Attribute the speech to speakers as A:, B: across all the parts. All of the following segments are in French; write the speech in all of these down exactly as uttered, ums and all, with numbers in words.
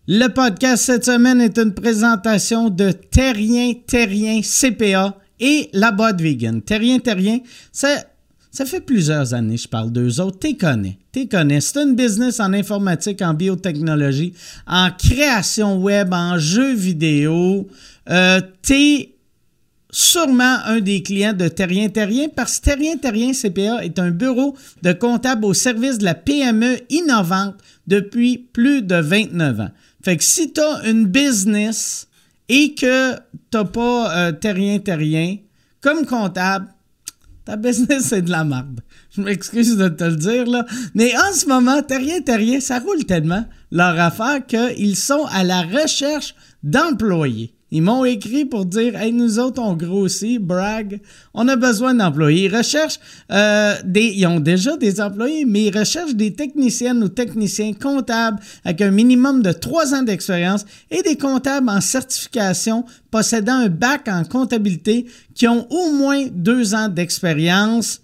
A: Le podcast cette semaine est une présentation de Terrien Terrien C P A et La Boîte Vegan. Terrien Terrien, ça, ça fait plusieurs années que je parle d'eux autres. T'es connais, t'es connais. C'est une business en informatique, en biotechnologie, en création web, en jeux vidéo. Euh, t'es sûrement un des clients de Terrien Terrien parce que Terrien Terrien C P A est un bureau de comptable au service de la P M E innovante depuis plus de vingt-neuf ans. Fait que si tu as une business et que tu n'as pas euh, Terrien Terrien comme comptable, ta business c'est de la merde. Je m'excuse de te le dire, là. Mais en ce moment, Terrien Terrien, ça roule tellement leur affaire qu'ils sont à la recherche d'employés. Ils m'ont écrit pour dire « Hey, nous autres, on grossit, brag, on a besoin d'employés. » Ils recherchent euh, des... Ils ont déjà des employés, mais ils recherchent des techniciennes ou techniciens comptables avec un minimum de trois ans d'expérience et des comptables en certification possédant un bac en comptabilité qui ont au moins deux ans d'expérience.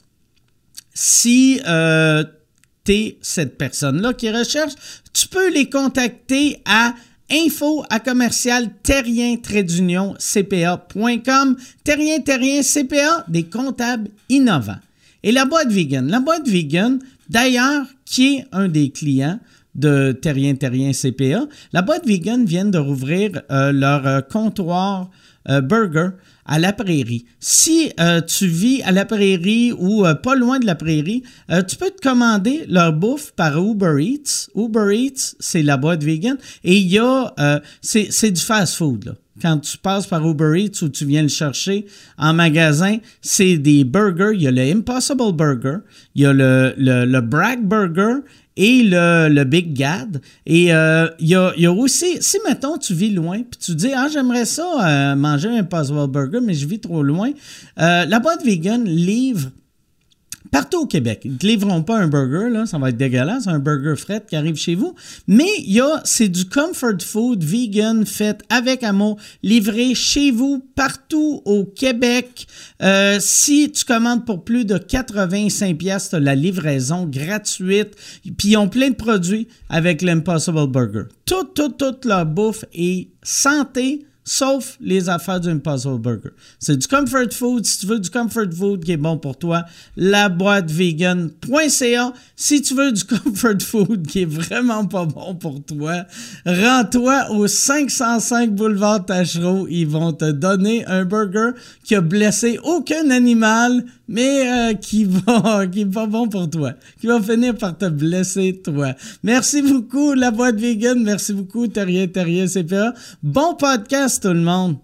A: Si euh, tu es cette personne-là qui recherche, tu peux les contacter à info à commercial terrien trait d'union c p a point com. Terrien Terrien C P A, des comptables innovants. Et La Boîte Vegan. La Boîte Vegan, d'ailleurs, qui est un des clients de Terrien Terrien C P A, La Boîte Vegan vient de rouvrir euh, leur euh, comptoir euh, burger à La Prairie. Si euh, tu vis à La Prairie ou euh, pas loin de La Prairie, euh, tu peux te commander leur bouffe par Uber Eats. Uber Eats, c'est La Boîte Vegan. Et il y a... Euh, c'est, c'est du fast-food, là. Quand tu passes par Uber Eats ou tu viens le chercher en magasin, c'est des burgers. Il y a le Impossible Burger, il y a le, le, le Bragg Burger et le, le Big Gad. Et euh, il, y a, il y a aussi, si mettons tu vis loin, puis tu dis « Ah, j'aimerais ça euh, manger un Impossible Burger, mais je vis trop loin. Euh, » La Boîte Vegan livre partout au Québec. Ils ne te livreront pas un burger, là, ça va être dégueulasse, un burger fret qui arrive chez vous. Mais il y a, c'est du comfort food vegan fait avec amour, livré chez vous partout au Québec. Euh, si tu commandes pour plus de quatre-vingt-cinq piastres, tu as la livraison gratuite. Puis ils ont plein de produits avec l'Impossible Burger. Toute, toute, toute leur bouffe est santé, sauf les affaires du Impossible Burger. C'est du comfort food. Si tu veux du comfort food qui est bon pour toi, la boîte vegan point c a. Si tu veux du comfort food qui est vraiment pas bon pour toi, rends-toi au cinq cent cinq boulevard Tachereau. Ils vont te donner un burger qui a blessé aucun animal, mais euh, qui va, qui est pas bon pour toi, qui va finir par te blesser toi. Merci beaucoup, la boîte vegan. Merci beaucoup, Terrien Terrien C P A. Bon podcast, tout le monde.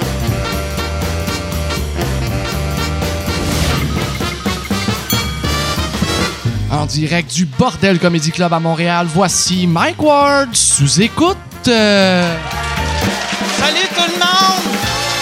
B: En direct du Bordel Comedy Club à Montréal, voici Mike Ward sous écoute. Euh...
A: Salut tout le monde!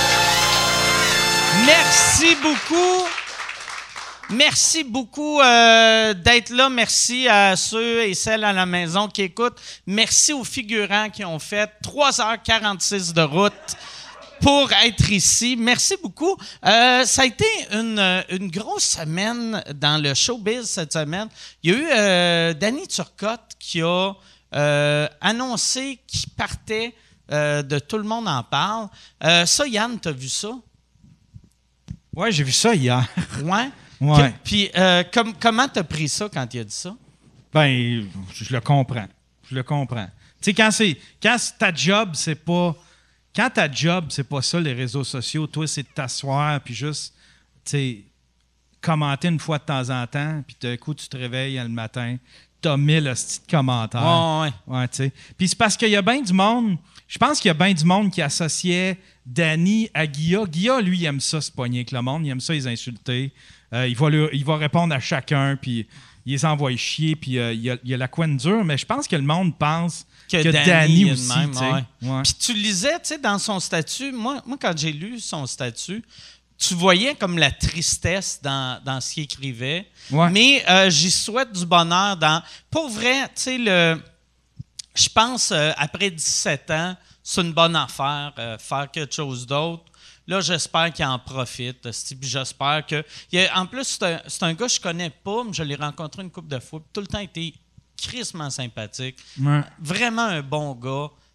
A: Merci beaucoup. Merci beaucoup euh, d'être là. Merci à ceux et celles à la maison qui écoutent. Merci aux figurants qui ont fait trois heures quarante-six de route pour être ici. Merci beaucoup. Euh, ça a été une, une grosse semaine dans le showbiz cette semaine. Il y a eu euh, Danny Turcotte qui a euh, annoncé qu'il partait euh, de Tout le monde en parle. Euh, ça, Yann, t'as vu ça?
C: Oui, j'ai vu ça hier.
A: Ouais?
C: Ouais.
A: Puis, euh, com- comment t'as pris ça quand il a dit ça?
C: Ben, je le comprends. Je le comprends. Tu sais, quand c'est quand c'est ta job, c'est pas... Quand ta job, c'est pas ça, les réseaux sociaux, toi, c'est de t'asseoir puis juste, tu sais, commenter une fois de temps en temps, puis d'un coup, tu te réveilles le matin, t'as mille hosties de commentaires.
A: Oh, ouais.
C: Ouais, tu sais. Puis c'est parce qu'il y a bien du monde... Je pense qu'il y a bien du monde qui associait Danny à Guilla. Guilla, lui, il aime ça, se pogner avec le monde. Il aime ça, les insulter. Euh, il, va lui, il va répondre à chacun, puis il les envoie chier, puis euh, il, y a, il y a la couenne dure. Mais je pense que le monde pense que, que Danny, Danny aussi. Même, ouais. Ouais.
A: Puis tu lisais, tu sais, dans son statut, moi, moi, quand j'ai lu son statut, tu voyais comme la tristesse dans, dans ce qu'il écrivait.
C: Ouais.
A: Mais euh, j'y souhaite du bonheur dans... Pour vrai, tu sais, le... Je pense, euh, après dix-sept ans, c'est une bonne affaire, euh, faire quelque chose d'autre. Là, j'espère qu'il en profite. Puis j'espère que... Il a, en plus, c'est un, c'est un gars que je connais pas, mais je l'ai rencontré une couple de fois. Tout le temps, il était crissement sympathique.
C: Ouais.
A: Vraiment un bon gars.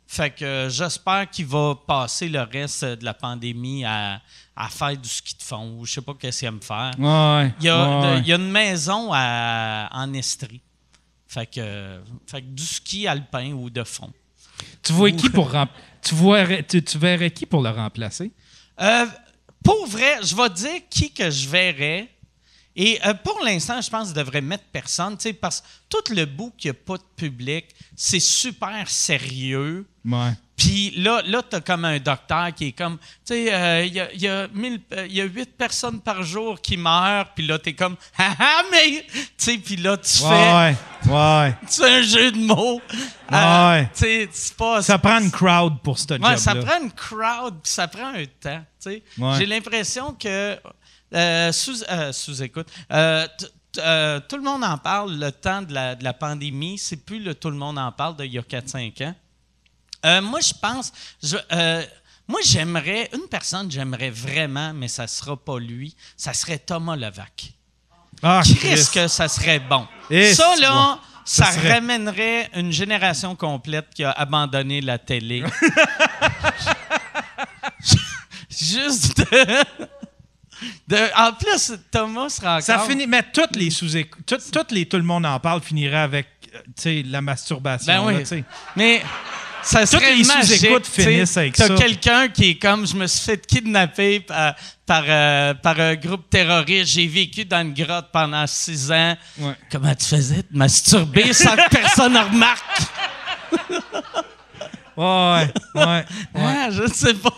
D: Fait que euh, j'espère qu'il va passer le reste de la pandémie à, à faire du ski de fond ou je sais pas qu'est-ce qu'il aime faire.
C: Ouais,
D: Il y a,
C: ouais.
D: de- il y a une maison à, en Estrie. Fait que, euh, fait que du ski alpin ou de fond.
C: Tu vois qui pour rem- tu, vois, tu, tu verrais qui pour le remplacer?
D: Euh, pour vrai, je vais dire qui que je verrais. Et euh, pour l'instant, je pense que je devrais mettre personne, tu sais, parce que tout le bout qu'il n'y a pas de public, c'est super sérieux.
C: Ouais.
D: Puis là, là tu as comme un docteur qui est comme, tu sais, euh, il y a, il y a mille- euh, il y a huit personnes par jour qui meurent, puis là, tu es comme, haha, mais, tu sais, puis là, tu fais,
C: Ouais, ouais.
D: tu fais un jeu de mots.
C: Ouais.
D: Tu sais, c'est pas.
C: Ça prend une crowd pour ce job-là.
D: Ouais, ça prend une crowd, puis ça prend un temps. tu sais.
C: Ouais.
D: J'ai l'impression que euh, sous, euh, sous-écoute, euh, t- t- euh, tout le monde en parle, le temps de la, de la pandémie, c'est plus le tout le monde en parle d'il y a quatre cinq ans. Euh, moi, je pense, je, euh, moi, j'aimerais, une personne, j'aimerais vraiment, mais ça ne sera pas lui, ça serait Thomas Levac.
C: Ah,
D: Qu'est-ce que ça serait bon?
C: Et
D: ça,
C: c'est
D: là,
C: bon.
D: ça,
C: Ça serait-
D: ramènerait une génération complète qui a abandonné la télé. Juste de, de- En plus, Thomas sera encore...
C: Ça finit, mais toutes les sous tout, toutes les tout le monde en parle finirait avec euh, tu sais, la masturbation.
D: Ben oui.
C: là, tu sais.
D: Mais ça serait
C: les
D: magique.
C: sous-écoutes
D: tu sais.
C: finissent avec
D: T'as
C: ça.
D: quelqu'un qui est comme, je me suis fait kidnapper par, par, euh, par un groupe terroriste. J'ai vécu dans une grotte pendant six ans.
C: Ouais.
D: Comment tu faisais de masturber sans que personne ne remarque?
C: Ouais, ouais, ouais.
D: Ah, je ne sais pas.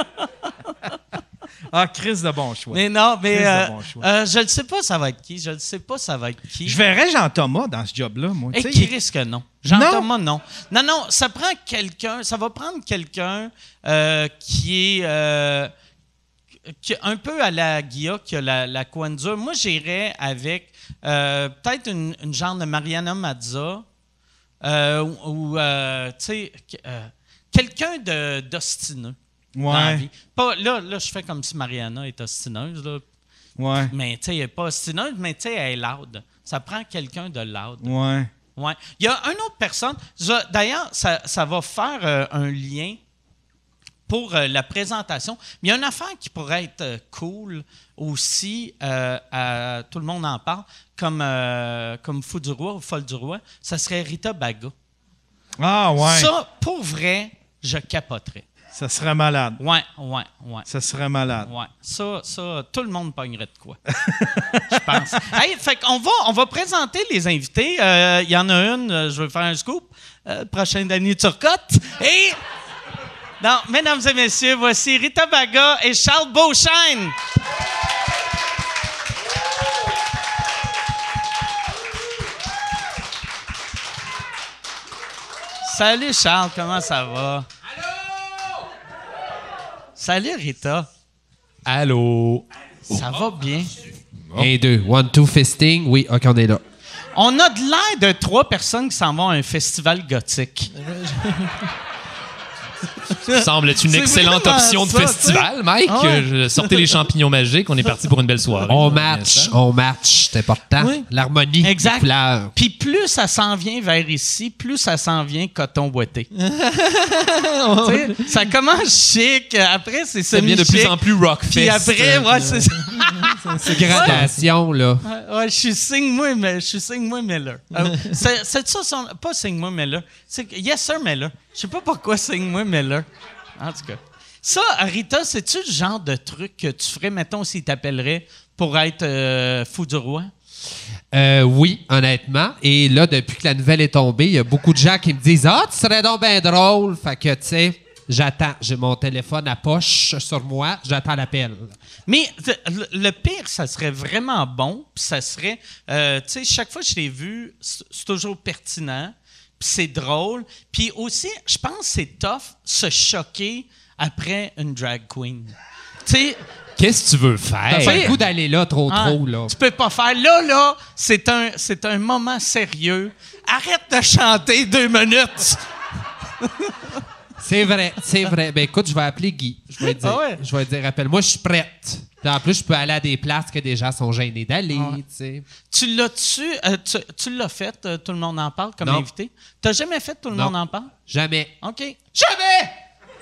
C: Ah, Chris de bon choix.
D: Mais non, mais
C: Crise de
D: euh,
C: bon choix.
D: euh, je ne sais pas ça va être qui. Je ne sais pas ça va être qui.
C: Je verrais Jean-Thomas dans ce job-là, moi.
D: Et
C: tu sais,
D: qui
C: il-
D: risque non. Jean-Thomas, non. Non, non, ça prend quelqu'un, ça va prendre quelqu'un euh, qui est euh, qui est un peu à la Guilla, qui a la, la coin dure. Moi, j'irais avec euh, peut-être une, une genre de Mariana Mazza euh, ou, ou, euh, tu sais, euh, quelqu'un de, d'ostineux. Dans la
C: Ouais,
D: vie. Pas, là, là, je fais comme si Mariana est ostineuse, là.
C: ouais,
D: Mais tu sais, elle n'est pas ostineuse, mais tu sais, elle est loud. Ça prend quelqu'un de loud.
C: ouais.
D: Ouais. Il y a une autre personne. je- D'ailleurs, ça, ça va faire euh, un lien pour euh, la présentation. Mais il y a une affaire qui pourrait être euh, cool aussi, euh, à- tout le monde en parle, comme, euh, comme Fou du Roi ou Folle du Roi, ça serait Rita Baga.
C: Ah, ouais. Ça,
D: Ça, pour vrai, je capoterais.
C: serait malade.
D: Ouais, ouais, ouais.
C: Ça serait malade.
D: Ouais, ça, ça, tout le monde pognerait de quoi. Je pense. Hey, fait qu'on va, on va présenter les invités. Il y en a une, euh, je vais faire un scoop. Euh, prochain Danny Turcotte. Et, non, mesdames et messieurs, voici Rita Baga et Charles Beauchesne. Salut Charles, comment ça va? Allô! Salut Rita.
E: Allô?
D: Ça va bien?
E: Un, deux. One, two, fisting. Oui, OK, on est là.
D: On a de l'air de trois personnes qui s'en vont à un festival gothique.
E: Semble être une
D: C'est
E: excellente
D: vraiment
E: option de
D: ça,
E: festival, Mike.
D: Ah ouais.
E: Euh, Sortez les champignons magiques. On est parti pour une belle soirée.
D: Oh,
E: Pour
D: ben,
E: un
D: euh,
E: hein.
D: hein.
E: instant.
F: match, on match, c'est important.
D: Oui.
F: L'harmonie,
D: Exact.
F: les couleurs.
D: Puis plus ça s'en vient vers ici, plus ça s'en vient coton boité. Tu sais, ça commence chic, après c'est
E: Ça devient de
D: semi-chic.
E: plus en plus rockfest.
D: Puis après,
E: euh,
D: ouais, c'est ça.
F: C'est gradation, là.
D: Ouais, ouais, je suis Signe-moi, mais je suis Signe-moi Miller. Euh, c'est c'est ça son. Pas Signe-moi Miller. C'est que- Yes, sir, Miller. Je sais pas pourquoi Signe-moi Miller. En tout cas. Ça, Rita, c'est-tu le genre de truc que tu ferais, mettons, s'il t'appellerait pour être euh, fou du roi?
F: Euh, oui, honnêtement. Et là, depuis que la nouvelle est tombée, il y a beaucoup de gens qui me disent « Ah, tu serais donc bien drôle! » Fait que, tu sais, j'attends. J'ai mon téléphone à poche sur moi. J'attends l'appel.
D: Mais t- le le pire, ça serait vraiment bon, puis ça serait, euh, tu sais, chaque fois que je l'ai vu, c'est c'est toujours pertinent, puis c'est drôle. Puis aussi, je pense que c'est tough se choquer après une drag queen. Tu sais,
E: Qu'est-ce que tu veux
F: T'as
E: faire?
F: pas le goût d'aller là trop,
D: hein,
F: trop, là.
D: tu peux pas faire là, là, c'est un, c'est un moment sérieux. Arrête de chanter deux minutes.
F: C'est vrai, c'est vrai. Ben écoute, je vais appeler Guy. Je vais lui dire,
D: Ah ouais?
F: je vais lui dire, appelle-moi, je suis prête. Puis en plus, je peux aller à des places que des gens sont gênés d'aller,
D: Ouais.
F: tu sais.
D: Tu l'as-tu, euh, tu, tu l'as fait, euh, Tout le monde en parle, comme
F: Non.
D: invité? T'as jamais fait Tout le
F: Non.
D: monde en parle?
F: Jamais.
D: OK.
F: Jamais!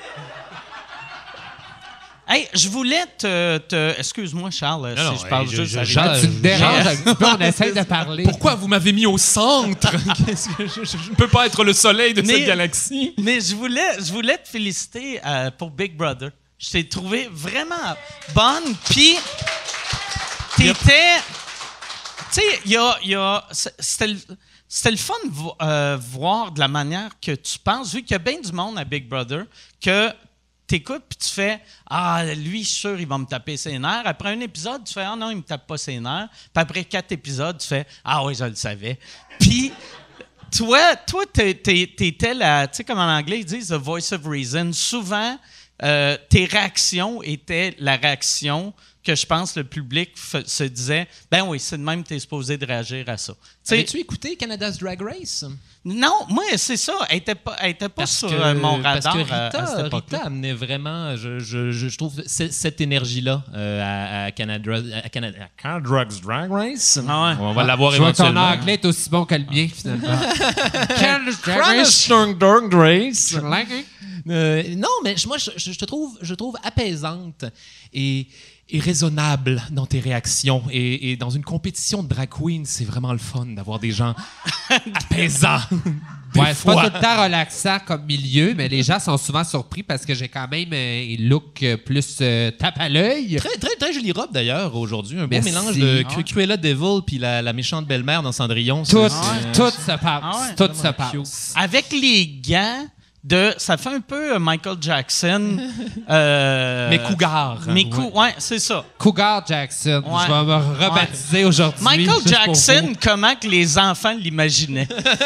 D: Hey, je voulais te... te- excuse-moi, Charles,
G: Non, non,
D: si je parle
G: hey,
D: juste...
G: je-
D: à
G: je-
D: Charles.
F: Quand tu me déranges un petit peu, on essaie de parler.
G: Pourquoi vous m'avez mis au centre? Qu'est-ce que je, je- je ne peux pas être le soleil de
D: Mais-
G: cette galaxie.
D: Mais je voulais, je voulais te féliciter euh, pour Big Brother. Je t'ai trouvé vraiment bonne, puis t'étais... Tu sais, il y a... il y a- c'était le- c'était le fun de vo- euh, voir de la manière que tu penses, vu qu'il y a bien du monde à Big Brother, que t'écoutes puis tu fais « Ah, lui, je suis sûr, il va me taper ses nerfs. » Après un épisode, tu fais « Ah non, il me tape pas ses nerfs. » Puis après quatre épisodes, tu fais « Ah oui, je le savais. » Puis... Toi, toi, t'es- t'es- t'étais la, tu sais, comme en anglais, ils disent the voice of reason. Souvent, euh, tes réactions étaient la réaction que je pense le public f- se disait, ben oui, c'est de même que t'es supposé de réagir à ça. Tu sais,
G: Avais-tu écouté Canada's Drag Race?
D: non, moi, c'est ça. Elle était pas, elle était pas
G: Parce
D: sur
G: que,
D: euh, mon radar
G: parce que
D: à-
G: Rita,
D: à cette époque-là.
G: Rita amenait vraiment, je, je, je, je trouve, c- cette énergie-là euh, à, à, Canada, à, Canada, à Canada's Drag Race.
D: Ah ouais.
G: On va l'avoir
F: Je vois que ton
G: éventuellement.
F: anglais est aussi bon que le mien, finalement.
G: Canada's Drag Race.
F: Canada's
G: Euh, non, mais je- moi, je, je te trouve, je trouve apaisante et, et raisonnable dans tes réactions. Et, et dans une compétition de drag queen, c'est vraiment le fun d'avoir des gens apaisants. Des
F: Ouais, c'est pas
G: fois.
F: tout le temps relaxant comme milieu, mais les gens sont souvent surpris parce que j'ai quand même euh, un look euh, plus euh, tape à l'œil.
G: Très, très, très jolie robe d'ailleurs aujourd'hui. Un beau
F: Merci.
G: mélange de
D: Ah
G: Cru-
D: ouais.
G: Cruella Devil puis la, la méchante belle-mère dans Cendrillon.
F: Tout,
G: C'est-
F: tout se passe.
D: Ah ouais.
F: Tout se
G: Vraiment
F: passe.
D: Avec les gants de... Ça fait un peu euh, Michael Jackson. euh,
G: Mais cougar.
D: Mais
G: Ouais.
D: cou- ouais, c'est ça.
F: Cougar Jackson.
D: Ouais.
F: Je vais me rebaptiser aujourd'hui.
D: Michael
F: juste pour
D: Jackson,
F: vous.
D: comment que les enfants l'imaginaient?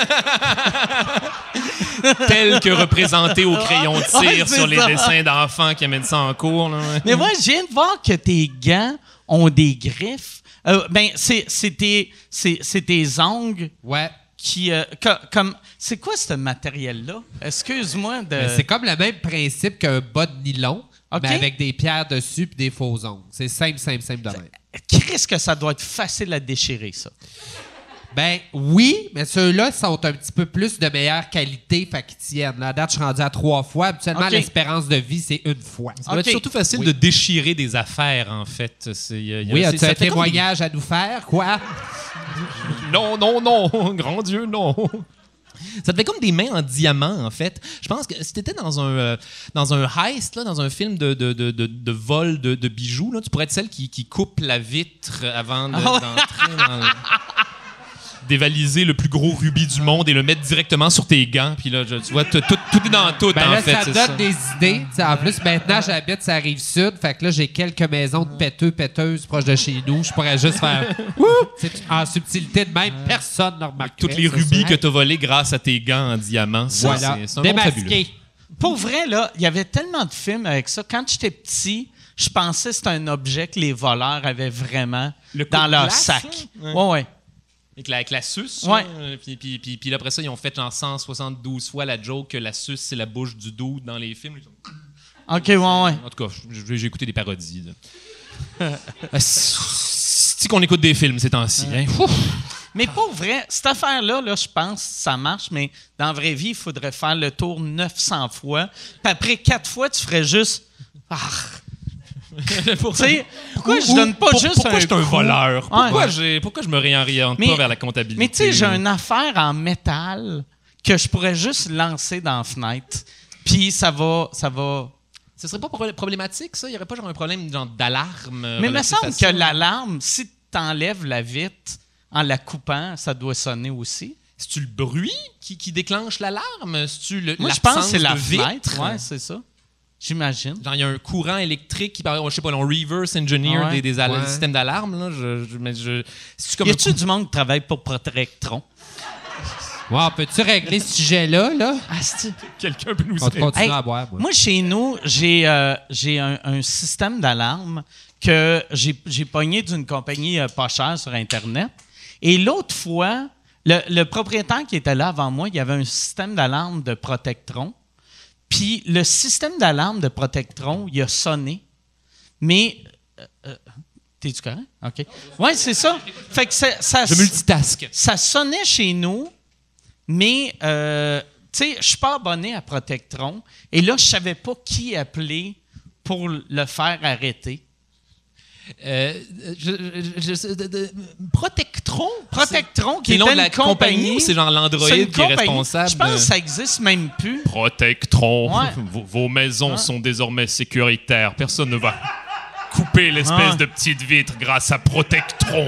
G: Tel que représenté au crayon de tir
D: Ouais, c'est
G: sur les
D: ça.
G: dessins d'enfants qui amènent ça en cours. Là.
D: Mais moi, je viens de voir que tes gants ont des griffes. Euh, ben, c'est c'est tes, c'est- c'est tes ongles
F: Ouais.
D: qui... euh, co- comme, c'est quoi ce matériel-là? Excuse-moi de...
F: Ben, c'est comme le même principe qu'un bas de nylon,
D: OK.
F: mais avec des pierres dessus puis des faux ongles. C'est simple, simple, simple de même.
D: Qu'est-ce que ça doit être facile à déchirer, ça?
F: Ben oui, mais ceux-là sont un petit peu plus de meilleure qualité, fait qu'ils tiennent. La date, je suis rendu à trois fois. Habituellement,
D: OK.
F: l'espérance de vie, c'est une fois.
G: Ça doit être
D: Ok.
G: surtout facile
F: Oui.
G: de déchirer des affaires, en fait. C'est- il y a- il y a-
F: Oui,
G: c'est-
F: as-tu
G: ça
F: un
G: fait comme
F: témoignage à nous faire, quoi?
G: des- Non, non, non. Grand Dieu, non. Ça te fait comme des mains en diamant, en fait. Je pense que si tu étais dans un, euh, dans un heist, là, dans un film de, de, de, de, de vol de, de bijoux, là, tu pourrais être celle qui, qui coupe la vitre avant de-
D: Ah ouais.
G: d'entrer dans le... dévaliser le plus gros rubis du monde et le mettre directement sur tes gants. Puis là, je- tu vois, tout, tout, tout est dans tout,
F: Ben
G: en
F: là,
G: fait.
F: ça
G: c'est
F: donne
G: ça.
F: des idées. T'sais, en plus, maintenant, j'habite sur la rive sud. Fait que là, j'ai quelques maisons de péteux, péteuses proches de chez nous. Je pourrais juste faire Wouh! C'est en subtilité de même. Personne ne remarque.
G: Toutes les rubis que tu as volés grâce à tes gants en diamant. Ça,
F: Voilà.
G: c'est- c'est un monde fabuleux.
F: Démasqué.
D: Pour vrai, là, il y avait tellement de films avec ça. Quand j'étais petit, je pensais que c'était un objet que les voleurs avaient vraiment
G: Le coup
D: dans
G: de
D: leur
G: glace,
D: sac.
G: là?
D: Ouais, ouais.
G: Avec la, avec la suce.
D: Ouais.
G: là, euh, puis, puis, puis, puis après ça, ils ont fait genre cent soixante-douze fois la joke que la suce, c'est la bouche du dos dans les films.
D: OK, ouais, ouais.
G: En tout cas, j'ai j'ai écouté des parodies. là. Ah, C'est qu'on écoute des films ces temps-ci. Hein? Ouf.
D: Mais pour vrai, cette affaire-là, là, je pense que ça marche, mais dans la vraie vie, il faudrait faire le tour neuf cents fois. Puis après quatre fois, tu ferais juste... Ah! Tu sais, pourquoi je donne pas
G: Pour-
D: juste
G: pourquoi
D: un
G: je suis un
D: coup?
G: voleur?
D: Ouais.
G: Pourquoi, j'ai- pourquoi je me réoriente
D: Mais-
G: pas vers la comptabilité?
D: Mais tu sais, j'ai une affaire en métal que je pourrais juste lancer dans la fenêtre, puis ça va... Ça va...
G: Ce serait pas pro- problématique, ça? Il y aurait pas genre un problème genre d'alarme? euh,
D: Mais il me
G: relatif
D: semble
G: à
D: que
G: ça?
D: l'alarme, si tu enlèves la vitre en la coupant, ça doit sonner aussi.
G: C'est-tu le bruit qui, qui déclenche l'alarme? C'est-tu le,
D: Moi, je pense que
G: l'absence
D: c'est la
G: de vitre?
D: fenêtre. Ouais, c'est ça. J'imagine.
G: Genre, il y a un courant électrique qui, par- je sais pas, on reverse engineer
D: Ouais.
G: des, des al-
F: Ouais.
G: systèmes d'alarme. Là, je, je, mais je, c'est-tu comme
D: Y
G: un
D: a-tu du monde qui travaille pour Protectron?
F: Wow, peux-tu régler ce sujet-là, là?
G: quelqu'un peut nous
F: On va
G: aider?
F: continuer
D: Hey,
F: à boire, moi.
D: Moi, chez nous, j'ai euh, j'ai un, un système d'alarme que j'ai j'ai pogné d'une compagnie euh, pas chère sur Internet. Et l'autre fois, le, le propriétaire qui était là avant moi, il y avait un système d'alarme de Protectron. Puis le système d'alarme de Protectron, il a sonné. Mais euh, euh, T'es-tu correct? OK. Oui, c'est ça. Fait que ça, ça,
G: Je multitask.
D: ça sonnait chez nous, mais, euh, tu sais, je suis pas abonné à Protectron. Et là, je savais pas qui appeler pour le faire arrêter.
G: Euh, je, je, je, de, de, Protectron?
D: Protectron, qui
G: C'est
D: est
G: le nom de
D: une
G: la compagnie
D: compagnie.
G: ou c'est genre l'Android
D: C'est
G: qui
D: une
G: est
D: compagnie.
G: responsable?
D: Je pense
G: de-
D: que ça existe même plus.
H: Protectron.
D: Ouais.
H: Vos, vos maisons
D: Ah.
H: sont désormais sécuritaires. Personne ne va couper l'espèce
D: Ah.
H: de petite vitre grâce à Protectron.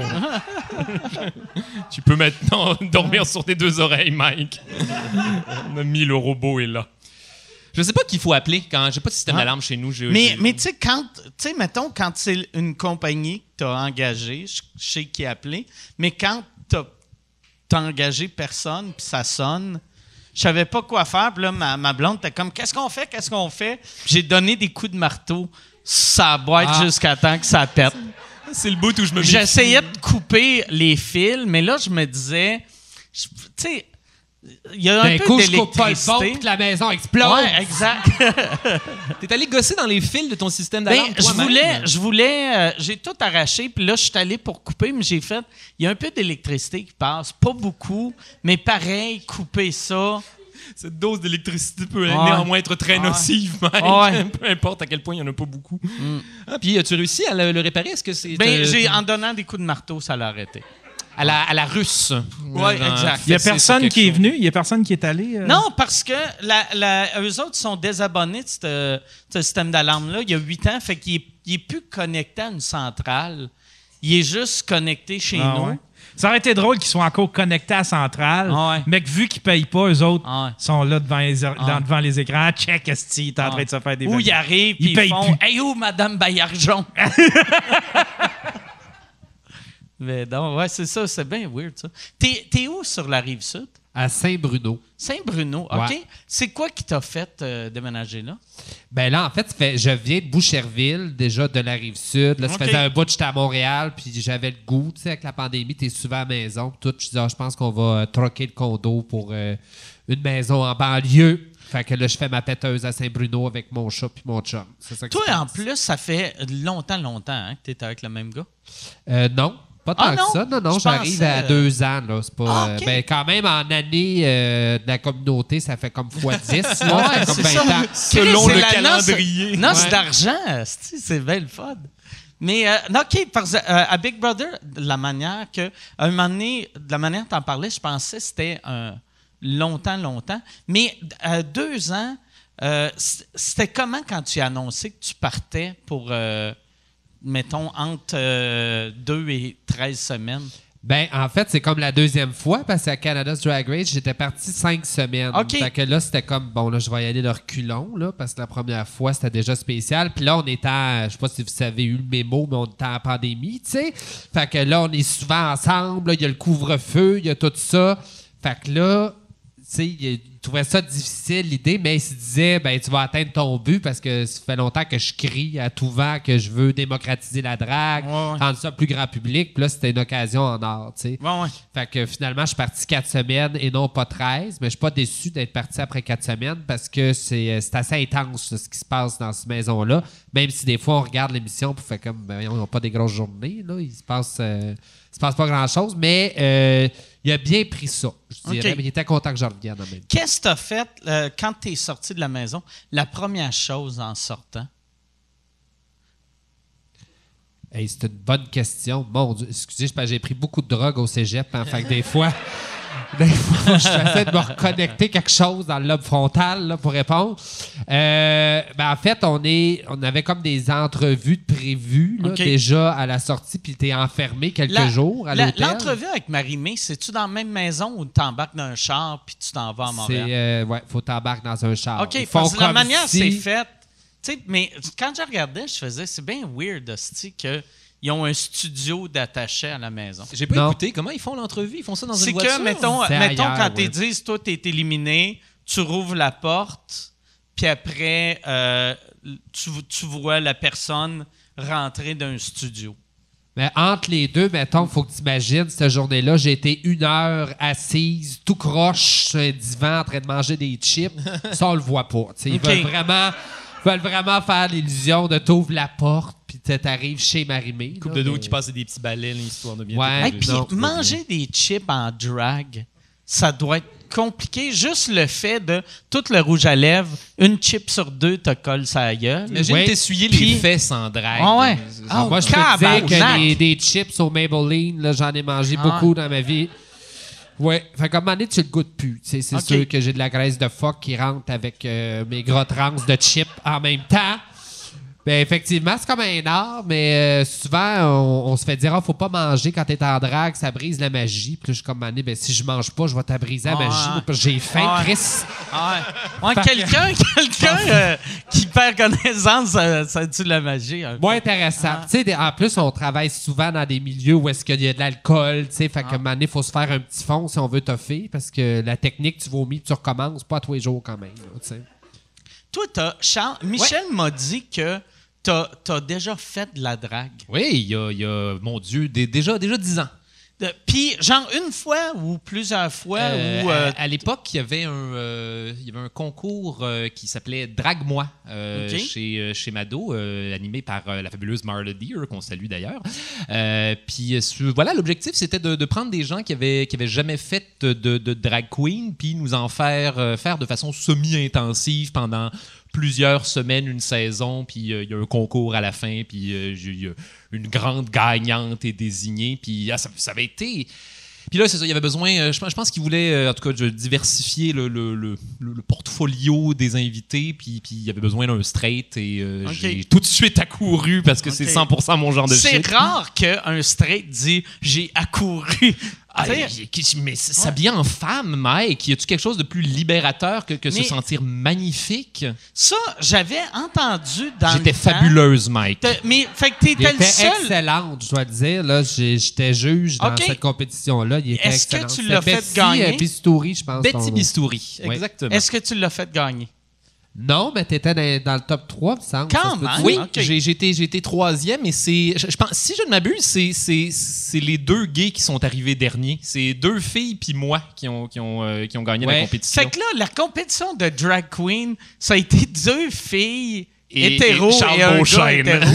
H: Tu peux maintenant dormir sur tes deux oreilles, Mike. On a mis le robot est là.
G: Je sais pas qu'il faut appeler quand j'ai pas de système
D: Ah.
G: d'alarme chez nous. j'ai-
D: Mais,
G: j'ai-
D: mais tu sais, quand, tu sais, mettons, quand c'est une compagnie que tu as engagée, je je sais qui appeler, mais quand tu as engagé personne, puis ça sonne, je savais pas quoi faire, puis là, ma, ma blonde était comme, qu'est-ce qu'on fait, qu'est-ce qu'on fait? Puis j'ai donné des coups de marteau sur sa boîte
F: Ah.
D: jusqu'à temps que ça pète.
G: C'est le bout où je me mets.
D: J'essayais de couper les fils, mais là, je me disais, je- tu sais, il y a un
F: D'un
D: peu
F: coup, je coupe pas le pont
D: d'électricité.
F: puis que la maison explose.
D: Ouais, exact.
G: T'es allé gosser dans les fils de ton système
D: Ben,
G: d'alarme
D: je
G: toi-même?
D: voulais, je voulais, euh, j'ai tout arraché, puis là, je suis allé pour couper, mais j'ai fait, il y a un peu d'électricité qui passe, pas beaucoup, mais pareil, couper ça.
G: Cette dose d'électricité peut
D: Ouais.
G: néanmoins être très
D: Ouais.
G: nocive, Mike.
D: Ouais.
G: Peu importe à quel point il n'y en a pas beaucoup. Ah, puis as-tu réussi à le, le réparer? Est-ce que c'est.
D: Ben,
G: euh,
D: j'ai, en donnant des coups de marteau, ça l'a arrêté.
G: à, la, à la russe.
D: Ouais,
G: Genre,
D: exact.
C: Il n'y a
G: fessé
C: personne
G: sur
C: qui est
G: quelque chose.
C: venu, il n'y a personne qui est allé. euh?
D: Non, parce que la, la, eux autres sont désabonnés de ce ce système d'alarme-là il y a huit ans, fait qu'il est, il est plus connecté à une centrale. Il est juste connecté chez
C: Ah,
D: nous.
C: ouais. Ça aurait été drôle qu'ils soient encore connectés à la centrale,
D: Ah ouais.
C: mais que vu qu'ils ne payent pas, eux autres
D: Ah ouais.
C: sont là devant les, dans-
D: Ah.
C: devant les écrans. Check, esti, il est en
D: Ah.
C: train de se faire des
D: Où ils arrivent, puis
C: Ils
D: ils
C: payent
D: font
C: plus.
D: « Hey, où, Madame Bayarjon? » Mais non, ouais, c'est ça, c'est bien weird, ça. T'es, t'es où sur la rive sud?
F: À Saint-Bruno.
D: Saint-Bruno, OK.
F: Ouais.
D: C'est quoi qui t'a fait euh, déménager là?
F: Ben là, en fait, ça fait- je viens de Boucherville, déjà de la Rive-Sud. Là, ça
D: OK.
F: faisait un bout que j'étais à Montréal, puis j'avais le goût. Tu sais, avec la pandémie, t'es souvent à la maison. Puis tout, je dis, ah, je pense qu'on va euh, troquer le condo pour euh, une maison en banlieue. Fait que là, je fais ma péteuse à Saint-Bruno avec mon chat puis mon chum. C'est ça qui
D: Toi,
F: se
D: en
F: passe.
D: plus, ça fait longtemps, longtemps hein, que t'es avec le même gars.
F: Euh, non. Pas tant
D: Ah, non?
F: que ça. Non, non,
D: Je
F: j'arrive
D: pensais,
F: à
D: euh,
F: deux ans. Là. C'est pas,
D: Ah,
F: euh,
D: OK.
F: ben, quand même, en année euh, de la communauté, ça fait comme fois dix. là. Ça
D: Ouais,
F: fait comme
D: c'est
F: vingt
D: ça.
F: ans.
G: Selon
D: C'est
G: le
D: la
G: calendrier.
D: Noce, noce
F: Ouais.
D: d'argent, esti, c'est bien le fun. Mais, euh, non, OK, parce, euh, à Big Brother, de la manière que, un moment donné, de la manière que t'en parlais, je pensais que c'était euh, longtemps, longtemps. Mais à deux ans, euh, c- c'était comment quand tu as annoncé que tu partais pour, euh, mettons, entre euh, deux et treize semaines?
F: Ben, en fait, c'est comme la deuxième fois, parce qu'à Canada's Drag Race, j'étais parti cinq semaines.
D: OK.
F: Fait que là, c'était comme, bon, là, je vais y aller de reculons, là, parce que la première fois, c'était déjà spécial. Puis là, on était en, je sais pas si vous avez eu le mémo, mais on était en pandémie, tu sais. Fait que là, on est souvent ensemble, là, il y a le couvre-feu, il y a tout ça. Fait que là, tu sais, il trouvait ça difficile, l'idée, mais il se disait, ben, tu vas atteindre ton but parce que ça fait longtemps que je crie à tout vent que je veux démocratiser la drague,
D: Ouais, ouais.
F: rendre ça plus grand public. Puis là, c'était une occasion en or, tu sais.
D: Ouais, ouais.
F: Fait que finalement, je suis parti quatre semaines et non pas treize, mais je suis pas déçu d'être parti après quatre semaines parce que c'est, c'est assez intense là, ce qui se passe dans cette maison-là. Même si des fois, on regarde l'émission et fait comme, ben, ils n'ont pas des grosses journées, là. Il se passe, euh, il se passe pas grand-chose, mais euh, il a bien pris ça, je dirais.
D: OK.
F: Mais il était content que je revienne en même temps.
D: Qu'est-ce que tu as fait euh, quand tu es sorti de la maison, la première chose en sortant?
F: Hey, c'est une bonne question. Mon Dieu, excusez, parce que j'ai pris beaucoup de drogue au cégep. Hein, fait que des fois, des fois, j'essaie de me reconnecter quelque chose dans le lobe frontal là, pour répondre. Euh, ben, en fait, on est, on avait comme des entrevues de prévues là,
D: OK.
F: déjà à la sortie, puis t'es enfermé quelques
D: La-
F: jours à
D: la-
F: l'hôtel.
D: L'entrevue avec Marie-Mé, c'est-tu dans la même maison ou tu embarques dans un char puis tu t'en vas à
F: C'est,
D: Montréal?
F: euh, ouais, faut t'embarquer dans un char.
D: OK,
F: Ils font
D: parce que la
F: comme
D: manière
F: si-
D: c'est fait, tu sais, mais quand je regardais, je faisais, c'est bien weird, hostie, qu'ils ont un studio d'attaché à la maison.
G: J'ai pas
F: Non.
G: écouté. Comment ils font l'entrevue? Ils font ça dans
D: C'est
G: une voiture?
D: que, mettons,
F: C'est
D: mettons
F: ailleurs,
D: quand
F: ouais.
D: ils disent, toi, t'es éliminé, tu rouvres la porte, puis après, euh, tu, tu vois la personne rentrer d'un studio.
F: Mais entre les deux, mettons, il faut que tu imagines, cette journée-là, j'ai été une heure assise, tout croche sur un divan en train de manger des chips. Ça, on le voit pas. Tu sais, Ils
D: OK.
F: veulent vraiment, veulent vraiment faire l'illusion de t'ouvrir la porte puis puis tu t'arrives chez Marimé.
G: Coupe
F: là,
G: de dos
F: mais-
G: qui passe des petits balais, là, histoire de bien.
F: Ouais.
D: Hey, puis
F: non,
D: manger des chips en drag, ça doit être compliqué. Juste le fait de tout le rouge à lèvres, une chip sur deux te colle sa gueule.
G: Imagine
F: Ouais.
G: t'essuyer
D: Puis-
G: les fesses en drague.
D: Ah ouais.
F: Ah,
D: Oh,
F: moi, je peux te dire que
D: tabarnak!
F: les- des chips au Maybelline, là, j'en ai mangé
D: Ah
F: beaucoup dans ma vie. Ouais. Fait qu'à un moment donné, tu le goûtes plus. Tu sais, c'est
D: Ok.
F: sûr que j'ai de la graisse de phoque qui rentre avec euh, mes gras trans de chips en même temps. Ben, effectivement, c'est comme un art, mais euh, souvent, on, on se fait dire, ah, faut pas manger quand t'es en drague, ça brise la magie. Puis là, je suis comme, mané, ben, si je mange pas, je vais t'abriser la
D: Ah,
F: magie.
D: ouais.
F: Moi, parce que j'ai faim,
D: Ah, ouais.
F: Chris.
D: Ah ouais. Ouais, quelqu'un quelqu'un euh, qui perd connaissance, ça, ça tue la magie. un peu.
F: Moins intéressant.
D: Ah.
F: Tu sais, des- en plus, on travaille souvent dans des milieux où est-ce qu'il y a de l'alcool, tu sais, fait qu'à un moment donné, il faut se faire un petit fond si on veut toffer, parce que la technique, tu vomis, tu recommences, pas à tous les jours quand même, là, tu sais.
D: Toi, t'as, Charles, Michel m'a dit que t'as, t'as déjà fait de la drague.
G: Oui, il y a, il y a, mon Dieu, des- déjà, déjà dix ans.
D: De- Puis, genre, une fois ou plusieurs fois,
G: Euh,
D: ou... euh,
G: à, à l'époque, il y avait un, euh, il y avait un concours euh, qui s'appelait Drague-moi euh,
D: Ok.
G: chez, euh, chez Mado, euh, animé par euh, la fabuleuse Marla Deer, qu'on salue d'ailleurs. Euh, puis euh, su- voilà, l'objectif, c'était de, de prendre des gens qui avaient, qui avaient jamais fait de, de, de drag queen, puis nous en faire, euh, faire de façon semi-intensive pendant plusieurs semaines, une saison, puis euh, il y a un concours à la fin, puis euh, il y a une grande gagnante est désignée, puis ah, ça, ça avait été... Puis là, c'est ça, il y avait besoin, euh, je, pense- je pense qu'ils voulaient, euh, en tout cas, de diversifier le, le, le, le- le portfolio des invités, puis, puis il y avait besoin d'un straight, et euh,
D: Ok.
G: j'ai tout de suite accouru, parce que c'est
D: Ok.
G: cent pour cent mon genre de
D: c'est
G: shit.
D: rare qu'un straight dit « j'ai accouru ».
G: Ah,
D: Tu sais,
G: mais s'habiller en femme, Mike, y a-tu quelque chose de plus libérateur que, que
D: Mais-
G: se sentir magnifique?
D: ça, j'avais entendu dans
G: J'étais
D: le temps.
G: fabuleuse, Mike.
D: T'as- Mais, fait que
F: Il
D: t'étais le
F: était
D: seul...
F: excellente, je dois le dire. Là, J'ai- j'étais juge dans
D: Ok.
F: cette compétition-là. Il était
D: Est-ce que
F: excellent.
D: tu
F: C'était
D: l'as fait
F: Betsy,
D: gagner?
F: euh, Bistouri, je pense. son
G: Betty
F: nom.
G: Bistouri,
F: Oui.
G: exactement.
D: Est-ce que tu l'as fait gagner?
F: Non, mais t'étais dans, dans le top trois, me semble.
D: Quand
F: Ça se peut-tu?
D: même.
G: Oui,
D: Ok.
G: j'ai j'ai été, j'ai été troisième et c'est, je, je pense, si je ne m'abuse, c'est, c'est, c'est les deux gays qui sont arrivés derniers. C'est deux filles puis moi qui ont, qui ont, euh, qui ont gagné
F: Ouais.
G: la compétition.
D: Fait que là, la compétition de drag queen, ça a été deux filles
G: Et-
D: hétéros
G: et Charles
D: et, un gars
G: Beauchesne.
D: hétéro.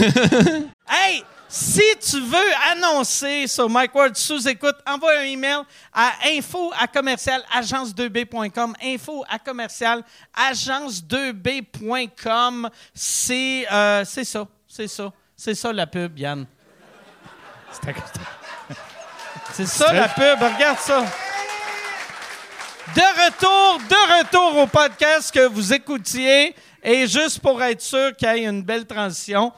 D: Hey, si tu veux annoncer sur Mike Ward sous-écoute, envoie un email à info à commercial agence deux b point com. info à commercial agence deux b point com. C'est euh, c'est ça, c'est ça. C'est ça la pub, Yann. C'est ça la pub, regarde ça. De retour, de retour au podcast que vous écoutiez. Et juste pour être sûr qu'il y ait une belle transition.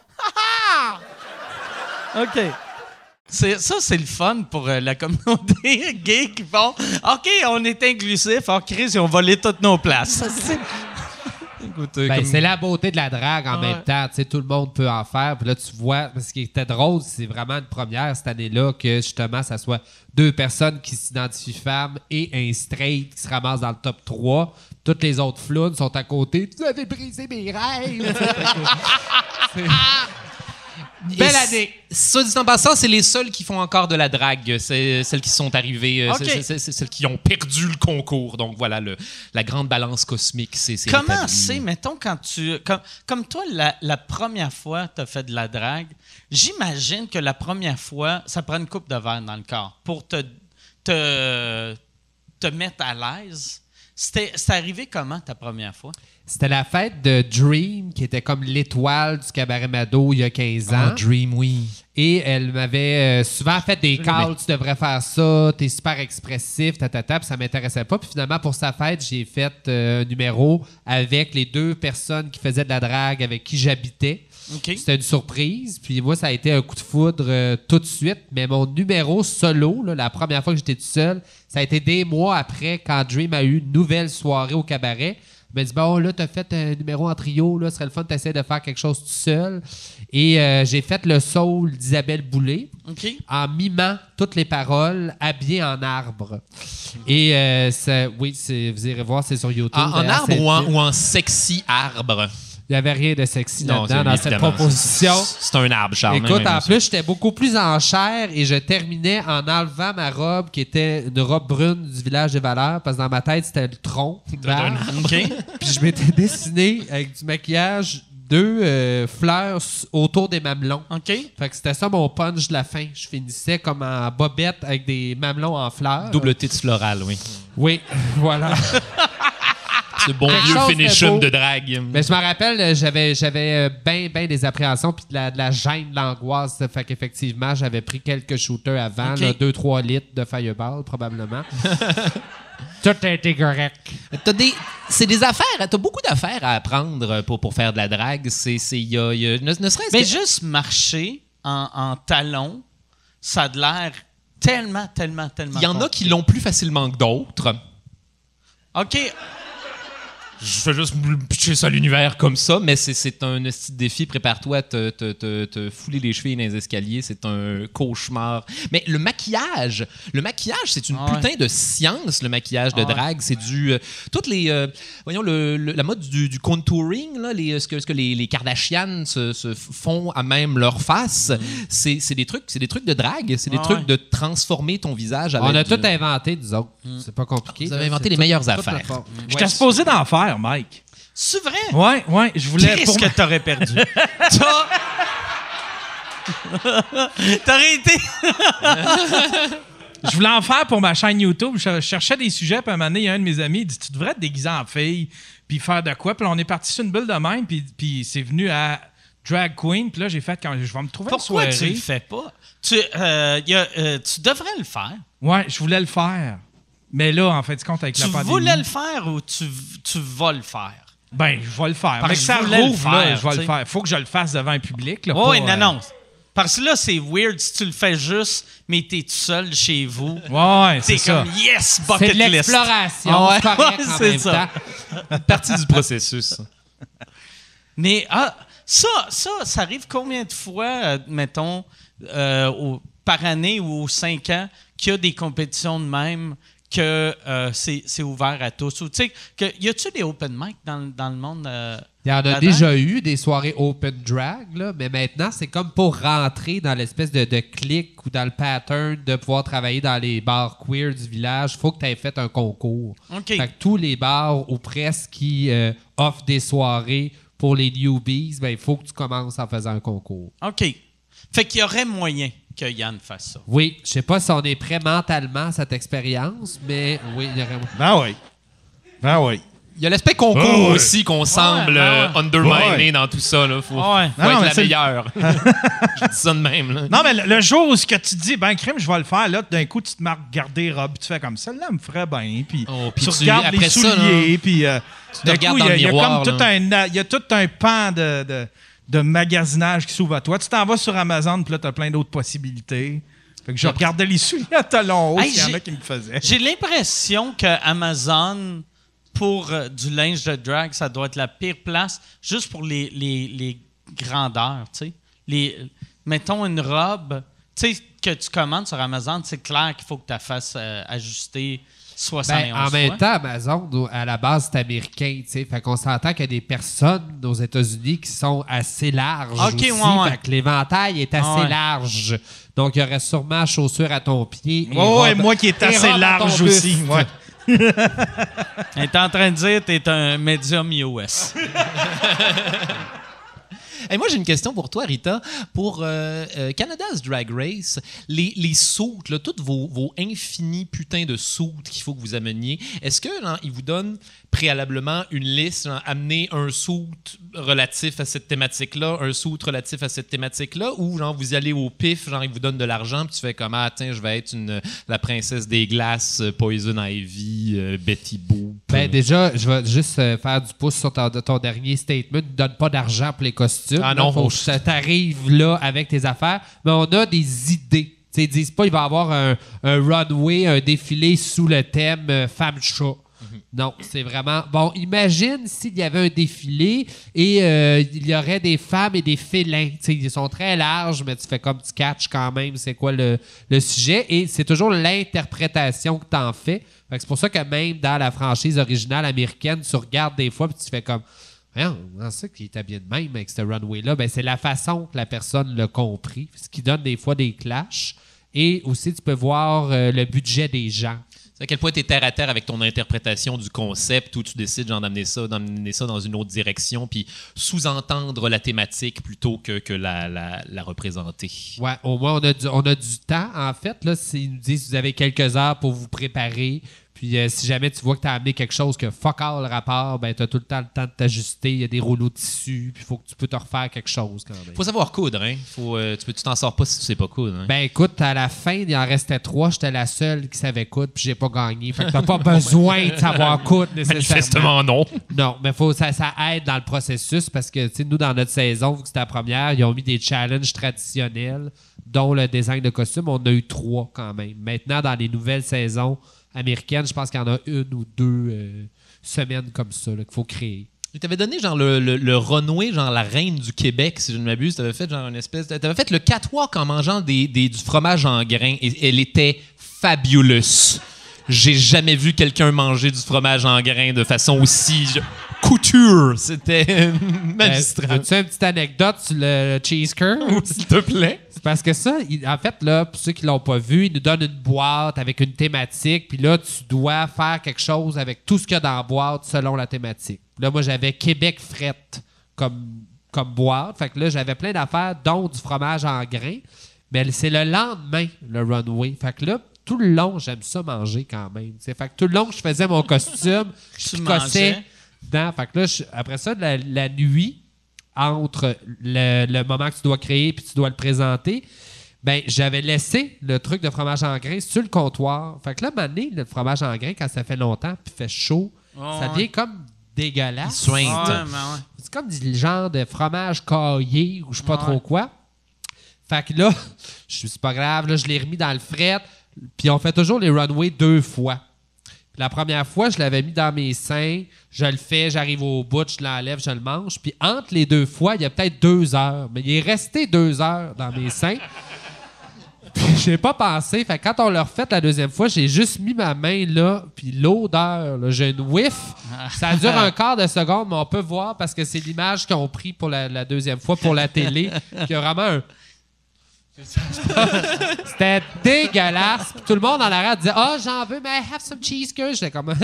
D: OK. C'est, ça, c'est le fun pour euh, la communauté gay qui font OK, on est inclusif. Oh, Chris, ils ont volé toutes nos places.
G: Écoute, euh,
F: Ben,
G: comme-
F: c'est la beauté de la drague en
D: Ouais.
F: même temps. Tu sais, tout le monde peut en faire. Puis là, tu vois, ce qui était drôle, c'est vraiment une première cette année-là que justement, ça soit deux personnes qui s'identifient femmes et un straight qui se ramasse dans le top trois. Toutes les autres flounes sont à côté. Tu avais brisé mes rêves. C'est- Belle
G: Et
F: année.
G: c- Ça dit en passant, c'est les seuls qui font encore de la drague. C'est celles qui sont arrivées, euh,
D: OK.
G: c'est- c'est c'est celles qui ont perdu le concours. Donc voilà, le, la grande balance cosmique, c'est c'est
D: Comment
G: rétabli.
D: c'est, mettons, quand tu. Comme, comme toi, la, la première fois que tu as fait de la drague, j'imagine que la première fois, ça prend une coupe de verre dans le corps pour te, te, te mettre à l'aise. C'était c'est arrivé comment ta première fois?
F: C'était la fête de Dream, qui était comme l'étoile du cabaret Mado il y a quinze ans.
G: Ah, Dream, oui.
F: Et elle m'avait euh, souvent fait des calls, tu devrais faire ça, t'es super expressif, tatata, puis ça m'intéressait pas. Puis finalement, pour sa fête, j'ai fait euh, un numéro avec les deux personnes qui faisaient de la drague avec qui j'habitais.
D: OK.
F: C'était une surprise. Puis moi, ça a été un coup de foudre euh, tout de suite. Mais mon numéro solo, là, la première fois que j'étais tout seul, ça a été des mois après, quand Dream a eu une nouvelle soirée au cabaret. Il m'a dit, bon, là, t'as fait un numéro en trio, là, ce serait le fun de t'essayer de faire quelque chose tout seul. Et euh, j'ai fait le soul d'Isabelle Boulay
D: OK.
F: en mimant toutes les paroles, habillé en arbre. Et euh, ça- oui, c'est- vous irez voir, c'est sur YouTube.
G: En, en
F: D'ailleurs,
G: arbre
F: c'est-
G: ou en, ou en sexy arbre?
F: Il n'y avait rien de sexy
G: Non,
F: là-dedans
G: c'est-
F: dans cette
G: évidemment,
F: proposition.
G: c'est- C'est un arbre, Charles.
F: Écoute,
G: même,
F: en
G: même
F: plus, j'étais beaucoup plus en chair et je terminais en enlevant ma robe qui était une robe brune du village des Valeurs parce que dans ma tête, c'était le tronc.
G: d'un
F: d'arbre.
D: OK.
F: Puis je m'étais dessiné avec du maquillage deux euh, fleurs s- autour des mamelons.
D: OK.
F: Fait que c'était ça mon punch de la fin. Je finissais comme en bobette avec des mamelons en fleurs.
G: Double titre floral, oui.
F: Oui, voilà.
G: Ce bon
F: Quelque
G: vieux
F: chose de
G: finition
F: beau.
G: de drague.
F: Mais je me rappelle, euh, j'avais j'avais bien ben des appréhensions puis de la, de la gêne, de l'angoisse. Fait qu'effectivement, j'avais pris quelques shooters avant,
D: OK.
F: deux trois litres de Fireball probablement. Tout a été correct.
G: T'as des, c'est des affaires, t'as beaucoup d'affaires à apprendre pour, pour faire de la drague. C'est, c'est, y a, y a- ne, ne serait-ce
D: Mais
G: que...
D: juste marcher en, en talons, ça a de l'air tellement, tellement, tellement.
G: Il y en a qui l'ont plus facilement que d'autres.
D: OK.
G: Je fais juste me pitcher ça à l'univers comme ça, mais c'est, c'est un petit défi. Prépare-toi à te, te, te, te fouler les chevilles dans les escaliers. C'est un cauchemar. Mais le maquillage, le maquillage, c'est une
D: Ah ouais.
G: putain de science, le maquillage de
D: Ah ouais.
G: drague. C'est du... euh, toutes les... euh, voyons, le, le- la mode du, du contouring, là, les, ce que, ce que les, les Kardashians se, se font à même leur face, c'est, c'est, des trucs, c'est des trucs de drague. C'est des
D: Mm. Ah
G: trucs
D: ouais.
G: de transformer ton visage avec...
F: On a
G: du-
F: tout inventé, nous autres. C'est pas compliqué.
G: Vous avez
F: là.
G: inventé
F: C'est
G: les
F: tout-
G: meilleures
F: toute la
G: affaires.
F: forme.
C: J'étais supposé d'en faire, Mike.
D: C'est vrai?
C: Ouais, ouais, je voulais.
D: Qu'est-ce
C: pour
D: que
C: ma-
D: t'aurais perdu? T'as- T'aurais été...
C: Je voulais en faire pour ma chaîne YouTube. Je cherchais des sujets, puis à un moment donné, il y a un de mes amis, il dit tu devrais te déguiser en fille, puis faire de quoi. Puis là, on est parti sur une bulle de même, puis, puis c'est venu à Drag Queen. Puis là, j'ai fait quand je vais me trouver
D: Pourquoi
C: une
D: tu
C: soirée.
D: le fais pas? Tu, euh, y a, euh, tu devrais le faire.
C: Ouais, je voulais le faire. Mais là, en fait, tu compte avec
D: Tu
C: la pandémie.
D: voulais le faire ou tu, tu vas le faire?
C: Ben, je vais le faire.
D: Parce
C: Mais
D: que
C: ça
D: je voulais le
C: rouvre, là,
D: faire,
C: je vais
D: tu
C: le
D: sais.
C: faire. Faut que je le fasse devant un public. Là,
D: Oui,
C: pas,
D: non,
C: euh,
D: non. Parce que là, c'est weird si tu le fais juste, mais t'es tout seul chez vous.
C: Ouais,
D: T'es
C: c'est ça.
D: comme yes,
F: C'est
D: bucket
F: de
D: list.
F: l'exploration.
D: Ah ouais.
F: C'est correct
D: Ouais,
F: en
D: c'est
F: même
D: ça.
F: temps.
G: partie du processus.
D: Mais ah, ça, ça, ça arrive combien de fois, euh, mettons, euh, au- par année ou aux cinq ans, qu'il y a des compétitions de même, que euh, c'est, c'est ouvert à tous? Ou, tu sais, que- y a-tu des open mic dans, dans le monde? euh,
F: Il y en a
D: là-dedans?
F: déjà eu des soirées open drag, là, mais maintenant, c'est comme pour rentrer dans l'espèce de, de clique ou dans le pattern de pouvoir travailler dans les bars queer du village. Il faut que tu aies fait un concours.
D: OK.
F: Fait que tous les bars ou presque qui euh, offrent des soirées pour les newbies, ben, il faut que tu commences en faisant un concours.
D: OK. Fait qu'il y aurait moyen que Yann fasse ça.
F: Oui, je sais pas si on est prêt mentalement à cette expérience, mais oui, il y aurait...
C: Ben oui. Ben oui.
G: Il y a l'aspect concours
C: Oh, ouais.
G: aussi qu'on semble
D: ouais.
G: euh, underminer
C: Ouais.
G: dans tout ça. Là. Faut,
D: Ouais.
G: faut
C: Non, non,
G: être
C: mais
G: la
C: c'est-
G: meilleure. Je dis ça de même. Là.
C: Non, mais le, le jour où ce que tu dis, ben, crime, je vais le faire, là, d'un coup, tu te marques garder robe, puis tu fais comme ça, là, me ferait bien. Puis
G: Oh, puis
C: tu
G: tu-
C: regardes
G: après
C: les
G: ça,
C: souliers, puis euh,
G: te
C: d'un
G: regardes
C: coup,
G: dans
C: il y a-
G: le
C: il y, a
G: miroir,
C: comme tout
G: là.
C: un, il y a tout un pan de, de, de magasinage qui s'ouvre à toi. Tu t'en vas sur Amazon, puis là, tu as plein d'autres possibilités. Fait que je regardais les souliers à talons hauts,
D: Hey,
C: s'il y en
D: j'ai-
C: a qui me faisaient.
D: J'ai l'impression que Amazon, pour euh, du linge de drag, ça doit être la pire place, juste pour les, les, les grandeurs, tu sais. Les, mettons une robe, tu sais, que tu commandes sur Amazon, c'est clair qu'il faut que tu la fasses euh, ajuster soixante et onze
F: Ben, en même
D: fois.
F: temps, Amazon, au- à la base, c'est américain, tu sais. Fait qu'on s'entend qu'il y a des personnes aux États-Unis qui sont assez larges
D: Ok,
F: aussi.
D: ouais, ouais.
F: Fait que l'éventail est assez
D: Ah ouais.
F: large. Donc, il y aurait sûrement chaussures à ton pied. et
C: Oh, et
F: robe-
C: moi qui est
F: et
C: assez
F: robe à ton
C: large
F: buste.
C: aussi. Ouais.
D: Elle est en train de dire que tu es un médium iOS.
G: Hey, moi, j'ai une question pour toi, Rita. Pour euh, euh, Canada's Drag Race, les, les soutes, là, toutes vos, vos infinis putains de soutes qu'il faut que vous ameniez, est-ce que là, ils vous donnent préalablement une liste, genre, amener un soute relatif à cette thématique-là, un soute relatif à cette thématique-là, ou genre vous y allez au pif, genre ils vous donnent de l'argent, puis tu fais comme ah tiens, je vais être une la princesse des glaces, euh, Poison Ivy, euh, Betty Boop.
F: Ben, déjà, je vais juste euh, faire du pouce sur ton, ton dernier statement. Ne donne pas d'argent pour les costumes.
G: Ah
F: Là,
G: non,
F: faut
G: oh,
F: que ça t'arrive là avec tes affaires. Mais on a des idées. T'sais, ils disent pas il va y avoir un, un runway, un défilé sous le thème euh, femme-chat.
G: Mhm.
F: Non, c'est vraiment... Bon, imagine s'il y avait un défilé et euh, il y aurait des femmes et des félins. T'sais, ils sont très larges, mais tu fais comme tu catches quand même c'est quoi le, le sujet. Et c'est toujours l'interprétation que tu en fais. Fait que c'est pour ça que même dans la franchise originale américaine, tu regardes des fois et tu fais comme... Voyons, comment ça qu'il est habillé de même avec ce runway-là? Ben, c'est la façon que la personne l'a compris, ce qui donne des fois des clashs. Et aussi, tu peux voir euh, le budget des gens.
G: C'est À quel point tu es terre à terre avec ton interprétation du concept, où tu décides genre, d'amener ça, d'amener ça dans une autre direction, puis sous-entendre la thématique plutôt que, que la, la, la représenter.
F: Ouais, au moins, on a du, on a du temps, en fait. Là, ils nous disent que vous avez quelques heures pour vous préparer. Puis euh, si jamais tu vois que tu as amené quelque chose que fuck all le rapport, ben tu as tout le temps le temps de t'ajuster. Il y a des rouleaux de tissu, puis il faut que tu peux te refaire quelque chose quand même.
G: Faut savoir coudre, hein? Faut, euh, tu, peux, tu t'en sors pas si tu sais pas coudre. Hein?
F: Ben écoute, à la fin, il en restait trois. J'étais la seule qui savait coudre, puis j'ai pas gagné. Fait que t'as pas besoin de savoir coudre nécessairement.
H: Manifestement, non.
F: Non, mais faut, ça, ça aide dans le processus parce que, tu sais, nous, dans notre saison, vu que c'était la première, ils ont mis des challenges traditionnels, dont le design de costume. On a eu trois quand même. Maintenant, dans les nouvelles saisons américaines, je pense qu'il y en a une ou deux euh, semaines comme ça là, qu'il faut créer.
G: Tu t'avais donné genre le, le, le runway, genre la reine du Québec, si je ne m'abuse. Tu avais fait genre une espèce. Tu avais fait le catwalk en mangeant des, des, du fromage en grains et elle était fabuleuse. J'ai jamais vu quelqu'un manger du fromage en grains de façon aussi je, couture. C'était magistral.
F: Euh, As-tu une petite anecdote sur le cheese curd?
G: S'il te plaît.
F: C'est parce que ça, il, en fait, là, pour ceux qui l'ont pas vu, il nous donne une boîte avec une thématique, puis là, tu dois faire quelque chose avec tout ce qu'il y a dans la boîte selon la thématique. Là, moi, j'avais Québec Fret comme, comme boîte. Fait que là, j'avais plein d'affaires, dont du fromage en grains. Mais c'est le lendemain, le runway. Fait que là, tout le long, j'aime ça manger quand même. T'sais. Fait que tout le long, je faisais mon costume, je cossais dedans. Fait que là, je, après ça, la, la nuit, entre le, le moment que tu dois créer puis tu dois le présenter, ben j'avais laissé le truc de fromage en grains sur le comptoir. Fait que là, maintenant, le fromage en grains, quand ça fait longtemps puis fait chaud, oh, ça devient ouais. comme dégueulasse.
D: Il sointe. Ouais, ouais.
F: C'est comme du genre de fromage caillé ou je sais pas ouais. trop quoi. Fait que là, je suis pas grave, là, je l'ai remis dans le fret. Puis on fait toujours les runways deux fois. Puis la première fois, je l'avais mis dans mes seins. Je le fais, j'arrive au bout, je l'enlève, je le mange. Puis entre les deux fois, il y a peut-être deux heures. Mais il est resté deux heures dans mes seins. Puis j'ai pas pensé. Fait que quand on l'a refait la deuxième fois, j'ai juste mis ma main là. Puis l'odeur, là, j'ai une whiff. Ça dure un quart de seconde, mais on peut voir parce que c'est l'image qu'ils ont pris pour la, la deuxième fois pour la télé. Qu'il y a vraiment un... C'était dégueulasse. Puis tout le monde en arrière disait « Ah, oh, j'en veux, mais I have some cheese curd. » J'étais comme...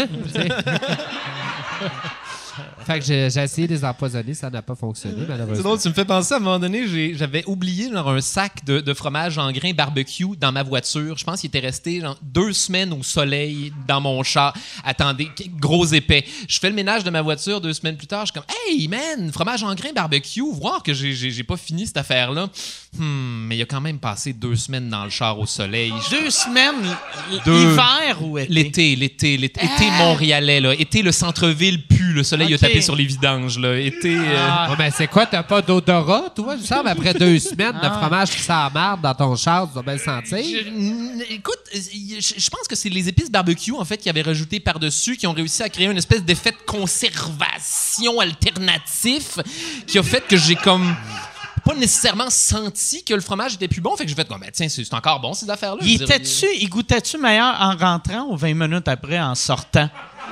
F: Fait que j'ai, j'ai essayé de les empoisonner, ça n'a pas fonctionné, malheureusement.
G: C'est drôle, tu me fais penser, à un moment donné, j'ai, j'avais oublié genre, un sac de, de fromage en grains barbecue dans ma voiture. Je pense qu'il était resté genre, deux semaines au soleil dans mon char. Attendez, gros épais. Je fais le ménage de ma voiture deux semaines plus tard. Je suis comme, hey man, fromage en grains barbecue, voir que j'ai, j'ai, j'ai pas fini cette affaire-là. Hmm, mais il a quand même passé deux semaines dans le char au soleil.
D: Deux semaines?
G: Deux.
D: Hiver ou été?
G: L'été, l'été, l'été, ah. été montréalais, là. Été, le centre-ville pue, le soleil okay. a tapé sur les vidanges, là. Été... Euh...
F: Ah. Ouais, mais c'est quoi, t'as pas d'odorat, toi? Il me semble, après deux semaines ah. de fromage qui sent marde dans ton char, tu dois bien le sentir.
G: Je, écoute, je, je pense que c'est les épices barbecue, en fait, qui avaient rajouté par-dessus, qui ont réussi à créer une espèce d'effet de conservation alternatif qui a fait que j'ai comme... pas nécessairement senti que le fromage était plus bon. Fait que j'ai fait, oh, ben, tiens, c'est, c'est encore bon, ces affaires-là.
D: Il était-tu, il goûtait-tu meilleur en rentrant ou vingt minutes après en sortant?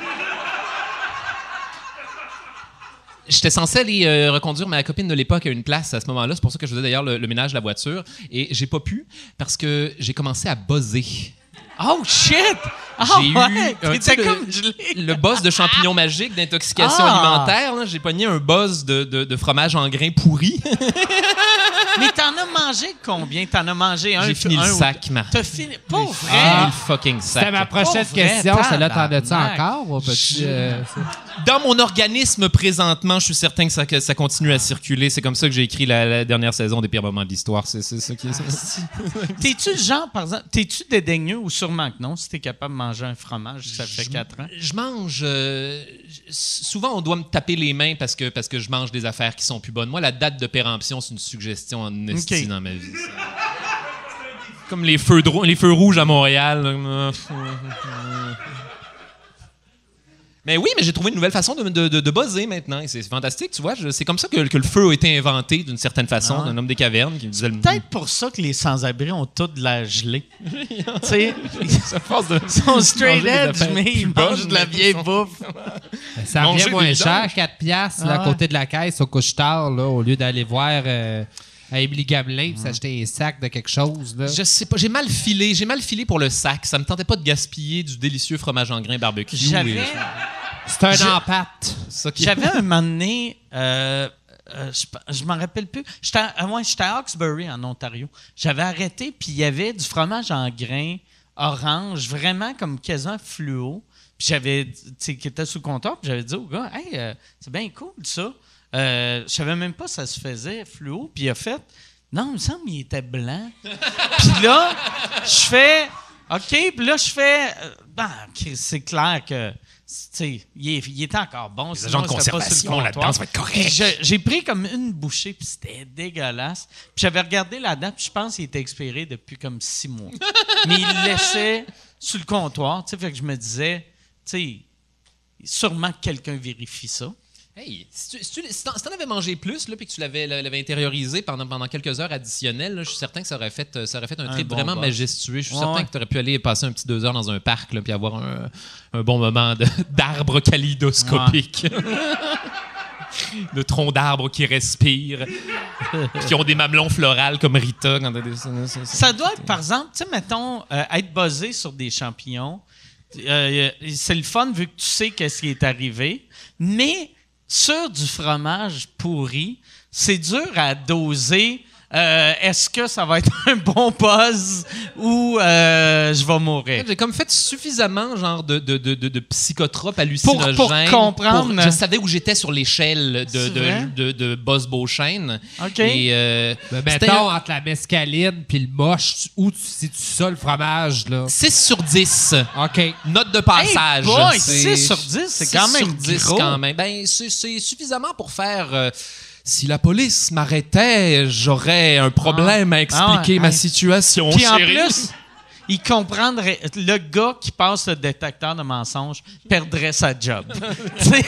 G: J'étais censé aller euh, reconduire ma copine de l'époque à une place à ce moment-là. C'est pour ça que je faisais d'ailleurs le, le ménage de la voiture. Et j'ai pas pu parce que j'ai commencé à buzzer.
D: Oh shit! Oh,
G: j'ai
D: ouais.
G: eu un, le,
D: comme gelé.
G: le buzz de champignon magique d'intoxication ah. alimentaire. Là. J'ai pogné un buzz de, de, de fromage en grains pourri.
D: Mais t'en as mangé combien? T'en as mangé un?
G: J'ai fini
D: un
G: le sac, Marc.
D: T'as fini? Pas vrai?
G: J'ai fini le fucking sac.
F: C'était ma prochaine
D: Pas
F: question.
D: Vrai,
F: celle-là, t'en as-tu encore? Ou petit, euh,
G: Dans mon organisme, présentement, je suis certain que ça, que ça continue à circuler. C'est comme ça que j'ai écrit la, la dernière saison des pires moments de l'histoire. C'est, c'est ça qui est ça.
D: T'es-tu le genre, par exemple, t'es-tu dédaigneux ou sûrement que non, si t'es capable de manger un fromage, ça fait
G: je,
D: quatre ans?
G: Je mange... Euh, souvent, on doit me taper les mains parce que, parce que je mange des affaires qui sont plus bonnes. Moi, la date de péremption, c'est une suggestion en esti okay. dans ma vie. Comme les feux, de, les feux rouges à Montréal. Mais oui, mais j'ai trouvé une nouvelle façon de, de, de, de buzzer maintenant. Et c'est fantastique, tu vois. Je, c'est comme ça que, que le feu a été inventé d'une certaine façon, ah. d'un homme des cavernes. Qui me disait
D: c'est le... peut-être pour ça que les sans-abri ont tout de la gelée. Tu sais, ils sont straight edge, mais ils mangent de la vieille bouffe.
F: Ça revient moins cher, quatre piastres, ah. à côté de la caisse au couche-tard, là, au lieu d'aller voir... Euh, à Émilie Gamelin pour s'acheter un sac de quelque chose. Là.
G: Je sais pas, j'ai mal filé. J'ai mal filé pour le sac. Ça me tentait pas de gaspiller du délicieux fromage en grains barbecue.
D: J'avais,
G: Et-
F: C'est un
D: Je-
F: empate.
G: ça qui-
D: j'avais un moment donné, euh, euh, je, je m'en rappelle plus. J'étais à, ah ouais, j'étais à Hawkesbury, en Ontario. J'avais arrêté, puis il y avait du fromage en grains orange, vraiment comme quasiment fluo. Puis j'avais, tu sais, qui était sous le comptoir, puis j'avais dit au gars, hey, euh, c'est bien cool ça. Euh, je savais même pas si ça se faisait fluo, puis il a fait, non, il me semble qu'il était blanc. Puis là, je fais, OK, puis là, je fais, euh, ben, ok, c'est clair que, tu sais, il, est- il était encore bon.
H: Les
D: sinon,
H: agents de
D: c'était pas sur le
H: conservation
D: comptoir.
H: là-dedans, ça va être correct.
D: Puis je- j'ai pris comme une bouchée, puis c'était dégueulasse. Puis j'avais regardé la date, puis je pense qu'il était expiré depuis comme six mois. Mais il le laissait sur le comptoir, tu sais, fait que je me disais, tu sais, sûrement que quelqu'un vérifie ça.
G: Hey, si tu si tu- si t'en si t'en avais mangé plus, là, puis que tu l'avais, l'avais intériorisé pendant, pendant quelques heures additionnelles, là, je suis certain que ça aurait fait, ça aurait fait un
D: Un
G: trip
D: bon
G: vraiment
D: buzz.
G: majestueux. Je suis
D: Ouais,
G: certain
D: ouais.
G: que tu aurais pu aller passer un petit deux heures dans un parc, là, puis avoir un, un bon moment de- d'arbre kaléidoscopique. De troncs d'arbres qui respirent, qui ont des mamelons florales comme Rita. Quand t'as des- ça- ça- ça-
D: Ça doit être, par exemple, tu sais, mettons, euh, être buzzé sur des champignons, euh, c'est le fun vu que tu sais qu'est-ce qui est arrivé, mais sur du fromage pourri, c'est dur à doser. Euh, est-ce que ça va être un bon buzz ou euh, je vais mourir?
G: J'ai comme fait suffisamment genre de, de, de, de, de psychotropes hallucinogènes
D: Pour- pour comprendre.
G: pour- je savais où j'étais sur l'échelle de,
D: C'est
G: de,
D: vrai?
G: de, de Buzz Beauchesne.
D: OK.
G: Et euh,
F: Mais
G: c'était
F: mettons,
G: un
F: entre la mescaline puis le moche, tu- où tu c'est-tu ça, le fromage, là?
G: six sur dix.
F: OK.
G: Note de passage.
D: Hey boy,
G: C'est-
D: six sur dix, c'est
G: six
D: quand même
G: sur dix
D: gros.
G: quand même. Ben, c'est, c'est suffisamment pour faire... euh, si la police m'arrêtait, j'aurais un problème à expliquer
D: Ah ouais,
G: ma
D: hey.
G: situation,
D: Puis en
G: chérie.
D: plus, il comprendrait. Le gars qui passe le détecteur de mensonges perdrait sa job. Tu sais?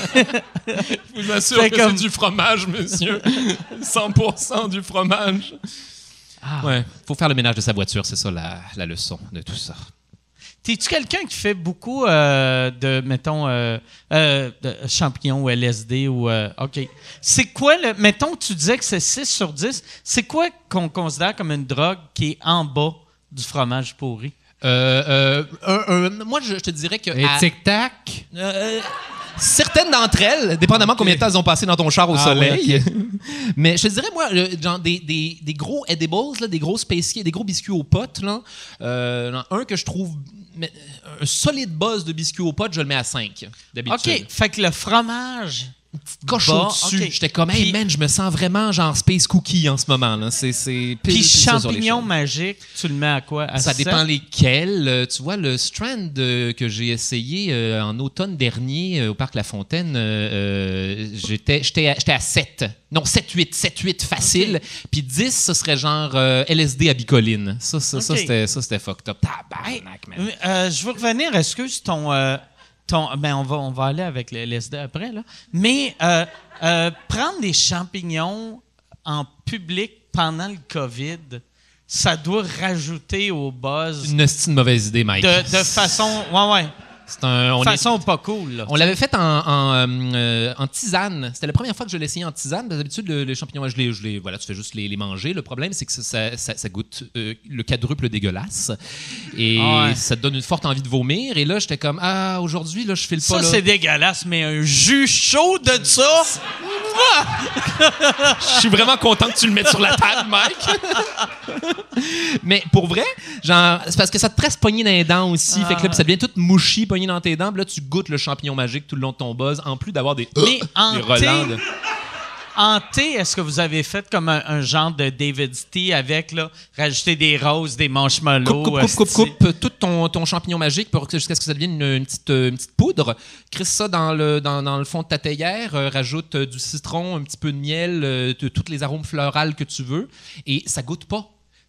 H: Je vous assure
D: Fait
H: que
D: comme-
H: c'est du fromage, monsieur. cent pour cent du fromage.
G: Ouais, faut faire le ménage de sa voiture, c'est ça la, la leçon de tout ça.
D: T'es-tu quelqu'un qui fait beaucoup euh, de, mettons, euh, euh, de champignons ou L S D ou. euh, OK. C'est quoi le. Mettons que tu disais que c'est six sur dix. C'est quoi qu'on considère comme une drogue qui est en bas du fromage pourri?
G: Euh, euh, un- un- moi, je, je te dirais que...
F: Et
G: à-
F: tic-tac?
G: Euh, certaines d'entre elles, dépendamment combien de temps elles ont passé dans ton char au
F: Ah,
G: soleil.
F: ouais,
G: Mais je te dirais, moi, le- genre des, des, des gros edibles, là, des gros spéciers, des gros biscuits aux potes, là, euh, un que je trouve... mais, un solide buzz de biscuits aux potes, je le mets à cinq, d'habitude.
D: OK. Fait que le fromage.
G: Coche
D: Bas,
G: au-dessus.
D: ok.
G: J'étais comme, hey
D: Puis-
G: man, je me sens vraiment genre Space Cookie en ce moment. Là. C'est, c'est pile,
D: Puis
G: pile ça sur
D: champignons
G: l'échelle.
D: magiques, tu le mets à quoi? À
G: Ça
D: sept?
G: dépend lesquels. Euh, tu vois, le Strand euh, que j'ai essayé euh, en automne dernier euh, au Parc La Fontaine, euh, euh, j'étais, j'étais, à, j'étais à sept. Non, sept huit. sept huit facile. Puis dix, ce serait genre euh, L S D à bicoline. Ça, ça, ça,
D: Ok.
G: c'était, ça, c'était fucked up. Tabarnak, man.
D: Euh, je veux revenir, excuse ton. euh, ton ben on, va, on va aller avec le L S D après, là. Mais euh, euh, prendre des champignons en public pendant le COVID, ça doit rajouter au buzz
G: Une hostie de mauvaise idée, Mike.
D: de, de façon. Ouais, ouais.
G: C'est un, on est-
D: façon pas cool, là.
G: On l'avait fait en, en, euh, euh, en tisane. C'était la première fois que je l'essayais en tisane. D'habitude, le- les champignons, je les, je les- voilà, tu fais juste les, les manger. Le problème, c'est que ça, ça- ça- ça goûte euh, le quadruple dégueulasse. Et
D: Ah ouais.
G: ça te donne une forte envie de vomir. Et là, j'étais comme, ah, aujourd'hui, là, je file pas
D: Ça,
G: là.
D: c'est dégueulasse, mais un jus chaud de ça.
H: Je suis vraiment content que tu le mettes sur la table, Mike.
G: Mais pour vrai, genre, c'est parce que ça te presse pogner dans les dents aussi. Fait que là, puis ça devient tout mouchi pogné dans tes dents. Puis là, tu goûtes le champignon magique tout le long de ton buzz, en plus d'avoir des,
D: Mais en
G: des relents de-
D: thé, en thé, est-ce que vous avez fait comme un, un genre de David's Tea avec, là, rajouter des roses, des marshmallows?
G: Coupe, coupe, coupe,
D: asti?
G: coupe, coupe tout ton, ton champignon magique pour que- jusqu'à ce que ça devienne une, une petite, euh, une petite poudre. Crisse ça dans le, dans, dans le fond de ta théière. euh, rajoute euh, du citron, un petit peu de miel, euh, de- tous les arômes floraux que tu veux. Et ça goûte pas.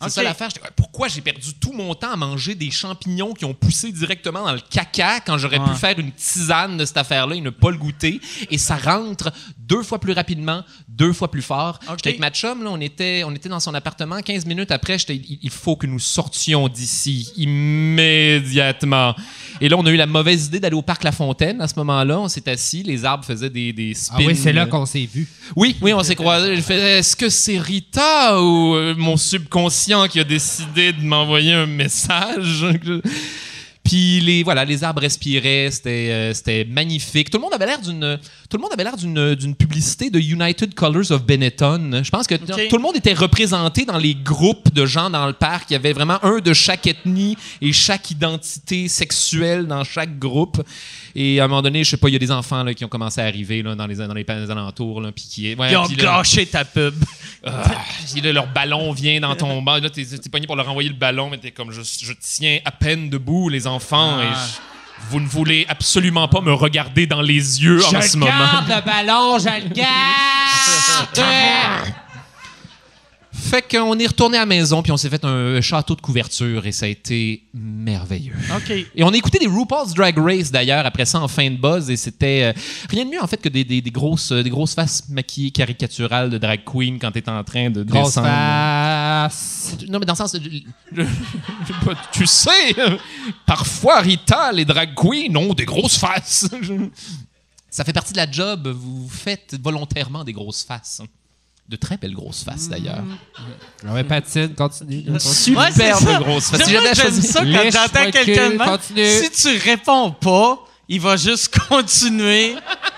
G: C'est
D: Ok.
G: ça l'affaire. J'étais comme, pourquoi j'ai perdu tout mon temps à manger des champignons qui ont poussé directement dans le caca quand j'aurais
D: Ouais.
G: pu faire une tisane de cette affaire-là et ne pas le goûter? Et ça rentre deux fois plus rapidement, deux fois plus fort.
D: Ok.
G: J'étais avec ma chum, là, on, était, on était dans son appartement. quinze minutes après, j'étais, il il faut que nous sortions d'ici immédiatement. Et là, on a eu la mauvaise idée d'aller au parc La Fontaine à ce moment-là. On s'est assis, les arbres faisaient des, des spins.
F: Ah oui, c'est là qu'on s'est vu.
G: Oui, oui, on s'est croisés. Je fais, est-ce que c'est Rita ou euh, mon subconscient qui a décidé de m'envoyer un message? Puis les voilà, les arbres respiraient, c'était euh, c'était magnifique. Tout le monde avait l'air d'une tout le monde avait l'air d'une d'une publicité de United Colors of Benetton. Je pense que t-
D: Ok.
G: tout le monde était représenté dans les groupes de gens dans le parc. Il y avait vraiment un de chaque ethnie et chaque identité sexuelle dans chaque groupe. Et à un moment donné, je sais pas, il y a des enfants là, qui ont commencé à arriver là, dans les dans les, les alentours là, puis qui ouais,
D: Ils ont
G: puis là-
D: gâché ta pub.
G: ah, puis là, leur ballon vient dans ton banc. Là, t'es, t'es pogné pour leur envoyer le ballon, mais t'es comme, je, je tiens à peine debout, les enfants,
D: Ah.
G: et je- vous ne voulez absolument pas me regarder dans les yeux en
F: Je
G: ce moment.
F: garde le ballon, je le garde!
G: Fait qu'on est retourné à la maison, puis on s'est fait un château de couverture, et ça a été merveilleux.
D: OK.
G: Et on a écouté des RuPaul's Drag Race, d'ailleurs, après ça, en fin de buzz, et c'était euh, rien de mieux, en fait, que des, des, des, grosses, euh, des grosses faces maquillées caricaturales de drag queen quand t'es en train de
F: Grosse
G: descendre.
F: face.
G: Non, mais dans le sens... de- je- je- tu sais, euh, parfois, Rita, les drag queens ont des grosses faces. Ça fait partie de la job. Vous faites volontairement des grosses faces. De très belles grosses faces, d'ailleurs.
F: Ah ouais, patine, continue. là.
D: Ouais,
G: Superbe
D: c'est ça.
G: grosse face. Si
D: Moi,
G: j'avais à
D: j'aime
G: choisir-
D: ça quand
F: Lèche,
D: j'entends
F: recule,
D: quelqu'un de même.
F: continue.
D: Si tu réponds pas, il va juste continuer.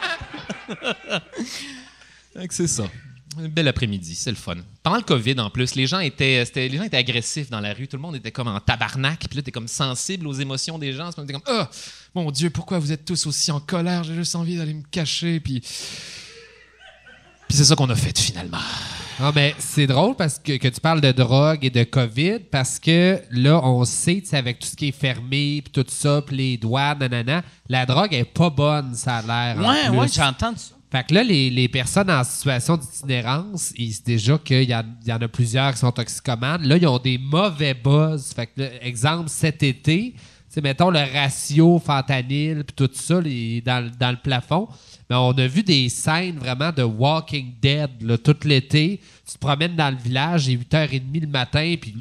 G: Fait que c'est ça. Un bel après-midi, c'est le fun. Pendant le COVID, en plus, les gens étaient, c'était- les gens étaient agressifs dans la rue. Tout le monde était comme en tabarnak. Puis là, t'es comme sensible aux émotions des gens. T'es comme, oh, mon Dieu, pourquoi vous êtes tous aussi en colère? J'ai juste envie d'aller me cacher. Puis, puis c'est ça qu'on a fait finalement.
F: Ah, mais c'est drôle parce que, que tu parles de drogue et de COVID parce que là, on sait, tu sais, avec tout ce qui est fermé, puis tout ça, puis les douanes, nanana, la drogue est pas bonne, ça a l'air. en
D: Ouais,
F: plus.
D: ouais, j'entends ça.
F: Fait que là, les, les personnes en situation d'itinérance, ils disent déjà qu'il y, en- il y en a plusieurs qui sont toxicomanes. Là, ils ont des mauvais buzz. Fait que, là, exemple, cet été, tu sais, mettons le ratio fentanyl puis tout ça les- dans, le- dans le plafond. Mais on a vu des scènes vraiment de Walking Dead là, tout l'été. Tu te promènes dans le village, il est huit heures trente le matin, puis...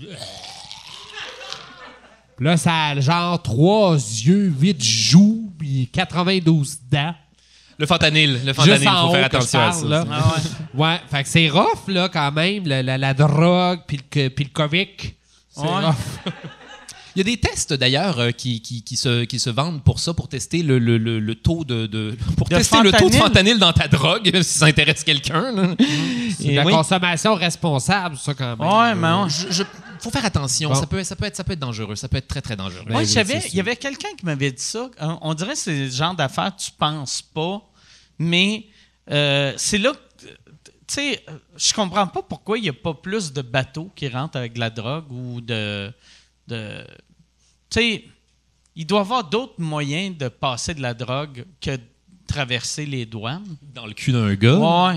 F: Puis là, ça a genre trois yeux, huit joues, puis quatre-vingt-douze dents.
G: Le fentanyl, le fentanyl,
F: Juste
G: il
F: en
G: faut faire
F: haut que
G: attention
F: je
G: à
F: parle,
G: ça.
F: là.
D: Ah ouais.
F: Ouais, fait que c'est rough, là, quand même, la, la, la drogue, puis le, puis le COVID. C'est
D: Ouais.
F: rough.
G: Il y a des tests d'ailleurs euh, qui, qui, qui, se, qui se vendent pour ça, pour tester le, le, le, le taux de, de pour
D: De
G: tester le taux de
D: fentanyl.
G: fentanyl dans ta drogue, si ça intéresse quelqu'un. là.
F: C'est
G: Et
F: de la
G: oui.
F: consommation responsable, ça, quand même.
D: Ouais, mais on-
G: Je, je- faut faire attention.
F: Bon.
G: Ça peut, ça peut être, ça peut être dangereux. Ça peut être très très dangereux.
F: Ben
D: Moi,
F: oui,
D: je savais,
F: c'est
D: il y avait quelqu'un qui m'avait dit ça. On, on dirait que c'est le genre d'affaires que tu penses pas, mais euh, c'est là que, tu sais, euh, je comprends pas pourquoi il n'y a pas plus de bateaux qui rentrent avec de la drogue ou de. de tu sais, il doit y avoir d'autres moyens de passer de la drogue que de traverser les douanes.
G: Dans le cul d'un gars,
D: Ouais,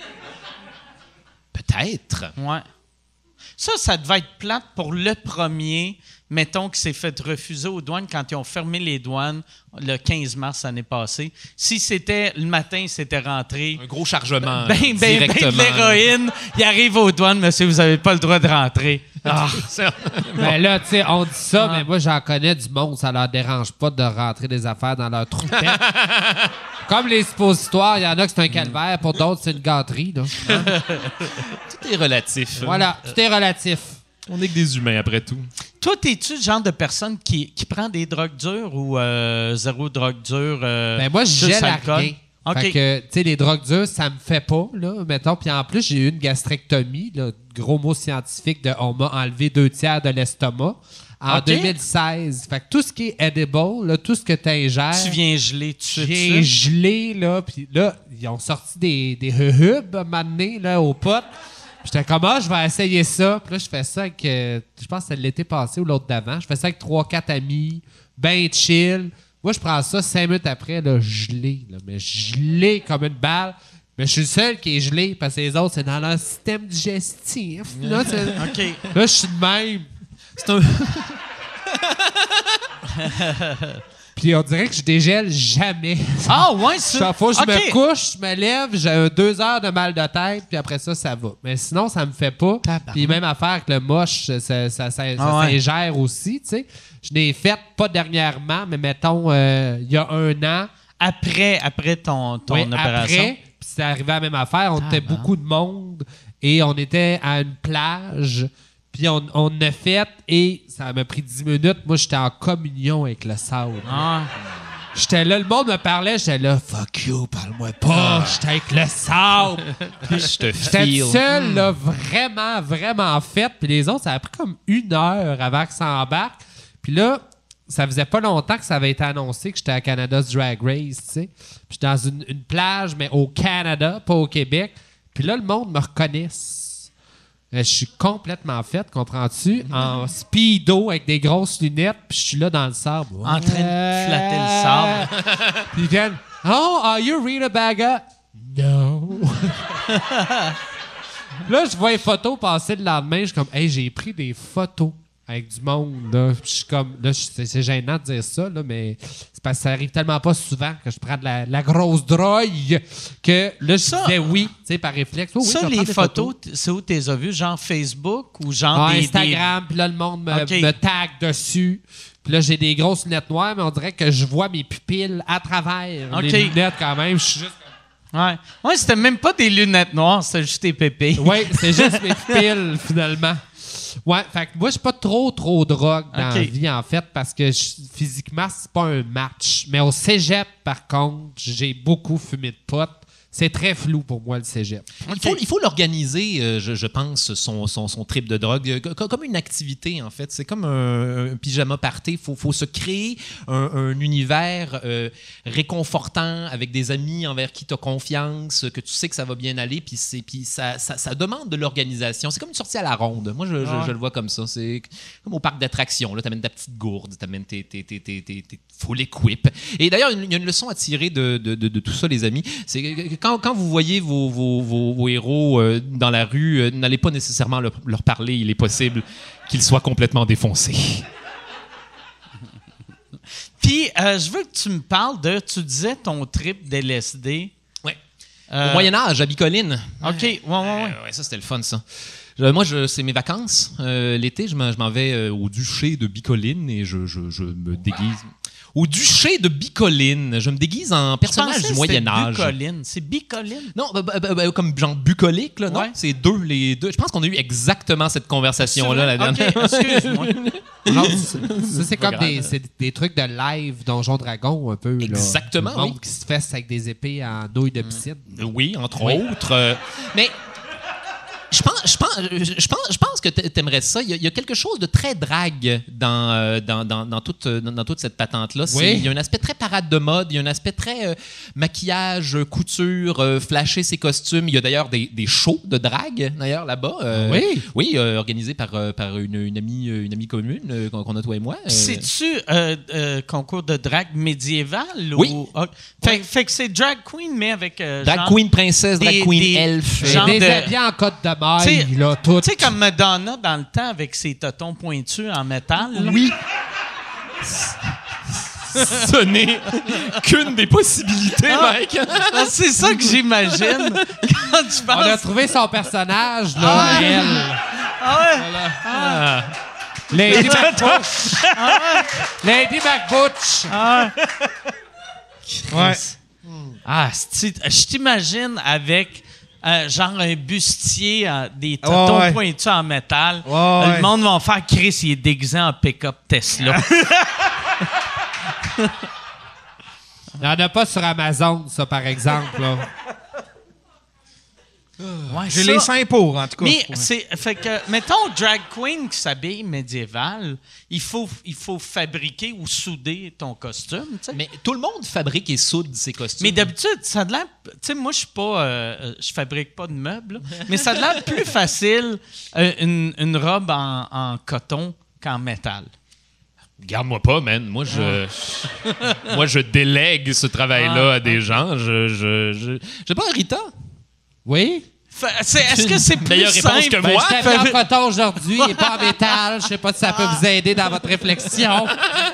G: peut-être.
D: ouais. Ça, ça devait être plate pour le premier, mettons, qui s'est fait refuser aux douanes quand ils ont fermé les douanes le quinze mars l'année passée. Si c'était le matin, c'était rentré.
G: Un gros chargement.
D: Ben, ben, ben,
G: directement.
D: de l'héroïne. Il arrive aux douanes, monsieur, vous n'avez pas le droit de rentrer. Ah,
F: Mais là, tu sais, on dit ça, mais moi, j'en connais du monde, ça leur dérange pas de rentrer des affaires dans leur trou de tête. Comme les suppositoires, il y en a que c'est un calvaire, pour d'autres, c'est une gâterie. Là.
G: Tout est relatif.
F: Voilà, tout est relatif.
G: On est que des humains après tout.
D: toi, es-tu le genre de personne qui, qui prend des drogues dures ou euh, zéro drogue dure? euh,
F: Ben moi, je
D: juste
F: gèle à
D: alcool?
F: rien.
D: OK.
F: Fait que, tu sais, les drogues dures, ça me fait pas, là, mettons. Puis en plus, j'ai eu une gastrectomie, là, gros mot scientifique, de on m'a enlevé deux tiers de l'estomac en
D: OK.
F: deux mille seize. Fait que tout ce qui est edible, là, tout ce que tu ingères,
D: Tu viens geler tout de suite.
F: j'ai
D: ça?
F: gelé, là. Puis là, ils ont sorti des, des hubs à un moment donné, là, aux potes. J'étais comme, ah, je vais essayer ça. Puis là, je fais ça avec, euh, je pense que c'était l'été passé ou l'autre d'avant. Je fais ça avec trois quatre amis, ben chill. Moi, je prends ça cinq minutes après, là, gelé, là, mais gelé comme une balle. Mais je suis le seul qui est gelé parce que les autres, c'est dans leur système digestif. Là, c'est-
D: OK.
F: là je suis de même.
G: C'est un...
F: Puis on dirait que je dégèle jamais.
D: Ah, ouais, ça.
F: Chaque fois que je
D: OK.
F: me couche, je me lève, j'ai un deux heures de mal de tête, puis après ça, ça va. Mais sinon, ça me fait pas. Puis même affaire avec le moche, ça, ça, ça, ça
D: Ah ouais.
F: s'ingère aussi, tu sais. Je l'ai fait, pas dernièrement, mais mettons, euh, il y a un an.
D: Après, après ton, ton
F: Oui,
D: opération.
F: après, puis c'est arrivé à la même affaire. On était beaucoup de monde et on était à une plage. Puis on, on a fait et ça m'a pris dix minutes. Moi, j'étais en communion avec le sable.
D: Ah.
F: J'étais là, le monde me parlait, j'étais là, fuck you, parle-moi pas, j'étais avec le sable.
G: Je te
F: J'étais
G: feel.
F: tout seul, là, vraiment, vraiment fait. Puis les autres, ça a pris comme une heure avant que ça embarque. Puis là, ça faisait pas longtemps que ça avait été annoncé que j'étais à Canada's Drag Race, tu sais. Puis j'étais dans une, une plage, mais au Canada, pas au Québec. Puis là, le monde me reconnaît. Euh, Je suis complètement fait, comprends-tu? En speedo avec des grosses lunettes, puis je suis là dans le sable.
D: En train de flatter le sable.
F: Puis ils viennent, oh, are you Rita Baga? No. Là, je vois les photos passer le lendemain, je suis comme, hey, j'ai pris des photos avec du monde, là. Puis je suis comme, là, je- c'est c'est gênant de dire ça, là, mais c'est parce que ça arrive tellement pas souvent que je prends de la, la grosse drogue que là, je
D: Ça-
F: disais oui, tu sais, par réflexe. Oh, oui, je
D: Ça,
F: vais
D: les
F: prendre des
D: photos, t- c'est où tu les as vues? Genre Facebook ou genre
F: Ah,
D: des,
F: Instagram, puis là, le monde me,
D: OK.
F: me tag dessus. Puis là, j'ai des grosses lunettes noires, mais on dirait que je vois mes pupilles à travers
D: OK.
F: les lunettes quand même. Je suis juste...
D: Des... Ouais. Ouais, c'était même pas des lunettes noires, c'était juste tes pépés.
F: Oui, c'est juste mes pupilles, finalement. Ouais, fait que moi, je suis pas trop, trop drogue dans
D: OK.
F: la vie, en fait, parce que je- physiquement, c'est pas un match. Mais au cégep, par contre, j'ai beaucoup fumé de pot. C'est très flou pour moi, le cégep.
G: Il faut, il faut l'organiser, euh, je, je pense, son, son, son trip de drogue, euh, co- comme une activité, en fait. C'est comme un, un pyjama party. Il faut, faut se créer un, un univers euh, réconfortant avec des amis envers qui tu as confiance, que tu sais que ça va bien aller, puis, c'est, puis ça, ça, ça demande de l'organisation. C'est comme une sortie à la ronde. Moi, je, je- je le vois comme ça. C'est comme au parc d'attractions. Tu amènes ta petite gourde, tu amènes tes, tes, tes, tes, tes, tes full equip. Et d'ailleurs, il y a une leçon à tirer de, de, de, de tout ça, les amis. C'est que quand, quand vous voyez vos, vos, vos, vos héros euh, dans la rue, euh, n'allez pas nécessairement leur, leur parler. Il est possible qu'ils soient complètement défoncés.
D: Puis, euh, je veux que tu me parles de, tu disais ton trip d'L S D.
G: Ouais.
D: Euh,
G: Au Moyen-Âge, à Bicoline.
D: OK, ouais, ouais, ouais.
G: Euh, ouais, ça, c'était le fun, ça. Je- moi, je, c'est mes vacances. Euh, l'été, je m'en, je m'en vais euh, au duché de Bicoline et je, je, je me déguise. Au duché de Bicoline, je me déguise en
D: Je
G: personnage
D: pensais
G: du
D: que
G: Moyen
D: c'était
G: Âge.
D: Bucoline. C'est bicoline?
G: Non, bah, bah, bah, bah, comme genre bucolique, là, non?
D: Ouais.
G: C'est deux, les deux. Je pense qu'on a eu exactement cette conversation-là la dernière.
D: OK, excuse-moi.
F: Non, ça, ça, c'est
G: Pas
F: comme
G: grave.
F: des, c'est des trucs de live Donjon Dragon, un peu. là.
G: Exactement,
F: Le monde
G: oui.
F: qui se fesse avec des épées en nouilles de piscine.
G: Oui, entre autres. Euh, mais je pense, je pense, je pense, je pense que t'a- t'aimerais ça. Il y, a, il y a quelque chose de très drague dans, euh, dans, dans, dans, toute, dans, dans toute cette patente-là. C'est-
F: Oui.
G: Il y a un aspect très parade de mode. Il y a un aspect très euh, maquillage, euh, couture, euh, flasher ses costumes. Il y a d'ailleurs des, des shows de drague, d'ailleurs, là-bas. Euh,
F: Oui.
G: Oui, euh, organisés par, euh, par une, une, amie, euh, une amie commune euh, qu'on qu'on a, toi et moi. Euh,
D: C'est-tu euh, euh, concours de drague médiéval?
G: Oui.
D: Ou... Ah, fait, fait que c'est drag queen, mais avec. euh,
G: drag
D: genre-
G: queen princesse, drag
D: des-
G: queen
D: des-
G: elfe.
D: genre
F: des
D: de-
F: habillés en côte de maille,
D: T'sais-
F: là, tout.
D: Tu sais, comme Madonna dans le temps avec ses totons pointus en métal. là.
G: Oui. Ce n'est qu'une des possibilités, Mike.
D: Ah, c'est ça que j'imagine quand tu
F: On a
D: penses.
F: trouvé son personnage, là, elle.
D: Ah ouais?
F: Lady McButch. Lady McButch.
D: Ouais. Ah, c'est- je t'imagine avec euh, genre un bustier, euh, des totons
A: Ouais, ouais.
D: pointus en métal.
A: Ouais, ouais.
D: Le monde va faire Chris, il est déguisé en pick-up Tesla.
F: Il n'y en a pas sur Amazon, ça, par exemple. Là.
D: Ouais,
A: J'ai
D: ça-
A: les seins pour, en tout cas.
D: Mais c'est fait que mettons drag queen qui s'habille médiéval, il faut il faut fabriquer ou souder ton costume, tu sais. Mais,
G: Mais tout le monde fabrique et soude ses costumes.
D: mais d'habitude, ça a de l'air, tu sais, moi je suis pas, euh, je fabrique pas de meubles, là, mais ça a de l'air plus facile euh, une, une robe en, en coton qu'en métal.
H: Garde-moi pas, man. Moi, je, moi, je délègue ce travail-là
D: Ah,
H: à des gens. Je, je, je...
G: Je sais pas, Rita?
F: Oui?
D: Fait- c'est- Est-ce que c'est plus
G: meilleure réponse
D: simple?
G: que
F: Ben,
G: moi?
F: je t'ai mis en coton aujourd'hui, il n'est pas en métal. Je sais pas si ça peut vous aider dans votre réflexion.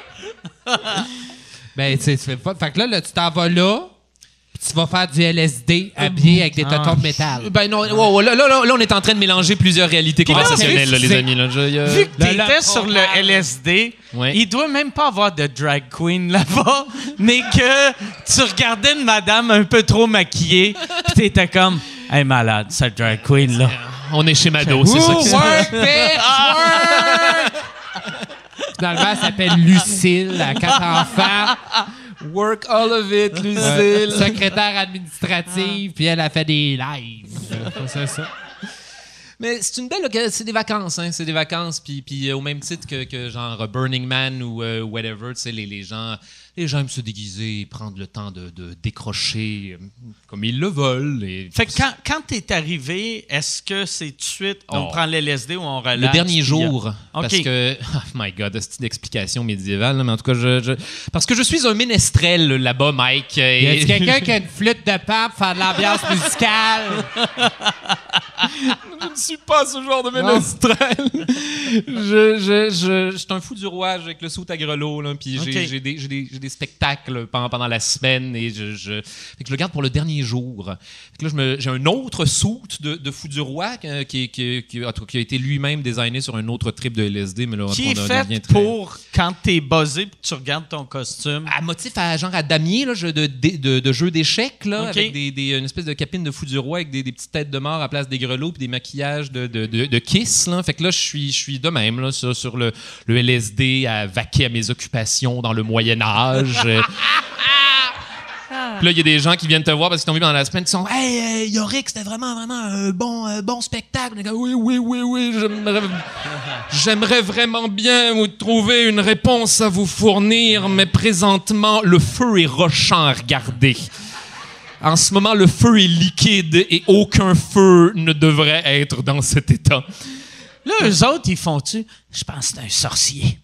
F: Ben, tu sais, tu fais pas. Fait que là, là, tu t'en vas là, puis tu vas faire du L S D habillé avec des totons de métal.
G: Ben non, wow, wow, là, là, là, là, on est en train de mélanger plusieurs réalités conversationnelles, là, les
F: c'est-
G: amis. Là. Je- y a-
D: Vu que
F: Le
D: t'étais
F: love
D: sur le
F: programme.
D: L S D,
G: Ouais.
D: il doit même pas avoir de drag queen là-bas, mais que tu regardais une madame un peu trop maquillée, pis t'étais comme « Hey, malade, cette drag queen, là.
G: On est chez Mado, c'est ça qui se passe.
F: Work, bitch, work! Finalement, elle s'appelle Lucille, elle a quatre enfants.
G: Work all of it,
F: Euh, secrétaire administrative, puis elle a fait des lives. C'est ça.
G: Mais c'est une belle... occasion, c'est des vacances, hein. C'est des vacances, puis, puis euh, au même titre que, que genre Burning Man ou euh, whatever, tu sais, les, les gens... Les gens aiment se déguiser et prendre le temps de, de décrocher euh, comme ils le veulent. Et... »
D: Fait que quand, quand t'es arrivé, est-ce que c'est tout de suite, on
G: Non.
D: prend l'L S D ou on relaxe?
G: Le dernier
D: puis,
G: jour,
D: euh,
G: parce
D: OK.
G: que... Oh my God, c'est une explication médiévale, là, mais en tout cas, je, je- parce que je suis un ménestrel là-bas, Mike.
F: Y
G: Et...
F: a quelqu'un qui a une flûte de pan pour faire de l'ambiance musicale?
G: Je ne suis pas ce genre de ménestrel. je, je, je, je suis un fou du roi avec le soute à grelots, là, puis j'ai,
D: OK.
G: j'ai des, j'ai des- j'ai des spectacles pendant, pendant la semaine et je, je, fait que je le garde pour le dernier jour. Fait que là, je me, j'ai un autre soute de, de fou du roi euh, qui, qui, qui, en tout cas, qui a été lui-même designé sur un autre trip de L S D. Mais là,
D: Qui
G: on
D: est
G: a- on
D: fait
G: devient très-
D: pour quand t'es buzzé puis que tu regardes ton costume.
G: à motif à genre à damier là, jeu de, de, de, de jeu d'échecs là,
D: OK.
G: avec des, des, une espèce de capine de fou du roi avec des, des petites têtes de mort à place des grelots puis des maquillages de, de, de, de Kiss là. Fait que là je suis je suis de même là sur, sur le, le L S D à vaquer à mes occupations dans le Moyen Âge. Euh, Puis là, il y a des gens qui viennent te voir parce qu'ils t'ont vu pendant la semaine qui sont « Hey, euh, Yorick, c'était vraiment, vraiment un bon, euh, bon spectacle. » Oui, oui, oui, oui, j'aimerais, j'aimerais vraiment bien vous trouver une réponse à vous fournir, mais présentement, le feu est rochant à regarder. En ce moment, le feu est liquide et aucun feu ne devrait être dans cet état.
D: Là, eux autres, ils font-tu? Je pense que c'est un sorcier.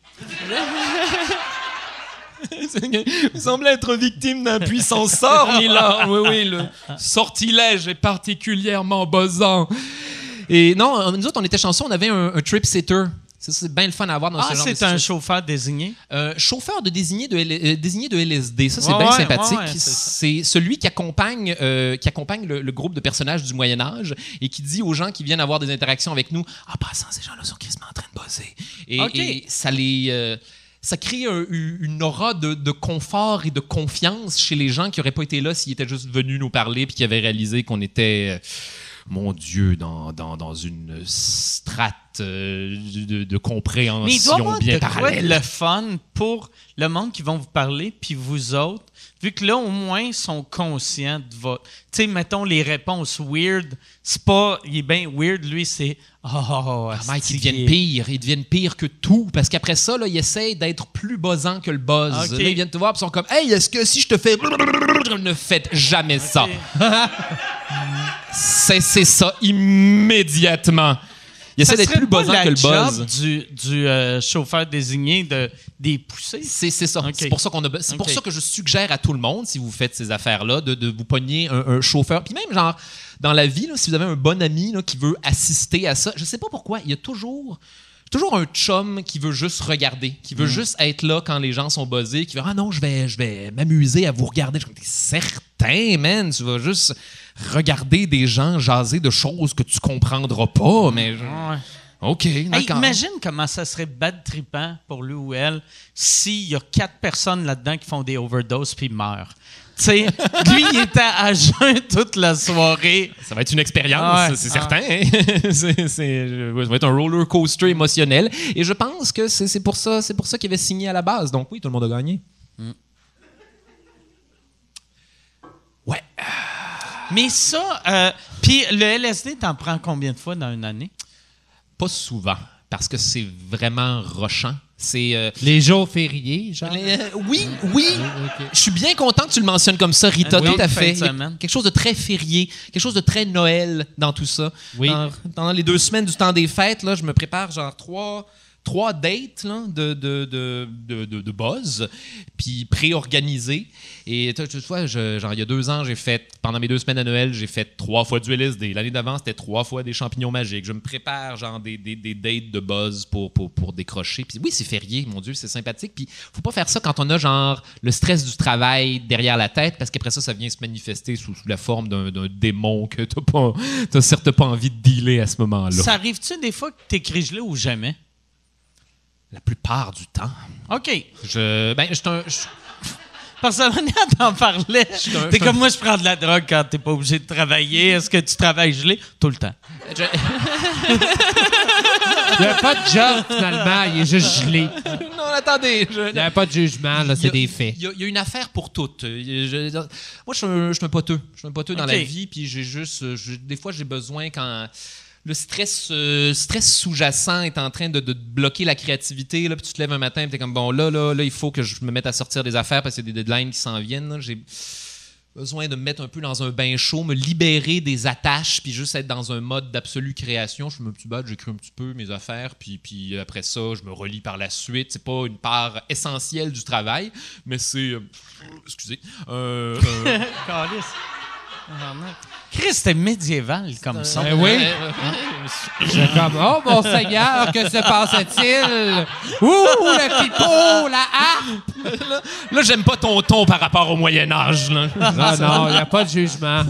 G: Vous semblez être victime d'un puissant sort, Mila. Oui, oui, le sortilège est particulièrement buzzant. Et non, nous autres, on était chanceux, on avait un, un trip sitter. Ça, c'est bien le fun à avoir dans
D: Ah,
G: ce genre de
D: c'est un
G: situation.
D: chauffeur désigné?
G: Euh, chauffeur de désigné de, L- euh, désigné de L S D. Ça, c'est
D: Ouais,
G: bien
D: ouais,
G: sympathique.
D: ouais, ouais, c'est ça.
G: c'est celui qui accompagne, euh, qui accompagne le, le groupe de personnages du Moyen-Âge et qui dit aux gens qui viennent avoir des interactions avec nous « En passant, ces gens-là sont quasiment en train de buzzer. » Et,
D: OK.
G: et ça les... euh, ça crée un- une aura de, de confort et de confiance chez les gens qui n'auraient pas été là s'ils étaient juste venus nous parler puis qui avaient réalisé qu'on était, euh, mon Dieu, dans, dans, dans une strate euh, de, de compréhension
D: Mais il doit y avoir
G: bien
D: de quoi
G: parallèle.
D: de le fun pour le monde qui vont vous parler, puis vous autres, vu que là, au moins, ils sont conscients de votre... Tu sais, mettons, les réponses weird, c'est pas... Il est bien weird, lui, c'est... Oh,
G: Ah, Mike,
D: asti,
G: ils deviennent
D: il est-
G: pires. Ils deviennent pires que tout. Parce qu'après ça, là, ils essayent d'être plus buzzants que le buzz.
D: Ok.
G: Là, ils viennent te voir et ils sont comme « Hey, est-ce que si je te fais... » Ne faites jamais ça. Cessez ça immédiatement. Ils essaient
D: Ça
G: d'être
D: serait
G: plus
D: pas
G: buzzants
D: la
G: que le
D: job
G: buzz.
D: du, du euh, chauffeur désigné de, des pousser.
G: C'est c'est ça.
D: Ok.
G: C'est pour ça qu'on a. be- C'est pour
D: Ok.
G: ça que je suggère à tout le monde, si vous faites ces affaires-là, de, de vous pogner un, un chauffeur. Puis même genre dans la vie, là, si vous avez un bon ami là, qui veut assister à ça, je sais pas pourquoi, il y a toujours. Toujours un chum qui veut juste regarder, qui veut juste être là quand les gens sont buzzés, qui veut ah non, je vais, je vais m'amuser à vous regarder. Je suis comme, t'es certain, man, tu vas juste regarder des gens jaser de choses que tu comprendras pas, mais je-
D: Ouais.
G: ok,
D: Hey,
G: d'accord.
D: imagine comment ça serait bad trippant pour lui ou elle s'il y a quatre personnes là-dedans qui font des overdoses puis meurent. Tu sais, lui, il était à jeun toute la soirée.
G: Ça va être une expérience,
D: Ah ouais.
G: c'est
D: Ah.
G: certain. hein. c'est, c'est- ça va être un roller coaster émotionnel. Et je pense que c'est, c'est pour ça, c'est pour ça qu'il avait signé à la base. Donc oui, tout le monde a gagné. Ouais.
D: Mais ça, euh, puis le L S D, t'en prends combien de fois dans une année?
G: Pas souvent, parce que c'est vraiment rochant. C'est euh,
F: Les jours fériés, genre.
G: les- euh, oui, oui. Je suis bien content que tu le mentionnes comme ça, Rita.
D: Oui,
G: tout à
D: fin
G: fait.
D: de
G: Il y a
D: semaine.
G: quelque chose de très férié, quelque chose de très Noël dans tout ça.
F: Oui.
G: Dans, dans les deux semaines du temps des fêtes, là, je me prépare genre trois, trois dates là, de, de, de, de, de, de buzz, puis pré-organisés. Et tu vois, je, genre, il y a deux ans, j'ai fait, pendant mes deux semaines à Noël, j'ai fait trois fois du L S D. L'année d'avant, c'était trois fois des champignons magiques. Je me prépare, genre, des, des, des dates de buzz pour, pour, pour décrocher. Puis oui, c'est férié, mon Dieu, c'est sympathique. Puis faut pas faire ça quand on a, genre, le stress du travail derrière la tête, parce qu'après ça, ça vient se manifester sous, sous la forme d'un, d'un démon que t'as pas, t'as certes pas envie de dealer à ce moment-là.
D: Ça arrive-tu des fois que t'écris gelé ou jamais?
G: La plupart du temps.
D: OK.
G: Je, ben, je suis un... je-
D: Parce que la manière d'en parler,
G: un-
D: t'es comme moi, je prends de la drogue quand t'es pas obligé de travailler. Est-ce que tu travailles gelé? Tout le temps.
G: je-
F: Il n'y a pas de job, finalement. Il est juste gelé.
G: non, attendez. je-
F: Il n'y a pas de jugement, là.
G: Il y
F: C'est
G: a-
F: des faits.
G: Il y, a, il y a une affaire pour toutes. Je- je- moi, je suis un, je suis un poteux. Je suis un poteux dans
D: OK.
G: la vie, puis j'ai juste... je- des fois, j'ai besoin quand... Le stress, euh, stress sous-jacent est en train de, de bloquer la créativité. Là, puis tu te lèves un matin et tu es comme, bon, là, là, là, il faut que je me mette à sortir des affaires parce qu'il y a des deadlines qui s'en viennent. Là. J'ai besoin de me mettre un peu dans un bain chaud, me libérer des attaches, puis juste être dans un mode d'absolue création. Je fais mon petit badge, j'écris un petit peu mes affaires, puis, puis après ça, je me relis par la suite. C'est pas une part essentielle du travail, mais c'est... euh, excusez. Euh, euh,
D: Calice. Chris, c'était médiéval comme ça.
F: Ben oui. J'ai comme, oh mon Seigneur, que se passe-t-il? Ouh, le pipeau, la harpe!
G: là, j'aime pas ton ton par rapport au Moyen-Âge. Là.
F: Non, non, il n'y a pas de jugement.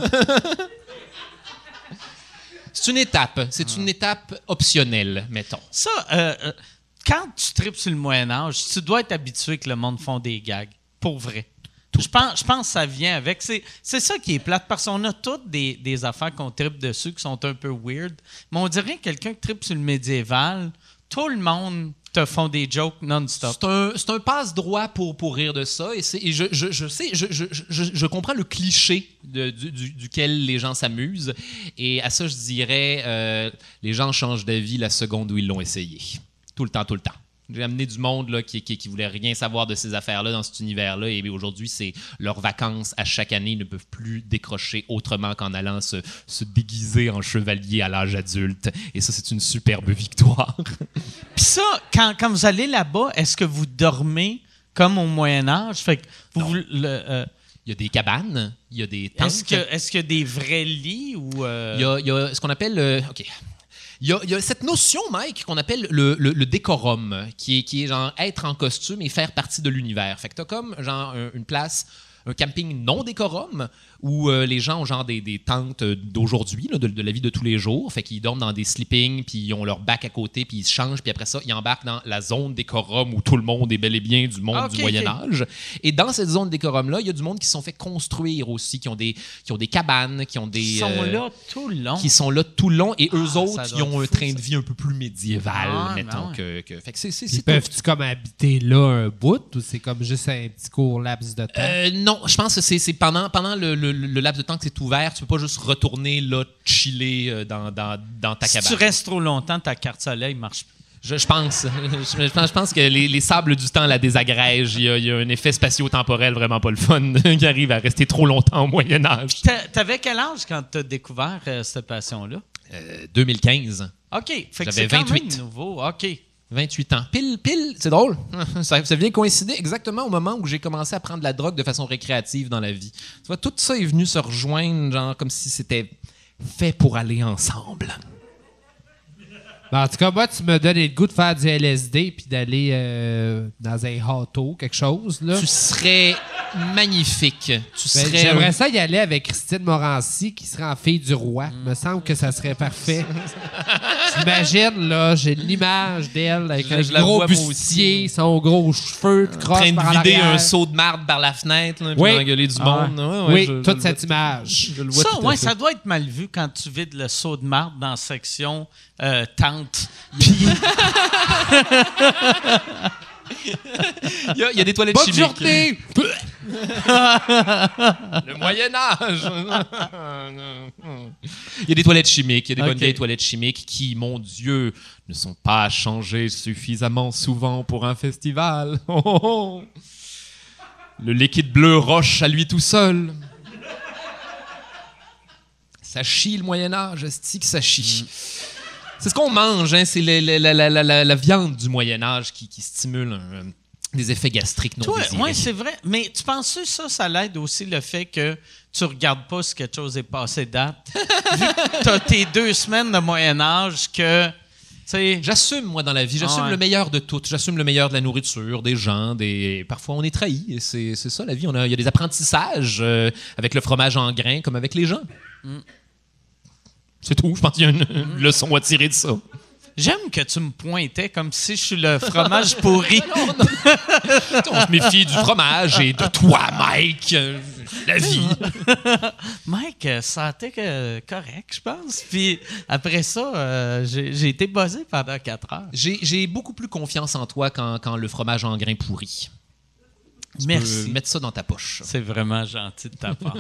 G: C'est une étape. C'est une étape optionnelle, mettons.
D: Ça, euh, euh, quand tu tripes sur le Moyen-Âge, tu dois être habitué que le monde font des gags. Pour vrai. Je pense, je pense que ça vient avec. C'est, c'est ça qui est plate, parce qu'on a toutes des, des affaires qu'on tripe dessus qui sont un peu weird. Mais on dirait que quelqu'un qui tripe sur le médiéval, tout le monde te font des jokes non-stop.
G: C'est un, c'est un passe-droit pour, pour rire de ça. Et, c'est, et je, je, je sais, je, je, je, je comprends le cliché de, du, du- duquel les gens s'amusent. Et à ça, je dirais, euh, les gens changent d'avis la seconde où ils l'ont essayé. Tout le temps, tout le temps. J'ai amené du monde là, qui, qui, qui voulait rien savoir de ces affaires-là dans cet univers-là. Et aujourd'hui, c'est leurs vacances à chaque année. Ils ne peuvent plus décrocher autrement qu'en allant se, se déguiser en chevalier à l'âge adulte. Et ça, c'est une superbe victoire.
D: Puis ça, quand, quand vous allez là-bas, est-ce que vous dormez comme au Moyen-Âge? Fait que vous, vous- le, euh,
G: Il y a des cabanes, il y a des tentes.
D: est-ce, que, est-ce qu'il y a des vrais lits ou... euh,
G: Il y a, il y a ce qu'on appelle... euh, OK. Il y, a, il y a cette notion, Mike, qu'on appelle le, le- le décorum, qui est, qui est genre être en costume et faire partie de l'univers. Fait que t'as comme genre un- une place, un camping non décorum, où euh, les gens ont genre des, des tentes d'aujourd'hui, là, de, de la vie de tous les jours. Fait qu'ils dorment dans des sleepings, puis ils ont leur bac à côté, puis ils se changent, puis après ça, ils embarquent dans la zone décorum où tout le monde est bel et bien du monde
D: Ah, ok,
G: du Moyen-Âge. Et dans cette zone décorum-là, il y a du monde qui se sont fait construire aussi, qui ont des, qui ont des cabanes, qui ont des...
D: Ils sont
G: euh,
D: là tout le long.
G: qui sont là tout le long, et eux
D: Ah, ça
G: autres,
D: doit
G: ils ont
D: être
G: un
D: fou,
G: train
D: ça.
G: de vie un peu plus médiéval,
D: Ah,
G: mettons.
D: ben
G: que, que- fait que c'est, c'est,
F: Ils
G: c'est
F: peuvent-tu comme habiter là un bout ou c'est comme juste un petit court laps de temps?
G: Euh, non, je pense que c'est, c'est pendant, pendant le, le- le laps de temps que c'est ouvert, tu peux pas juste retourner là, chiller euh, dans, dans, dans ta
D: Si
G: cabane.
D: tu restes trop longtemps, ta carte soleil marche plus.
G: Je, je pense. Je, je pense. je pense que les, les sables du temps la désagrègent. Il y a, il y a un effet spatio-temporel vraiment pas le fun qui arrive à rester trop longtemps au Moyen-Âge.
D: T'a- T'avais quel âge quand t'as découvert euh, cette passion-là?
G: Euh, deux mille quinze.
D: OK. Fait que
G: J'avais
D: c'est quand
G: vingt-huit.
D: même nouveau. OK.
G: vingt-huit ans. Pile, pile, c'est drôle. Ça, ça vient coïncider exactement au moment où j'ai commencé à prendre de la drogue de façon récréative dans la vie. Tu vois, tout ça est venu se rejoindre, genre comme si c'était fait pour aller ensemble.
F: Ben, en tout cas, moi, tu me donnes le goût de faire du L S D puis d'aller euh, dans un hâteau, quelque chose. Là.
G: Tu serais magnifique. Tu
F: Ben,
G: serais.
F: j'aimerais ça y aller avec Christine Morancy, qui serait en fille du roi. Il me semble que ça serait parfait. J'imagine, là, j'ai l'image d'elle avec
G: Je-
F: un
G: je la
F: gros
G: vois, moi
F: bustier, son gros cheveux qui
G: en
F: crossent
G: train
F: par
G: de vider
F: l'arrière.
G: un seau de marde par la fenêtre, là, puis
F: Oui.
G: d'engueuler du
F: Ah.
G: monde. Ouais, ouais,
F: oui,
G: je- je
F: toute
G: le
F: cette
G: vois.
F: image.
G: Je le vois
D: Ça,
G: tout à
D: ouais,
G: fait.
D: ça doit être mal vu quand tu vides le seau de marde dans la section euh, tente. Puis
G: Il y, a, il y a des toilettes
F: Bonne
G: chimiques.
F: journée!
G: Le Moyen-Âge. Il y a des toilettes chimiques. Il y a des bonnes
D: Ok.
G: vieilles toilettes chimiques qui, mon Dieu, ne sont pas changées suffisamment souvent pour un festival. Oh, oh, oh. Le liquide bleu roche à lui tout seul. Ça chie le Moyen-Âge, esti que ça chie. C'est ce qu'on mange, hein? C'est le- le- la, la- la- la- la viande du Moyen-Âge qui, qui stimule un- des effets gastriques non
D: Toi,
G: désirés.
D: oui, c'est vrai. Mais tu penses que ça, ça l'aide aussi le fait que tu regardes pas si quelque chose est passé date? Vu que t'as tes deux semaines de Moyen-Âge que, tu sais...
G: J'assume, moi, dans la vie. J'assume
D: Ah ouais.
G: le meilleur de tout. J'assume le meilleur de la nourriture, des gens, des... Parfois, on est trahi. Et c'est, c'est ça, la vie. On a, il y a des apprentissages euh, avec le fromage en grains comme avec les gens.
D: Mm.
G: C'est tout. Je pense qu'il y a une, une leçon à tirer de ça.
D: J'aime que tu me pointais comme si je suis le fromage pourri.
G: On se méfie du fromage et de toi, Mike. Euh, La vie.
D: Mike, euh, ça a été euh, correct, je pense. Puis après ça, euh, j'ai, j'ai été buzzé pendant quatre heures.
G: J'ai, j'ai beaucoup plus confiance en toi quand, quand le fromage en grains pourri. Tu
D: Merci.
G: peux mettre ça dans ta poche.
D: C'est vraiment gentil de ta part.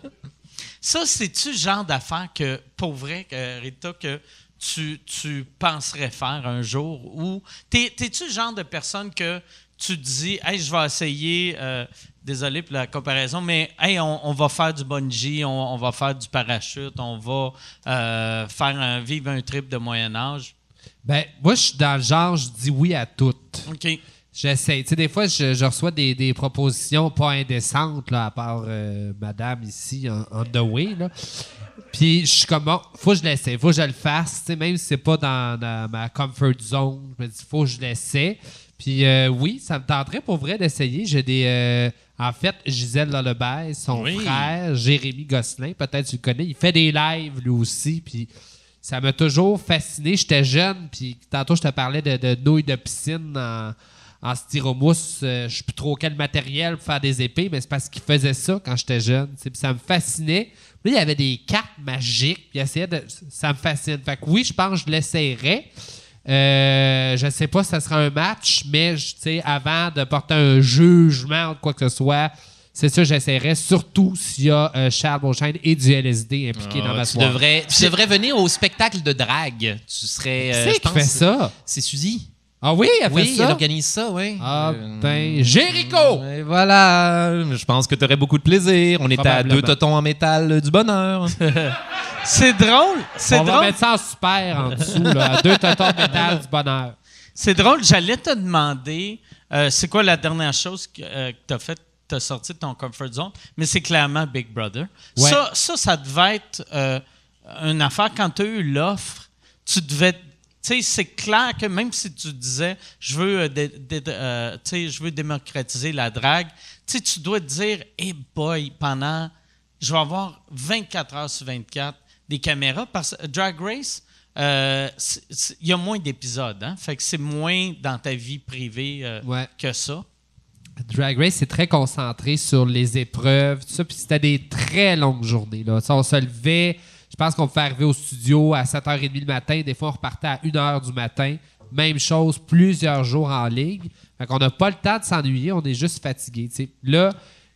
D: Ça, c'est-tu le genre d'affaire que, pour vrai, que, Rita, que tu, tu penserais faire un jour? Ou t'es, t'es-tu le genre de personne que tu te dis, hey, je vais essayer, euh, désolé pour la comparaison, mais hey, on, on va faire du bungee, on, on va faire du parachute, on va euh, faire un, vivre un trip de Moyen-Âge?
F: Ben, moi, je suis dans le genre, je dis oui à tout.
D: OK.
F: J'essaie. Tu sais, des fois, je, je reçois des, des propositions pas indécentes, là, à part euh, madame ici, en on the way, là. Puis, je suis comme, bon, faut que je l'essaie, faut que je le fasse, tu sais, même si c'est pas dans, dans ma comfort zone, je me dis, faut que je l'essaie. Puis, euh, oui, ça me tenterait pour vrai d'essayer. J'ai des... euh, en fait, Gisèle Lullaby, son
G: Oui.
F: frère, Jérémy Gosselin, peut-être tu le connais, il fait des lives, lui aussi, puis... Ça m'a toujours fasciné. J'étais jeune, puis tantôt, je te parlais de, de nouilles de piscine en, en styromousse. Euh, je sais plus trop quel matériel pour faire des épées, mais c'est parce qu'il faisait ça quand j'étais jeune. Puis ça me fascinait. Puis là, il y avait des cartes magiques, puis il essayait de... Ça me fascine. Fait que oui, je pense que je l'essayerais. Euh, je sais pas si ça sera un match, mais tu sais, avant de porter un jugement ou quoi que ce soit... C'est ça, j'essaierais, surtout s'il y a euh, Charles Beauchesne et du L S D impliqués
G: Ah,
F: dans ma
G: tu,
F: soirée.
G: devrais, tu devrais venir au spectacle de drague. Tu serais. euh,
F: Qui c'est
G: je
F: qui
G: pense
F: fait
G: que
F: ça?
G: C'est Suzy.
F: Ah oui, elle fait
G: Oui,
F: ça?
G: elle organise ça, oui.
F: Ah
G: Euh,
F: ben, Jéricho!
G: Et voilà. Je pense que tu aurais beaucoup de plaisir. On est à
F: Probablement.
G: deux totons en métal euh, du bonheur.
D: C'est drôle. C'est
F: On va
D: drôle.
F: mettre ça en super en dessous, là, à deux totons de métal du bonheur.
D: C'est drôle. J'allais te demander, euh, c'est quoi la dernière chose que, euh, que tu as faite? Tu as sorti de ton comfort zone, mais c'est clairement Big Brother.
F: Ouais.
D: Ça, ça, ça devait être euh, une affaire quand tu as eu l'offre. Tu devais. Tu sais, c'est clair que même si tu disais, je veux, euh, dé- dé- euh, tu sais, je veux démocratiser la drague, tu sais, tu dois te dire, hey boy, pendant. Je vais avoir vingt-quatre heures sur vingt-quatre des caméras. Parce que Drag Race, euh, c'est- c'est- il y a moins d'épisodes. Hein? Fait que c'est moins dans ta vie privée euh,
F: Ouais.
D: que ça.
F: Drag Race, c'est très concentré sur les épreuves, tout ça, puis c'était des très longues journées. Là. Ça, on se levait, je pense qu'on pouvait arriver au studio à sept heures trente le matin, des fois on repartait à une heure du matin. Même chose, plusieurs jours en ligne. Fait qu'on n'a pas le temps de s'ennuyer, on est juste fatigué. T'sais. Là,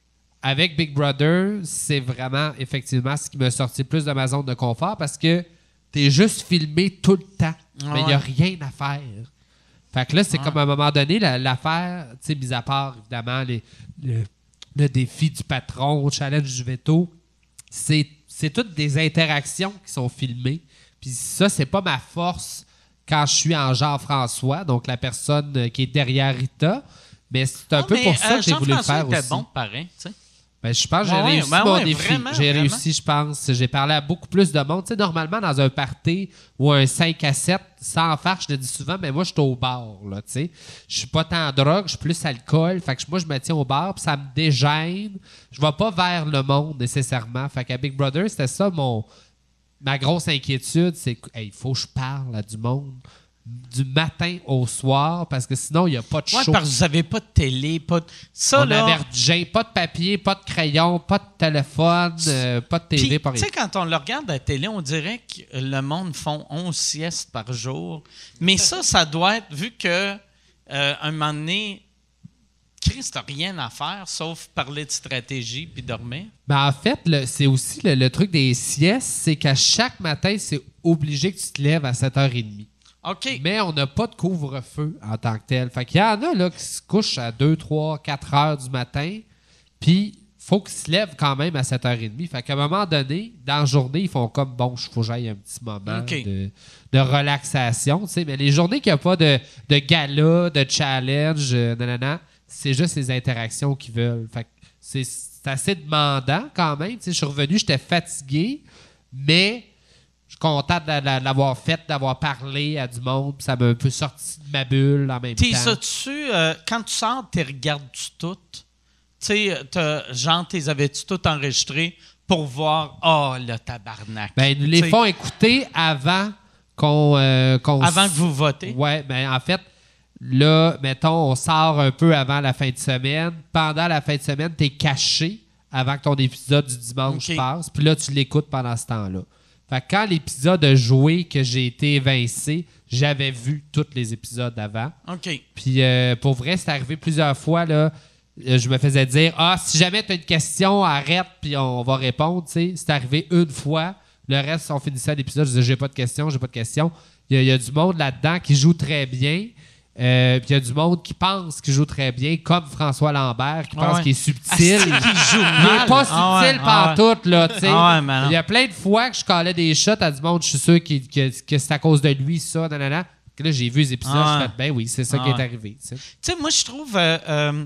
F: avec Big Brother, c'est vraiment effectivement ce qui m'a sorti le plus de ma zone de confort parce que t'es juste filmé tout le temps, mais il n'y a
D: Ouais.
F: rien à faire. Fait que là, c'est comme à un moment donné, la- l'affaire, tu sais, mis à part, évidemment, les, le, le défi du patron, le challenge du veto, c'est, c'est toutes des interactions qui sont filmées. Puis ça, c'est pas ma force quand je suis en Jean-François, donc la personne euh, qui est derrière Rita. Mais c'est un
D: Ah,
F: peu
D: mais,
F: pour ça
D: euh,
F: que j'ai voulu le
D: Jean-François
F: faire
D: était
F: aussi.
D: bon, pareil. tu sais.
F: Ben, je pense que j'ai
D: Ouais, ouais,
F: réussi
D: ben
F: mon
D: ouais,
F: défi.
D: vraiment,
F: J'ai
D: vraiment.
F: réussi, je pense. J'ai parlé à beaucoup plus de monde. Tu sais, normalement, dans un party ou un cinq à sept, sans faire, je le dis souvent, mais moi, je suis au bar. Là, tu sais. Je suis pas tant drogue, je suis plus alcool. Fait que moi, je me tiens au bar, puis ça me dégêne. Je vais pas vers le monde nécessairement. Fait qu'à Big Brother, c'était ça mon ma grosse inquiétude. C'est qu'il hey, faut que je parle à du monde du matin au soir parce que sinon, il n'y a pas de
D: Ouais,
F: show.
D: parce que vous n'avez pas de télé, pas de. Ça,
F: On
D: là.
F: avait rien, pas de papier, pas de crayon, pas de téléphone, euh, pas de T V,
D: Puis,
F: pas
D: tu
F: rien.
D: sais, quand on le regarde à la télé, on dirait que le monde font onze siestes par jour. Mais ça, ça doit être, vu que euh, un moment donné, Chris, t'as rien à faire sauf parler de stratégie puis dormir.
F: Ben, en fait, le- c'est aussi le, le truc des siestes, c'est qu'à chaque matin, c'est obligé que tu te lèves à sept heures trente.
D: OK.
F: Mais on n'a pas de couvre-feu en tant que tel. Fait qu'il y en a là, qui se couchent à deux, trois, quatre heures du matin, puis faut qu'ils se lèvent quand même à sept heures trente. Fait qu'à un moment donné, dans la journée, ils font comme, bon, il faut que j'aille un petit moment
D: OK.
F: de, de relaxation. Tu sais. Mais les journées qu'il n'y a pas de, de gala, de challenge, euh, nanana, c'est juste les interactions qu'ils veulent. Fait que c'est, c'est assez demandant quand même. Tu sais, je suis revenu, j'étais fatigué, mais je suis content de, la- de l'avoir fait, d'avoir parlé à du monde. Puis ça m'a un peu sorti de ma bulle en même
D: T'es
F: temps.
D: ça dessus, euh, quand tu sors, t'es regardes-tu toutes? Tu sais, t'as- genre, t'es avais-tu tout enregistré pour voir, oh, le tabarnak.
F: Ben, ils nous les
D: T'sais,
F: font écouter avant qu'on... euh, qu'on
D: Avant
F: s-
D: que vous votez.
F: Ouais, ben en fait, là, mettons, on sort un peu avant la fin de semaine. Pendant la fin de semaine, t'es caché avant que ton épisode du dimanche
D: OK.
F: passe. Puis là, tu l'écoutes pendant ce temps-là. Fait que quand l'épisode a joué, que j'ai été évincé, j'avais vu tous les épisodes avant.
D: OK.
F: Puis euh, pour vrai, c'est arrivé plusieurs fois, là. euh, Je me faisais dire, ah, si jamais tu as une question, arrête, puis on va répondre. Tu sais, c'est arrivé une fois. Le reste, on finissait l'épisode, je disais, j'ai pas de questions, j'ai pas de questions. Il y, a- il y a du monde là-dedans qui joue très bien. Euh, puis il y a du monde qui pense qu'il joue très bien, comme François Lambert, qui
D: Ah
F: pense
D: ouais.
F: qu'il est subtil.
D: Asti qu'il joue
F: Il
D: mal.
F: n'est pas subtil
D: Ah ouais, ah ouais.
F: pantoute, là, tu sais.
D: Ah ouais, mais non.
F: Il y a plein de fois que je calais des shots à du monde, je suis sûr qu'il- que, que c'est à cause de lui, ça, nanana. Que là, j'ai vu les épisodes,
D: Ah ouais.
F: je fais, ben oui, c'est ça
D: Ah
F: qui est
D: ouais.
F: arrivé, tu sais.
D: Tu sais, moi, je trouve. euh, euh,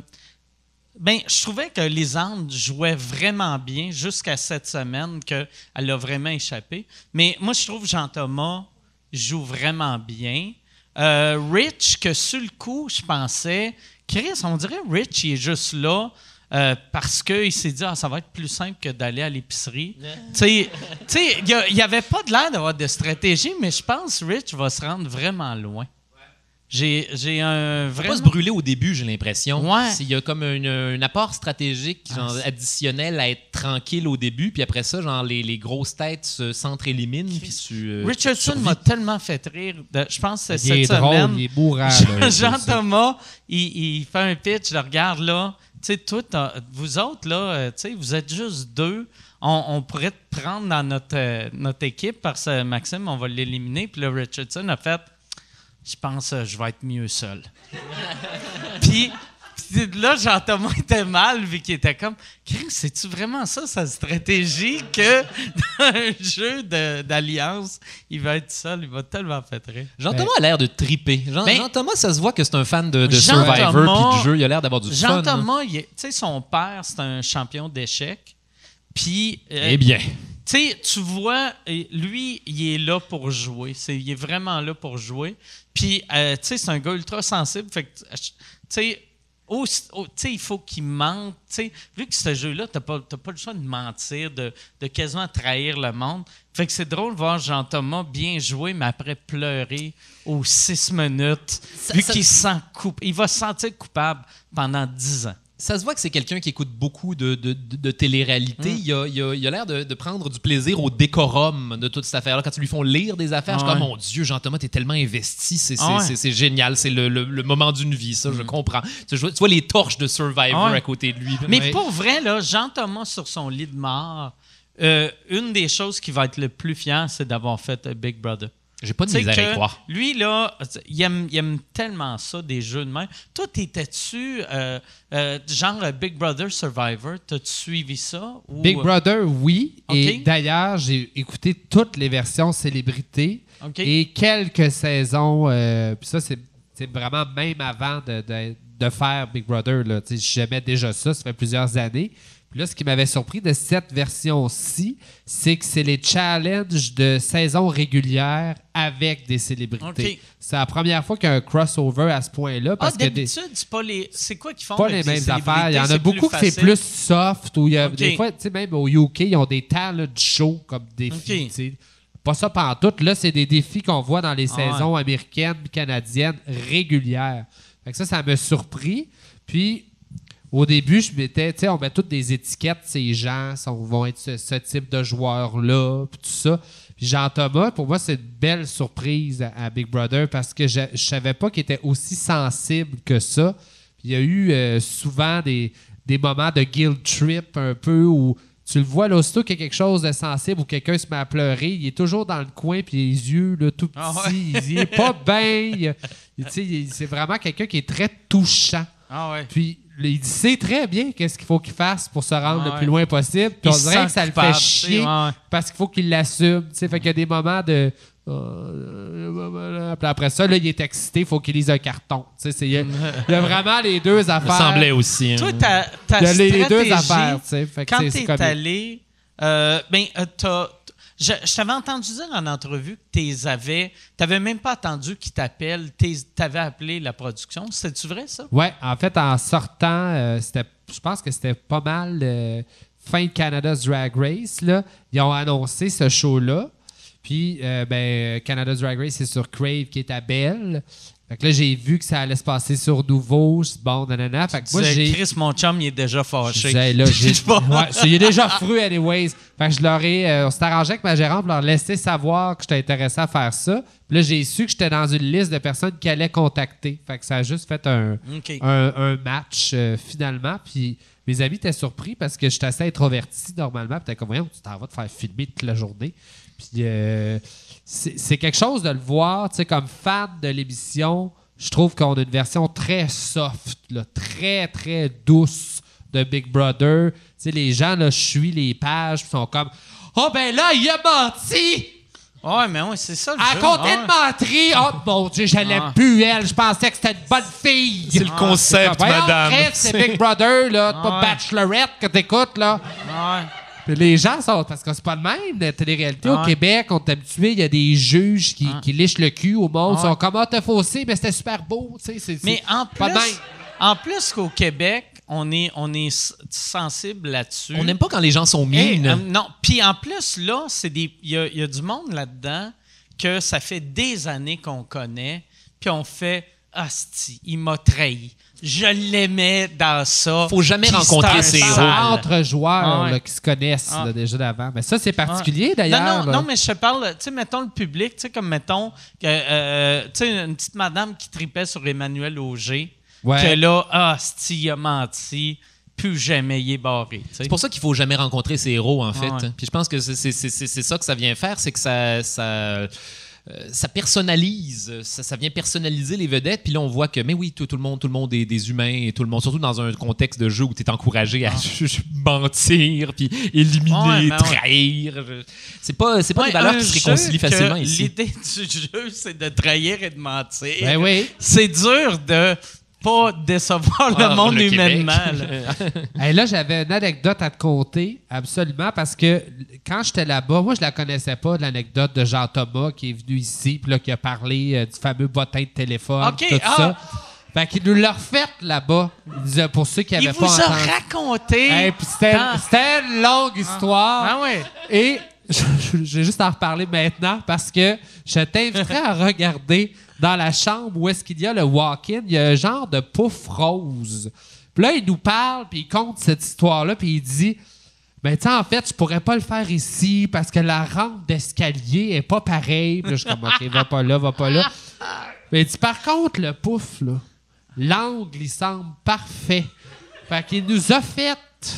D: ben, je trouvais que les Andes jouaient vraiment bien jusqu'à cette semaine qu'elle a vraiment échappé. Mais moi, je trouve que Jean-Thomas joue vraiment bien. Euh, Rich, que sur le coup, je pensais. Chris, on dirait Rich, il est juste là. euh, parce qu'il s'est dit, ah, ça va être plus simple que d'aller à l'épicerie. Tu sais, tu sais, il n'y avait pas de l'air d'avoir de stratégie, mais je pense que Rich va se rendre vraiment loin. J'ai, j'ai un
G: Faut
D: vrai.
G: pas se brûler au début, j'ai l'impression.
D: Ouais.
G: Il y a comme un, un apport stratégique genre, additionnel à être tranquille au début, puis après ça, genre les, les grosses têtes se, s'entre-éliminent. Puis tu, euh,
D: Richardson
G: tu
D: m'a
G: survis.
D: tellement fait rire. de- je pense que c'est
F: Il est
D: cette
F: drôle,
D: semaine.
F: il est mourant.
D: Jean-
F: là,
D: Jean-Thomas, il, il fait un pitch, je le regarde là. Tu sais, toi, t'as- vous autres, là, euh, tu sais, vous êtes juste deux. On, on pourrait te prendre dans notre, euh, notre équipe parce que Maxime, on va l'éliminer. Puis là, Richardson a fait, je pense que je vais être mieux seul. Puis puis là, Jean-Thomas était mal vu qu'il était comme, Chris, c'est-tu vraiment ça, sa stratégie, que dans un jeu de- d'alliance, il va être seul, il va tellement faire rire.
G: Jean-Thomas a l'air de triper. Jean-
D: Ben-
G: Jean-Thomas, ça se voit que c'est un fan de, de
D: Jean-Thomas-
G: Survivor puis de jeu. Il a l'air d'avoir du fun. hein.
D: Jean-Thomas, il est- tu sais, son père, c'est un champion d'échecs. Puis, euh,
G: Eh bien.
D: tu sais, tu vois, et lui, il est là pour jouer. C'est, il est vraiment là pour jouer. Puis, euh, tu sais, c'est un gars ultra sensible. Fait que, tu sais, au- au- tu sais, il faut qu'il mente. Tu sais, vu que ce jeu-là, tu n'as pas, t'as pas le choix de mentir, de, de quasiment trahir le monde. Fait que c'est drôle de voir Jean-Thomas bien jouer, mais après pleurer aux six minutes, vu
G: ça-
D: qu'il se sent coup- il va se sentir coupable pendant dix ans.
G: Ça se voit que c'est quelqu'un qui écoute beaucoup de, de, de, de télé-réalité.
D: Mm.
G: Il a, il a- il a l'air de, de prendre du plaisir au décorum de toute cette affaire-là. Quand ils lui font lire des affaires, je suis
D: Ah
G: comme,
D: ouais.
G: mon Dieu, Jean-Thomas, t'es tellement investi. C'est, c'est,
D: Ah ouais.
G: c'est, c'est génial. C'est le, le- le moment d'une vie, ça, je comprends. Tu vois, tu vois les torches de Survivor
D: Ah ouais.
G: à côté de lui.
D: Mais
G: Ouais.
D: pour vrai, là, Jean-Thomas sur son lit de mort, euh, une des choses qui va être le plus fier, c'est d'avoir fait euh, Big Brother.
G: J'ai pas de
D: Tu sais
G: misère à y
D: que
G: croire.
D: lui, là, il aime, il aime tellement ça, des jeux de même. Toi, t'étais-tu, euh, euh, genre euh, Big Brother Survivor, t'as-tu suivi ça? Ou,
F: Big Brother, oui.
D: OK.
F: Et d'ailleurs, j'ai écouté toutes les versions célébrités
D: OK.
F: et quelques saisons. euh, Puis ça, c'est c'est vraiment même avant de, de- de faire Big Brother. Là. Tu sais, j'aimais déjà ça, ça fait plusieurs années. Puis là, ce qui m'avait surpris de cette version-ci, c'est que c'est les challenges de saison régulière avec des célébrités.
D: OK.
F: C'est la première fois qu'il y a un crossover à ce point-là.
D: Ah,
F: Parce que des-
D: d'habitude, c'est pas les. C'est quoi qu'ils font?
F: pas
D: avec
F: les mêmes
D: célébrités?
F: affaires. Il y en a
D: C'est
F: beaucoup
D: plus
F: qui c'est
D: facile.
F: plus soft. Ou il y a
D: OK.
F: des fois, tu sais, même au U K, ils ont des talent shows comme défis.
D: OK.
F: tu sais. Pas ça pantoute. Là, c'est des défis qu'on voit dans les
D: Ah
F: saisons américaines, canadiennes, régulières. Fait que ça, ça m'a surpris. Puis, au début, je m'étais, tu sais, on met toutes des étiquettes, ces gens sont, vont être ce, ce type de joueurs-là, puis tout ça. Puis Jean-Thomas, pour moi, c'est une belle surprise à, à Big Brother parce que je, je savais pas qu'il était aussi sensible que ça. Puis il y a eu euh, souvent des, des moments de guilt trip un peu où tu le vois là, aussitôt qu'il y a quelque chose de sensible ou quelqu'un se met à pleurer, il est toujours dans le coin puis les yeux là, tout petits,
D: Ah ouais.
F: il il est pas bien. Il- il- tu sais, il- C'est vraiment quelqu'un qui est très touchant.
D: Ah ouais.
F: Puis il sait très bien qu'est-ce qu'il faut qu'il fasse pour se rendre
D: Ouais.
F: le plus loin possible. Puis
D: Il
F: on
D: se
F: dirait
D: sent
F: que ça le
D: coupable,
F: fait chier
D: tu sais, ouais.
F: parce qu'il faut qu'il l'assume. Tu sais, fait qu'il y a des moments de... Euh, puis après ça, là, il est excité, il faut qu'il lise un carton. Tu sais, c'est- il y, a- il y a vraiment les deux
G: Ça
F: affaires.
G: semblait aussi. hein.
D: Toi, ta, ta
F: Il y a les, les
D: stratégie,
F: deux affaires. Tu sais, fait que
D: quand
F: c'est- c'est
D: t'es
F: comme-
D: allé, euh, ben, euh, t'as- je, je t'avais entendu dire en entrevue que tu avais, t'avais même pas attendu qu'ils t'appellent, tu avais appelé la production. C'est-tu vrai, ça?
F: Ouais, en fait, en sortant, euh, c'était, je pense que c'était pas mal euh, fin de Canada's Drag Race. Là. Ils ont annoncé ce show-là. Puis, euh, ben, Canada's Drag Race, c'est sur Crave qui est à Belle. Fait que là, j'ai vu que ça allait se passer sur Nouveau. C'est bon, nanana. Fait que moi,
D: Disais,
F: j'ai.
D: Chris, mon chum, il est déjà fâché.
F: J'ai- là, j'ai-
D: Je sais pas.
F: ouais, c'est- il est déjà fru, anyways. Fait que je leur ai. euh, on s'est arrangé avec ma gérante pour leur laisser savoir que j'étais intéressé à faire ça. Puis là, j'ai su que j'étais dans une liste de personnes qui allaient contacter. Fait que ça a juste fait un,
D: OK.
F: un, un match euh, finalement. Puis mes amis étaient surpris parce que j'étais assez introverti normalement. Puis t'es comme, voyons, tu t'en vas te faire filmer toute la journée. Puis euh, c'est c'est quelque chose de le voir, tu sais, comme fan de l'émission. Je trouve qu'on a une version très soft, là, très, très douce de Big Brother. Tu sais, les gens, là, je suis les pages, puis sont comme « Oh, ben là, il a menti!
D: Ouais, mais ouais, c'est ça le
F: À
D: jeu.
F: côté
D: Ouais.
F: de mentir! Oh, mon Dieu, je l'aime
D: Ah.
F: plus, elle. Je pensais que c'était une bonne fille! »
H: C'est le concept,
F: Voyons,
H: madame.
F: Chris, c'est Big Brother, là. C'est pas
D: Ouais.
F: Bachelorette que t'écoutes, là.
D: Ouais.
F: Puis les gens sont... Parce que c'est pas le même, la télé-réalité. Au
D: Ouais.
F: Québec, on est habitué, il y a des juges qui,
D: Ouais.
F: qui lichent le cul au monde. Ils
D: Ouais.
F: sont comme « Ah, t'as faussé, mais c'était super beau. » Tu sais, c'est...
D: Mais
F: c'est
D: en
F: pas de
D: plus,
F: même.
D: en plus qu'au Québec, on est, on est s- sensible là-dessus.
G: On n'aime pas quand les gens sont
D: Hey,
G: mean.
D: euh, non. Puis en plus, là, c'est des. Il y a, il y a du monde là-dedans que ça fait des années qu'on connaît, puis on fait Asti, il m'a trahi. Je l'aimais dans ça.
G: Faut jamais
D: Puis
G: rencontrer
D: c'est un
G: ses
D: sale.
G: héros.
F: Entre joueurs
D: Ah ouais.
F: là, qui se connaissent
D: Ah.
F: là, déjà d'avant. Mais ça, c'est particulier d'ailleurs.
D: Non, non,
F: là.
D: non, mais je te parle, tu sais, mettons le public, tu sais, comme mettons, que, euh, tu sais, une petite madame qui tripait sur Emmanuel Auger,
F: Ouais.
D: que là, ah, Asti, il a menti, plus jamais il est barré. tu sais.
G: C'est pour ça qu'il faut jamais rencontrer ses héros, en fait.
D: ouais.
G: Puis je pense que c'est, c'est, c'est, c'est- c'est ça que ça vient faire, c'est que ça, ça, euh, ça personnalise, ça, ça vient personnaliser les vedettes. Puis là, on voit que, mais oui, tout, tout le monde, tout le monde est des humains, et tout le monde, surtout dans un contexte de jeu où tu es encouragé à mentir, puis éliminer,
D: Ouais, mais ouais.
G: trahir. Je- C'est pas, c'est pas
D: Ouais,
G: des valeurs
D: un
G: qui se
D: jeu
G: réconcilient
D: que
G: facilement ici.
D: L'idée du jeu, c'est de trahir et de mentir.
F: Ben oui.
D: C'est dur de pas décevoir
G: Ah,
D: le monde
G: le Québec.
D: humainement. là.
F: Hey, là, j'avais une anecdote à te conter, absolument, parce que quand j'étais là-bas, moi, je la connaissais pas, l'anecdote de Jean-Thomas qui est venu ici, puis là, qui a parlé euh, du fameux bottin de téléphone,
D: OK,
F: tout
D: ah.
F: ça. Fait qu'il nous l'a refait là-bas, Il disait, pour ceux qui
D: Il
F: n'avaient
D: vous
F: pas
D: a
F: entendu.
D: raconté.
F: Hey, puis c'était,
D: dans-
F: c'était une longue histoire.
D: Ah ouais.
F: Et je, je- je vais juste en reparler maintenant parce que je t'inviterais à regarder dans la chambre où est-ce qu'il y a le walk-in, il y a un genre de pouf rose. Puis là, il nous parle, puis il compte cette histoire-là, puis il dit ben, tu sais, en fait, je pourrais pas le faire ici parce que la rampe d'escalier est pas pareille. Puis là, je suis comme, OK, va pas là, va pas là. Mais il dit, par contre, le pouf, là, l'angle, il semble parfait. Fait qu'il nous a fait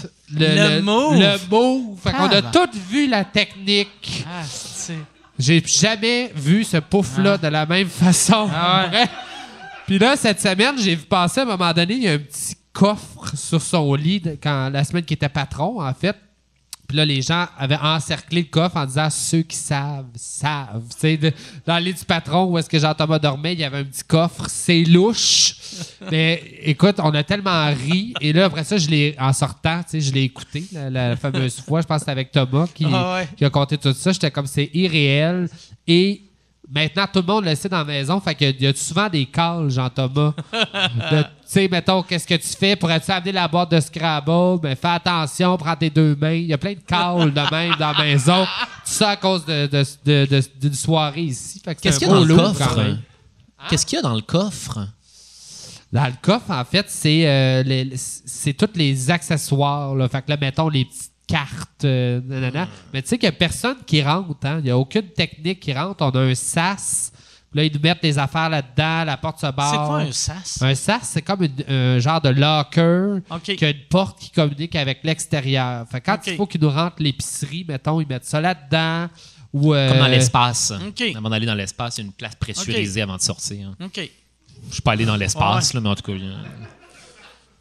F: le,
D: Le move.
F: Le move. Fait qu'on a
D: Ah,
F: tous vu la technique.
D: Ah, c'est...
F: J'ai jamais vu ce pouf-là de la même façon.
D: Ah ouais.
F: Vrai. Puis là, cette semaine, j'ai vu passer à un moment donné, il y a un petit coffre sur son lit, de- quand, la semaine qu'il était patron, en fait. Puis là, les gens avaient encerclé le coffre en disant « Ceux qui savent, savent ». Tu sais, de- dans le lit du patron où est-ce que Jean-Thomas dormait, il y avait un petit coffre. C'est louche. Mais écoute, on a tellement ri. Et là, après ça, je l'ai, en sortant, tu sais, je l'ai écouté, la, la fameuse fois. Je pense que c'était avec Thomas qui,
D: Ah ouais.
F: qui a compté tout ça. J'étais comme, c'est irréel. Et maintenant, tout le monde le sait dans la maison. Fait qu'il y a souvent des calls, Jean-Thomas. De, tu sais, mettons, qu'est-ce que tu fais? Pourrais-tu amener la boîte de Scrabble? Ben, fais attention, prends tes deux mains. Il y a plein de calls de même dans la maison. Tout ça à cause de, de, de- de- d'une soirée ici. Fait que c'est
G: Qu'est-ce
F: un
G: qu'il y a
F: beau
G: dans le
F: lot, quand
G: coffre?
F: même.
G: Qu'est-ce qu'il y a dans le coffre?
F: Dans le coffre, en fait, c'est, euh, les- c'est tous les accessoires. Là. Fait que là, mettons, les petites cartes. euh, nanana. Mais tu sais qu'il n'y a personne qui rentre. Hein? Il n'y a aucune technique qui rentre. On a un sas. Puis là, ils nous mettent les affaires là-dedans. La porte se barre.
D: C'est quoi un sas?
F: Un sas, c'est comme une- un genre de locker
D: OK.
F: qui a une porte qui communique avec l'extérieur. Fait que quand
D: OK.
F: il faut qu'ils nous rentrent l'épicerie, mettons, ils mettent ça là-dedans. Ou, euh,
G: Comme dans l'espace.
D: OK.
G: Avant d'aller dans l'espace, il y a une place pressurisée avant de sortir.
D: OK.
G: Je suis pas allé dans l'espace, là, mais en tout cas. il y a-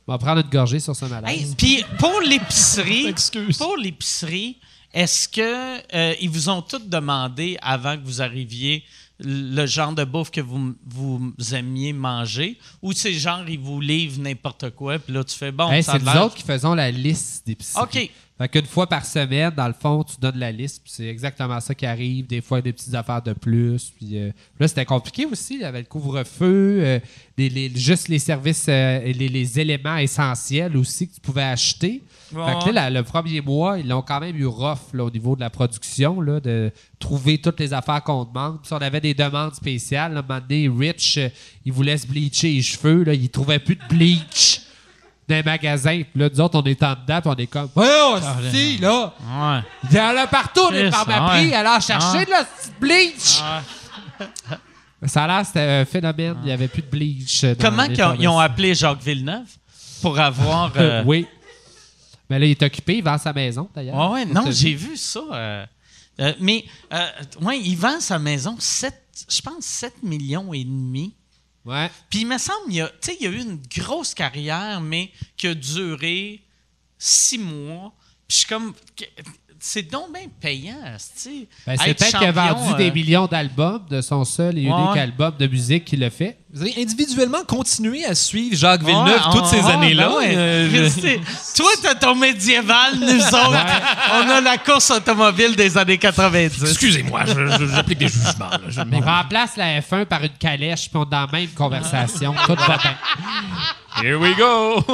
F: On va prendre une gorgée sur ce malaise.
D: Hey, puis pour l'épicerie,
G: Excuse.
D: pour l'épicerie, est-ce que euh, ils vous ont tous demandé avant que vous arriviez le genre de bouffe que vous, vous aimiez manger, ou c'est genre ils vous livrent n'importe quoi, puis là tu fais bon,
F: Hey,
D: ça a
F: c'est nous
D: l'air-
F: autres qui faisons la liste d'épicerie.
D: OK.
F: Fait qu'une fois par semaine, dans le fond, tu donnes la liste, puis c'est exactement ça qui arrive. Des fois, des petites affaires de plus. Puis euh, là, c'était compliqué aussi. Il y avait le couvre-feu, euh, les, les- juste les services, euh, et les, les éléments essentiels aussi que tu pouvais acheter.
D: Ouais.
F: Fait que là, la- le premier mois, ils l'ont quand même eu rough là, au niveau de la production, là, de trouver toutes les affaires qu'on demande. Puis on avait des demandes spéciales. Là, un moment donné, Rich, euh, il voulait se bleacher les cheveux. Là, il trouvait plus de bleach dans les magasins. Puis là, nous autres, on est en dedans, puis on est comme, ouais, oh, si, là,
D: Ouais.
F: il y en a partout, les
D: Chris,
F: pharmacies,
D: ouais.
F: alors chercher
D: Ouais.
F: de la petite bleach. Ça a l'air, c'était un phénomène. Il n'y avait plus de bleach. dans
D: Comment
F: les
D: qu'ils ont, ils ont
F: pharmacies.
D: appelé Jacques Villeneuve pour avoir... euh,
F: Oui. Mais là, il est occupé, il vend sa maison, d'ailleurs.
D: Ouais, ouais, non,
F: T'as
D: j'ai
F: vu?
D: vu ça. euh, euh, mais, euh, ouais, il vend sa maison, sept, je pense, sept millions et demi.
F: Ouais.
D: Puis il me semble, il y a, tu sais, il y a eu une grosse carrière, mais qui a duré six mois. Puis je suis comme, que- c'est donc bien payant, tu sais.
F: Ben, c'est
D: Être
F: peut-être qu'il a
D: champion,
F: vendu des
D: euh,
F: millions d'albums de son seul et
D: Ouais,
F: unique
D: ouais.
F: album de musique qu'il a fait.
G: Vous avez individuellement continué à suivre Jacques Villeneuve
D: Ouais,
G: toutes ces
D: ouais,
G: années-là.
D: ben ouais.
G: Euh, je-
D: Christy, toi, t'as ton médiéval, nous autres, on a la course automobile des années quatre-vingt-dix.
G: Excusez-moi, je- je- j'applique des jugements. là. Je-
F: On remplace la F un par une calèche, puis on est dans la même conversation. Tout va bien.
G: Here we go!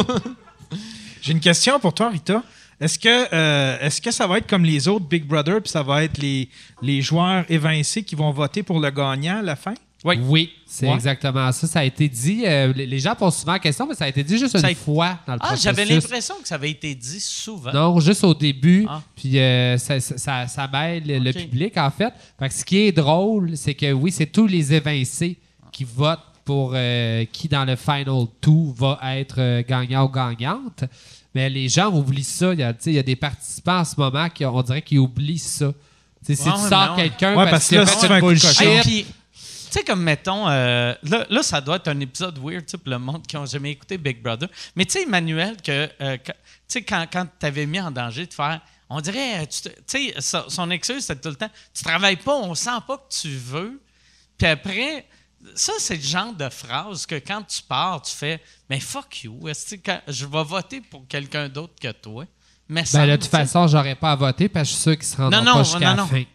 C: J'ai une question pour toi, Rita. Est-ce que, euh, est-ce que ça va être comme les autres Big Brother, puis ça va être les, les joueurs évincés qui vont voter pour le gagnant à la fin?
F: Oui, c'est
C: Ouais.
F: exactement ça. Ça a été dit. euh, les les gens posent souvent la question, mais ça a été dit juste
D: Ça a
F: une
D: été-
F: fois dans le
D: Ah,
F: processus.
D: j'avais l'impression que ça avait été dit souvent.
F: Non, juste au début.
D: Ah.
F: Puis euh, ça, ça, ça, ça mêle le- le
D: Ok.
F: public, en fait. Fait que ce qui est drôle, c'est que oui, c'est tous les évincés qui votent pour euh, qui, dans le Final two, va être euh, gagnant ou gagnante. Mais les gens oublient ça. Il y a, tu sais, il y a des participants en ce moment qui, on dirait qu'ils oublient ça. Tu sais, si
D: Ouais,
F: tu
D: ouais,
F: sors
D: mais ouais.
F: quelqu'un
C: Ouais,
F: parce,
C: parce que
F: qu'il a
C: là,
F: fait
C: si tu
F: une
C: fais un coup de
F: bullshit,
C: cochon.
D: Hey, puis, tu sais, comme mettons, euh, là, là, ça doit être un épisode weird, tu sais, pour le monde qui n'a jamais écouté Big Brother. Mais tu sais, Emmanuel, que, euh, que- tu sais, quand, quand tu avais mis en danger de faire, on dirait, tu te- tu sais, son, son excuse, c'était tout le temps, tu travailles pas, on sent pas que tu veux. Puis après, ça, c'est le genre de phrase que quand tu pars, tu fais, mais fuck you, est-ce que quand- je vais voter pour quelqu'un d'autre que toi. Mais
F: ben, de toute façon, j'aurais pas à voter parce que je suis sûr qu'ils se rendront
D: Non, non,
F: pas jusqu'à
D: non,
F: la
D: non.
F: fin.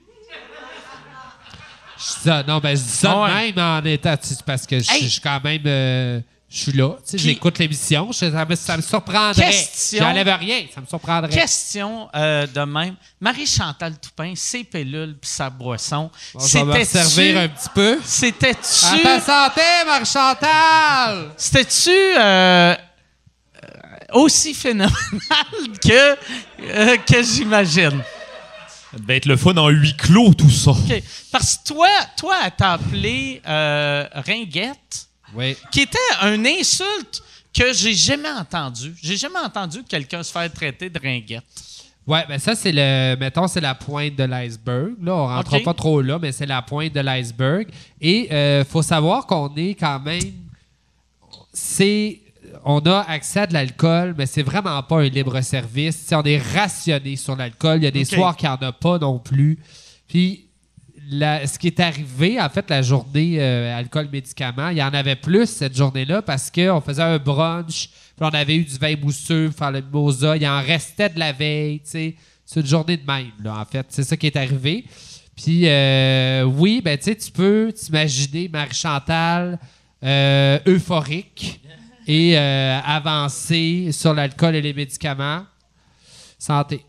F: Je dis ça, non, ben, je dis ça
D: Ah
F: de
D: ouais.
F: même en état, tu sais, parce que je
D: Hey!
F: je suis quand même. euh, je suis là, tu sais,
D: Puis-
F: j'écoute l'émission, je- ça me, ça me surprendrait.
D: Question-
F: J'enlève rien, ça me surprendrait.
D: Question euh, de même. Marie-Chantal Toupin, ses pilules puis sa boisson.
F: Bon, je vais me
D: C'était-tu-
F: servir un petit peu.
D: C'était-tu.
F: À ta santé, Marie-Chantal!
D: C'était-tu euh, euh, aussi phénoménal que, euh, que j'imagine?
G: Ça devait être le fun en huis clos, tout ça.
D: OK. Parce que toi, toi, elle t'a appelé euh, Ringuette,
F: Oui.
D: qui était une insulte que j'ai jamais entendue. J'ai jamais entendu quelqu'un se faire traiter de Ringuette.
F: Ouais, ben ça, c'est le. Mettons, c'est la pointe de l'iceberg. Là, on rentrera
D: OK.
F: pas trop là, mais c'est la pointe de l'iceberg. Et il faut savoir qu'on est quand même. C'est. On a accès à de l'alcool, mais c'est vraiment pas un libre-service. Tu sais, on est rationné sur l'alcool. Il y a des
D: OK.
F: soirs qu'il n'y en a pas non plus. Puis, la- ce qui est arrivé, en fait, la journée euh, alcool-médicaments, il y en avait plus cette journée-là parce qu'on faisait un brunch, puis on avait eu du vin mousseux pour faire le mimosa. Il en restait de la veille, tu sais. C'est une journée de même, là, en fait. C'est ça qui est arrivé. Puis, euh, oui, ben, tu sais, tu peux t'imaginer Marie-Chantal euh, euphorique et euh, avancée sur l'alcool et les médicaments. Santé.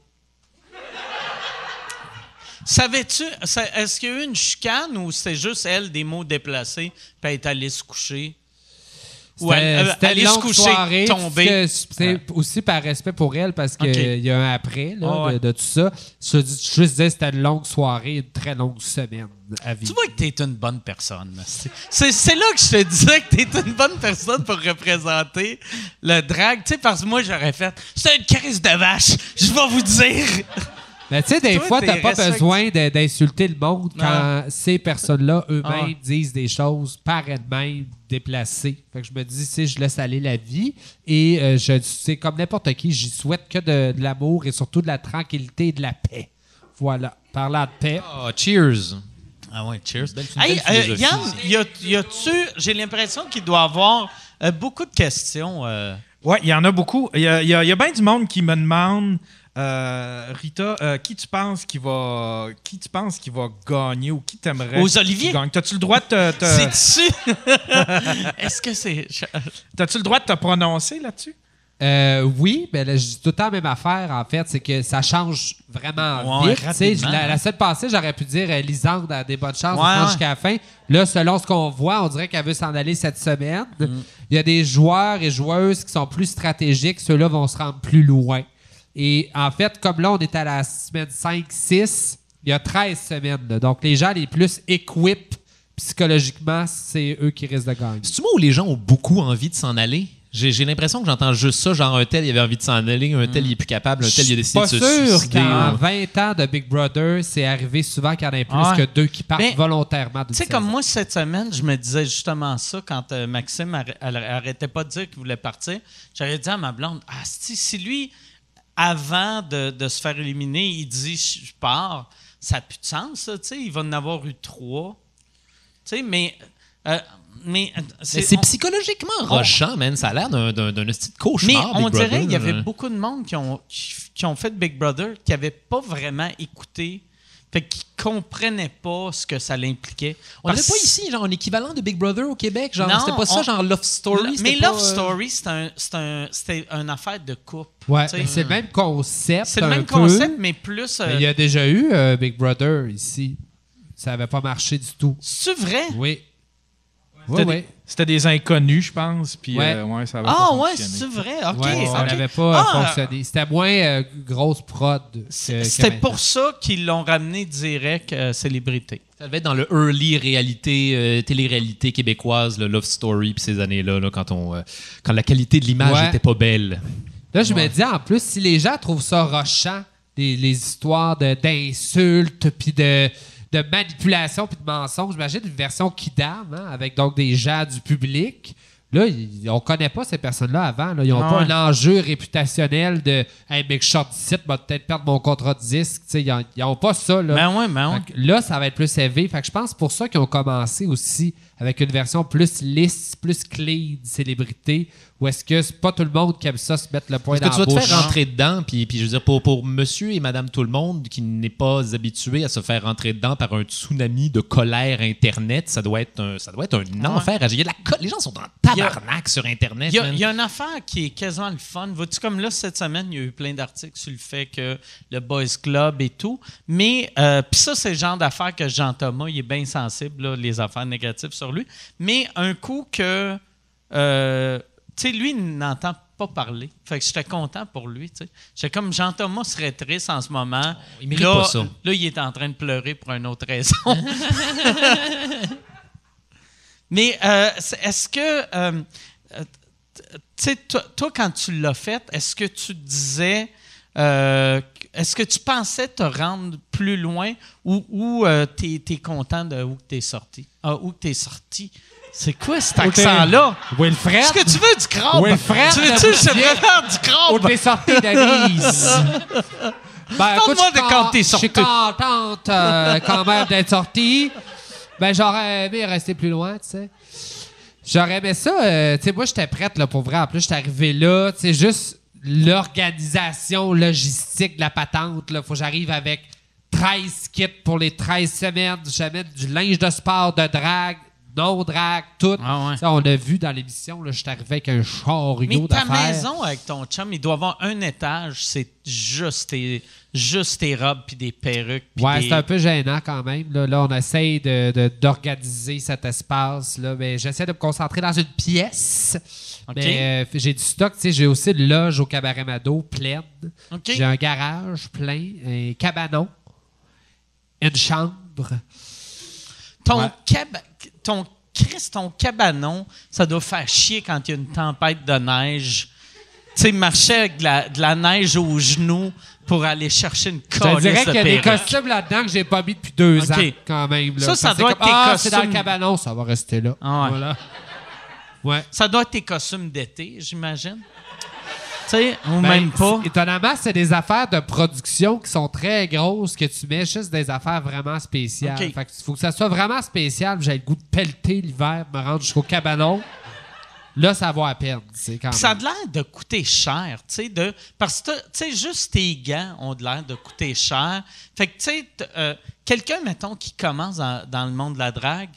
D: Savais-tu, ça- est-ce qu'il y a eu une chicane ou c'était juste elle, des mots déplacés, puis elle est allée se coucher? Ou
F: C'était
D: elle- euh,
F: c'était
D: aller
F: une
D: se
F: longue
D: coucher,
F: soirée.
D: tomber.
F: puis C'est c'est aussi par respect pour elle parce qu'il
D: OK.
F: y a un après là,
D: Ah ouais.
F: de, de tout ça. Je dis- je juste dire c'était une longue soirée, une très longue semaine à
D: Tu
F: vivre.
D: vois que t'es une bonne personne. C'est- C'est c'est là que je te disais que t'es une bonne personne pour représenter le drag. Tu sais, parce que moi, j'aurais fait « C'est une crise de vache, je vais vous dire! »
F: Mais tu sais, des
D: Toi,
F: fois,
D: t'es
F: t'as pas
D: respect-
F: besoin de- d'insulter le monde quand ces personnes-là eux-mêmes
D: Ah.
F: disent des choses par elles-mêmes déplacées. Fait que je me dis, tu sais, je laisse aller la vie et euh, je sais, comme n'importe qui, j'y souhaite que de, de l'amour et surtout de la tranquillité et de la paix. Voilà. Parlant de paix.
G: Ah, cheers.
D: Ah ouais, cheers.
G: Belle- c'est une
D: Hey,
G: belle
D: euh,
G: philosophie.
D: Yann, y a- y a-tu... J'ai l'impression qu'il doit avoir euh, beaucoup de questions. euh.
C: Oui, il y en a beaucoup. Il y a, il y a- il y a bien du monde qui me demande, euh, Rita, euh, qui tu penses qui va qui tu penses qui va gagner ou qui t'aimerait
D: Aux Olivier.
C: qui gagne? T'as-tu le droit de te, te-
D: C'est-tu? Est-ce que c'est...
C: t'as-tu le droit de te prononcer là-dessus?
F: Euh, oui, mais là, je dis tout le temps la même affaire, en fait, c'est que ça change vraiment
D: Ouais,
F: vite. Tu sais,
D: rapidement.
F: la, la semaine passée, j'aurais pu dire euh, Lisande a des bonnes chances de
D: Ouais,
F: se rendre
D: ouais.
F: jusqu'à la fin. Là, selon ce qu'on voit, on dirait qu'elle veut s'en aller cette semaine.
D: Mm.
F: Il y a des joueurs et joueuses qui sont plus stratégiques, ceux-là vont se rendre plus loin. Et en fait, comme là, on est à la semaine cinq six, il y a treize semaines. là. Donc, les gens les plus equip psychologiquement, c'est eux qui risquent de gagner.
G: C'est-tu moi où les gens ont beaucoup envie de s'en aller? J'ai, j'ai l'impression que j'entends juste ça, genre un tel il avait envie de s'en aller, un tel il est plus capable, un tel il a décidé
F: Pas
G: de se
F: sûr
G: suicider.
F: qu'en
G: ou-
F: vingt ans de Big Brother, c'est arrivé souvent qu'il y en ait plus
D: Ouais.
F: que deux qui partent
D: Mais,
F: volontairement d'une
D: Tu sais,
F: saison.
D: comme moi, cette semaine, je me disais justement ça quand euh, Maxime arr- arr- arrêtait pas de dire qu'il voulait partir. J'avais dit à ma blonde, ah, si, si lui, avant de, de se faire éliminer, il dit je je pars, ça n'a plus de sens, ça, tu sais, il va en avoir eu trois. Tu sais, mais. euh, mais euh,
G: Mais c'est
D: on-
G: psychologiquement
D: on-
G: rochant, man. Ça a l'air d'un, d'un, d'un hostie de
D: Mais
G: cauchemar.
D: on
G: Big
D: dirait
G: Brother.
D: qu'il y avait beaucoup de monde qui ont, qui, qui ont fait Big Brother qui n'avaient pas vraiment écouté, fait qu'ils comprenaient pas ce que ça l'impliquait.
G: On n'avait
D: Parce-
G: pas ici genre un équivalent de Big Brother au Québec, genre
D: Non,
G: c'était pas ça,
D: on-
G: genre Love Story.
D: Le-
G: c'était
D: mais
G: pas,
D: Love
G: euh,
D: Story, c'est un, c'est un, c'était une affaire de couple.
F: Ouais,
D: tu sais.
F: mais c'est le même concept.
D: C'est le
F: un
D: même
F: peu,
D: concept, mais plus. euh,
F: mais il y a déjà eu euh, Big Brother ici. Ça n'avait pas marché du tout.
D: C'est vrai?
F: Oui. Oui,
C: C'était,
F: oui.
C: des, c'était des inconnus, je pense. Puis,
F: Ouais.
C: euh, ouais, ça avait
D: Ah
C: pas
D: ouais,
C: fonctionné.
D: c'est vrai. OK.
F: Ouais, ça
D: ok.
F: n'avait pas euh,
D: Ah,
F: fonctionné. C'était moins euh, grosse prod. que-
D: c'est-
F: que
D: C'était
F: maintenant.
D: pour ça qu'ils l'ont ramené direct euh, célébrité.
G: Ça devait être dans le early réalité, euh, télé-réalité québécoise, le Love Story, puis ces années-là, là, quand, on, euh, quand la qualité de l'image
F: Ouais.
G: n'était pas belle.
F: Là, je me dis, en plus, si les gens trouvent ça rochant, les, les histoires de- d'insultes, puis de, de manipulation, puis de mensonges, j'imagine une version Kidam, hein, avec donc des gens du public. Là, il- on connaît pas ces personnes-là avant. Là. Ils n'ont
D: Ah
F: pas
D: ouais.
F: un enjeu réputationnel de « Hey, mec, je sors d'ici, va peut-être perdre mon contrat de disque. » Tu sais, Ils n'ont pas ça. Là.
D: Ben ouais, ben ouais.
F: Fait que là, ça va être plus élevé. Fait que je pense pour ça qu'ils ont commencé aussi avec une version plus lisse, plus clean, célébrité, ou est-ce que c'est pas tout le monde qui aime ça se mettre le poing
G: Parce
F: dans
G: que tu
F: la
G: vas te
F: bouche?
G: faire rentrer dedans, puis, puis je veux dire, pour, pour monsieur et madame tout le monde qui n'est pas habitué à se faire rentrer dedans par un tsunami de colère Internet, ça doit être un, ça doit être un enfer. Il y a de la co- Les gens sont en tabarnak sur Internet.
D: Il y, a,
G: man.
D: il y a une affaire qui est quasiment le fun. Vois-tu, comme là, cette semaine, il y a eu plein d'articles sur le fait que le Boys Club et tout. Mais, euh, puis ça, c'est le genre d'affaires que Jean-Thomas, il est bien sensible, là, les affaires négatives sur lui. Mais un coup que, euh, tu sais, lui, il n'entend pas parler. Fait que j'étais content pour lui, tu sais. J'étais comme, Jean-Thomas serait triste en ce moment.
G: il mérite
D: là,
G: pas ça.
D: Là, il est en train de pleurer pour une autre raison. Mais euh, c'est- est-ce que, euh, euh, tu sais, toi, toi, quand tu l'as fait, est-ce que tu te disais, euh, est-ce que tu pensais te rendre plus loin ou, ou euh, t'es, t'es content de où tu es sorti? Ah, où tu es sorti? C'est quoi cet
F: Où t'es-
D: accent-là?
F: Wilfred?
D: Est-ce que tu veux du crabe?
F: Wilfred,
D: tu
F: le
D: veux-tu que je
F: bousier?
D: prépare du
F: Où
D: crabe?
F: t'es sorti d'Analyse? Ben, écoute,
D: Parle-moi
F: je suis
D: de quand
F: con-
D: t'es
F: Je suis
D: sorti.
F: contente euh, quand même d'être sorti. Ben, j'aurais aimé rester plus loin, tu sais. J'aurais aimé ça. euh, tu sais, moi, j'étais prête, là, pour vrai. En plus, j'étais arrivé là. Tu sais, juste l'organisation logistique de la patente, là. Faut que j'arrive avec treize kits pour les treize semaines. J'amène du linge de sport, de drague, non-drague, tout.
D: Ah ouais.
F: Tu sais, on a vu dans l'émission, là, j'étais arrivé avec un chariot
D: Mais ta
F: d'affaires.
D: maison avec ton chum, il doit avoir un étage, c'est juste tes, juste tes robes puis des perruques. puis
F: Ouais,
D: des-
F: c'est un peu gênant quand même. Là, Là, on essaye de, de- d'organiser cet espace. Là, mais j'essaie de me concentrer dans une pièce.
D: OK.
F: Mais euh, j'ai du stock. Tu sais, j'ai aussi une loge au Cabaret Mado pleine.
D: OK.
F: J'ai un garage plein, un cabanon, une chambre.
D: Ton,
F: Ouais.
D: cab- ton Christ, ton cabanon, ça doit faire chier quand il y a une tempête de neige. sais, marchait avec de la, de la neige aux genoux pour aller chercher une
F: Je te
D: calisse
F: dirais
D: de
F: qu'il y a des
D: perruque.
F: costumes là-dedans que j'ai pas mis depuis deux
D: OK.
F: ans, quand même. là.
D: Ça, ça
F: Parce que
D: doit
F: c'est
D: être
F: comme,
D: tes
F: ah, c'est dans le
D: costumes.
F: cabanon, ça va rester là.
D: Ah ouais.
F: Voilà. Ouais.
D: Ça doit être tes costumes d'été, j'imagine. Tu sais, ou
F: Ben,
D: même pas.
F: c'est- Étonnamment, c'est des affaires de production qui sont très grosses que tu mets juste des affaires vraiment spéciales.
D: OK.
F: Fait que faut que ça soit vraiment spécial. J'ai le goût de pelleter l'hiver, me rendre jusqu'au cabanon. Là, ça vaut à peine. C'est quand
D: Puis ça a
F: même.
D: de l'air de coûter cher, tu sais, de parce que tu sais juste tes gants ont de l'air de coûter cher. Fait que tu sais t- euh, quelqu'un mettons qui commence dans, dans le monde de la drague,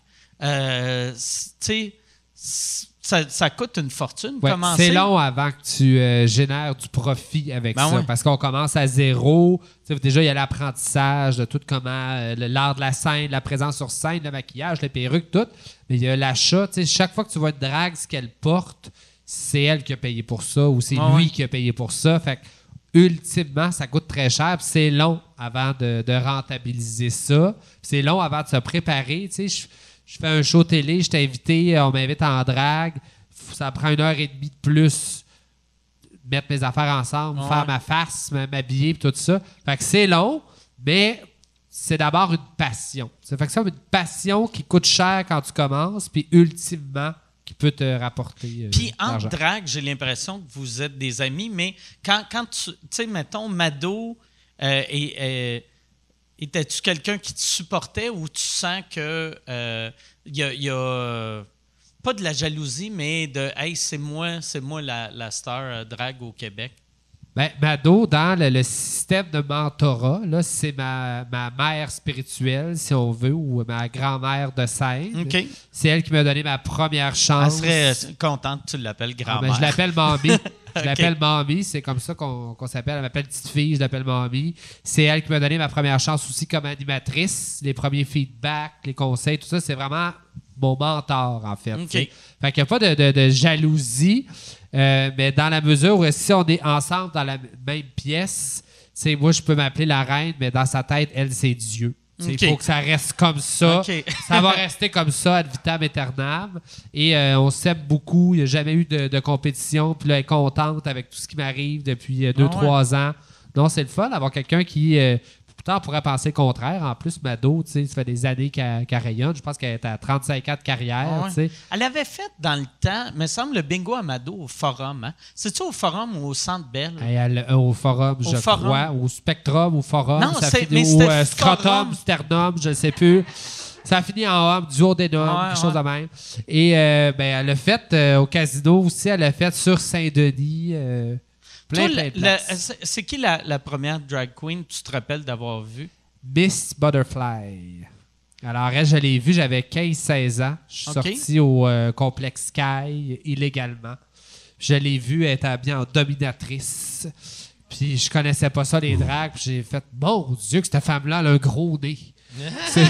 D: euh, c- tu sais c- ça, ça coûte une fortune
F: Ouais,
D: commencer.
F: c'est long avant que tu euh, génères du profit avec
D: Ben
F: ça.
D: ouais.
F: Parce qu'on commence à zéro. Tu sais, déjà, il y a l'apprentissage de tout comment euh, le- l'art de la scène, la présence sur scène, le maquillage, les perruques, tout. Mais il y a l'achat. Tu sais, chaque fois que tu vois une drague, ce qu'elle porte, c'est elle qui a payé pour ça ou c'est
D: Ah
F: lui
D: ouais.
F: qui a payé pour ça. Fait que, ultimement, ça coûte très cher. Puis c'est long avant de, de rentabiliser ça. Puis c'est long avant de se préparer. Tu sais, je, je fais un show télé, je t'ai invité, on m'invite en drague. F- Ça prend une heure et demie de plus mettre mes affaires ensemble,
D: Ouais.
F: faire ma face, m- m'habiller puis tout ça. Fait que c'est long, mais c'est d'abord une passion. Ça fait que c'est une passion qui coûte cher quand tu commences, puis ultimement qui peut te rapporter euh,
D: Puis
F: de
D: en
F: l'argent.
D: drague, j'ai l'impression que vous êtes des amis, mais quand, quand tu. Tu sais, mettons, Mado, euh, et, euh, étais-tu quelqu'un qui te supportait ou tu sens que euh, il y a. il y a, euh, pas de la jalousie, mais de hey, c'est moi, c'est moi la, la star euh, drague au Québec.
F: Ben, Mado, dans le, le système de mentorat, là, c'est ma, ma mère spirituelle, si on veut, ou ma grand-mère de scène.
D: OK.
F: C'est elle qui m'a donné ma première
D: Elle
F: chance.
D: serait euh, contente que tu l'appelles
F: Ah,
D: grand-mère.
F: ben, je l'appelle Mamie. Je
D: Ok.
F: l'appelle Mamie. C'est comme ça qu'on qu'on s'appelle. Elle m'appelle Petite Fille, je l'appelle Mamie. C'est elle qui m'a donné ma première chance aussi comme animatrice. Les premiers feedbacks, les conseils, tout ça, c'est vraiment mon mentor, en fait.
D: Ok.
F: tu sais. Fait qu'il n'y a pas de, de- de jalousie, euh, mais dans la mesure où si on est ensemble dans la même pièce, tu sais, moi, je peux m'appeler la reine, mais dans sa tête, elle, c'est Dieu. Tu sais, Il
D: Ok.
F: faut que ça reste comme ça.
D: Ok.
F: Ça va rester comme ça, ad vitam aeternam. Et euh, on s'aime beaucoup. Il n'y a jamais eu de, de compétition. Puis là, elle est contente avec tout ce qui m'arrive depuis euh, deux,
D: Ah ouais.
F: trois ans. Non, c'est le fun d'avoir quelqu'un qui... euh, pourtant, on pourrait penser le contraire. En plus, Mado, tu sais, ça fait des années qu'elle qu'elle rayonne. Je pense qu'elle est à trente-cinq ans de carrière.
D: Ah ouais.
F: tu sais.
D: Elle avait fait dans le temps, me semble, le bingo Amado au Forum. Hein? C'est-tu au Forum ou au Centre Bell?
F: Et elle, euh, au forum,
D: Au
F: je
D: forum.
F: crois. Au Spectrum, au forum.
D: Non,
F: ça
D: c'est-
F: finit-
D: mais
F: ou
D: c'était
F: euh, Scrotum,
D: forum.
F: Sternum, je ne sais plus. Ça a fini en homme, du haut des noms,
D: Ouais,
F: quelque chose
D: ouais.
F: de même. Et euh, ben, elle a fait euh, au casino aussi, elle a fait sur Saint-Denis. euh, plein,
D: Toi,
F: plein
D: le-
F: de places.
D: le- c'est c'est qui la, la première drag queen que tu te rappelles d'avoir vue?
F: Miss Butterfly. Alors, elle, je l'ai vue, j'avais quinze seize ans. Je suis
D: OK.
F: sorti au euh, complexe Sky illégalement. Je l'ai vue, elle était habillée en dominatrice. Puis je connaissais pas ça, les dragues. Puis j'ai fait, mon Dieu, que cette femme-là, elle a un gros nez. C'est-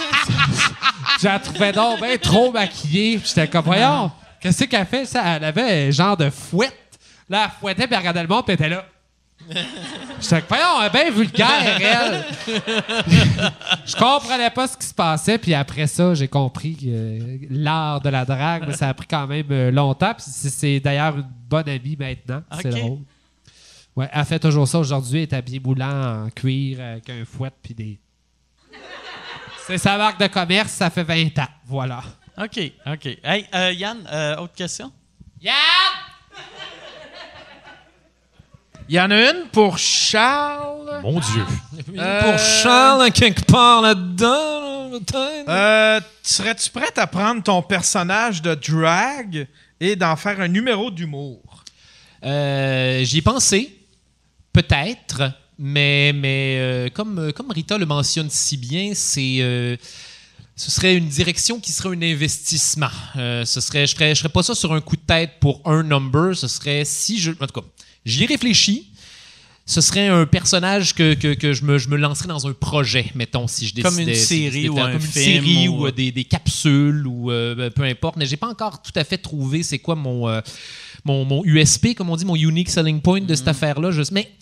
F: Je la trouvais donc bien trop maquillée. Puis j'étais comme, voyons, qu'est-ce qu'elle fait? Ça, elle avait un genre de fouette. Là, elle fouettait, puis elle regardait le monde, puis elle était là. J'étais comme, voyons, elle est bien vulgaire, elle. Je comprenais pas ce qui se passait, puis après ça, j'ai compris que euh, l'art de la drague, mais ça a pris quand même euh, longtemps. Puis c'est, c'est d'ailleurs une bonne amie maintenant. C'est
D: Ok.
F: drôle. Ouais, elle fait toujours ça aujourd'hui. Elle est habillée moulant en cuir avec un fouet puis des. C'est sa marque de commerce, ça fait vingt ans. Voilà.
D: OK, OK. Hey, euh, Yann, euh, autre question?
F: Yann!
B: Il y en a une pour Charles.
H: Mon Dieu.
B: Euh,
G: Pour Charles, hein, quelque part là-dedans, là, peut-être.
B: Euh, serais-tu prête à prendre ton personnage de drag et d'en faire un numéro d'humour?
G: Euh, J'y ai pensé, peut-être, mais, mais euh, comme, comme Rita le mentionne si bien, c'est, euh, ce serait une direction qui serait un investissement. Euh, ce serait, je ne ferais, je ferais pas ça sur un coup de tête pour un number. Ce serait si je. En tout cas, j'y ai réfléchi. Ce serait un personnage que, que, que je, me, je me lancerais dans un projet, mettons, si je décidais.
D: Comme une
G: si je
D: série
G: décidais de
D: ou
G: faire
D: un
G: comme une
D: film
G: série
D: ou-
G: ou euh, des, des capsules ou euh, peu importe. Mais j'ai pas encore tout à fait trouvé c'est quoi mon, euh, mon, mon U S P, comme on dit, mon unique selling point de cette affaire-là. Je- mais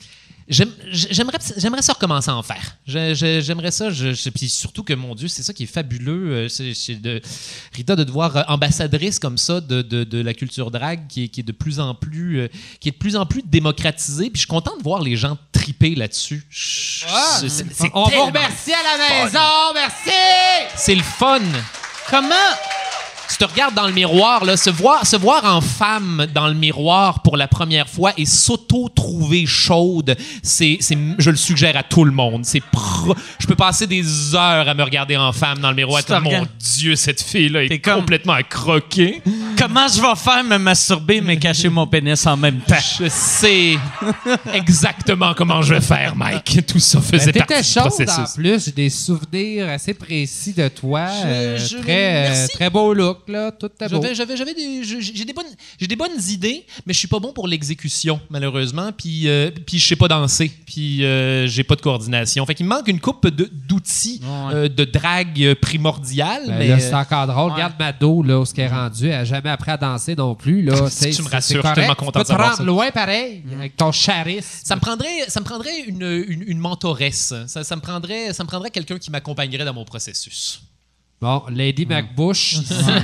G: J'aime- J'aimerais, j'aimerais ça recommencer à en faire. Je- je- J'aimerais ça. Je, je- puis surtout que, mon Dieu, c'est ça qui est fabuleux. euh, C'est, c'est de, Rita, de devoir euh, ambassadrice comme ça de, de, de la culture drague qui est, qui est de plus en plus, euh, qui est de plus en plus démocratisée. Puis je suis content de voir les gens triper là-dessus. Je- c'est- c'est- c'est
F: On vous
G: tellement
F: remercie à la maison. Merci!
G: C'est le fun. Comment tu te regardes dans le miroir, là, se voir, se voir en femme dans le miroir pour la première fois et s'auto-trouver chaude, c'est, c'est, je le suggère à tout le monde. C'est pro- je peux passer des heures à me regarder en femme dans le miroir.
D: Tu te
G: Mon
D: regardes-
G: Dieu, cette fille-là est
D: T'es comme-
G: complètement à croquer.
D: Comment je vais faire me masturber mais cacher mon pénis en même temps?
G: Je sais exactement comment je vais faire, Mike. Tout ça faisait
F: Ben,
G: partie
F: T'étais
G: du
F: chaude en
G: processus.
F: plus. J'ai des souvenirs assez précis de toi.
G: Je-
F: Euh,
G: je-
F: très, euh,
G: merci.
F: très beau look, là. Tout était beau.
G: J'avais, j'avais, j'avais des, je- j'ai des bonnes, j'ai des bonnes idées, mais je suis pas bon pour l'exécution malheureusement. Puis, euh, puis je sais pas danser. Puis euh, j'ai pas de coordination. Fait qu'il me manque une coupe de, d'outils
D: Ouais.
G: euh, de drague euh, primordial.
F: Ben
G: mais
F: là,
G: euh,
F: c'est encore drôle.
D: ouais.
F: Regarde Mado, là, où ce qu'elle est rendue. Elle n'a jamais appris à danser non plus. Là.
G: Si tu me
F: C'est-
G: rassures, je
F: c'est
G: suis
F: correct.
G: tellement content
F: Tu
G: de
F: peux te
G: savoir
F: rendre
G: ça.
F: loin pareil, avec ton charisme.
G: ça me prendrait, ça me prendrait une, une, une mentoresse. Ça, ça me prendrait, ça me prendrait quelqu'un qui m'accompagnerait dans mon processus.
F: Bon, Lady McBush.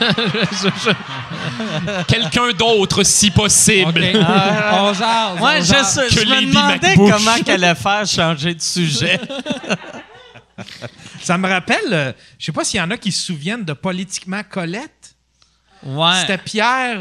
G: Quelqu'un d'autre, si possible.
F: OK. On jase.
D: Ouais,
F: on
D: je,
F: jase.
D: sais- je
G: Que
D: me
G: Lady
D: demandais
G: McBush.
D: comment qu'elle allait faire changer de sujet.
C: Ça me rappelle, euh, je sais pas s'il y en a qui se souviennent de Politiquement Colette.
D: Ouais.
C: C'était Pierre.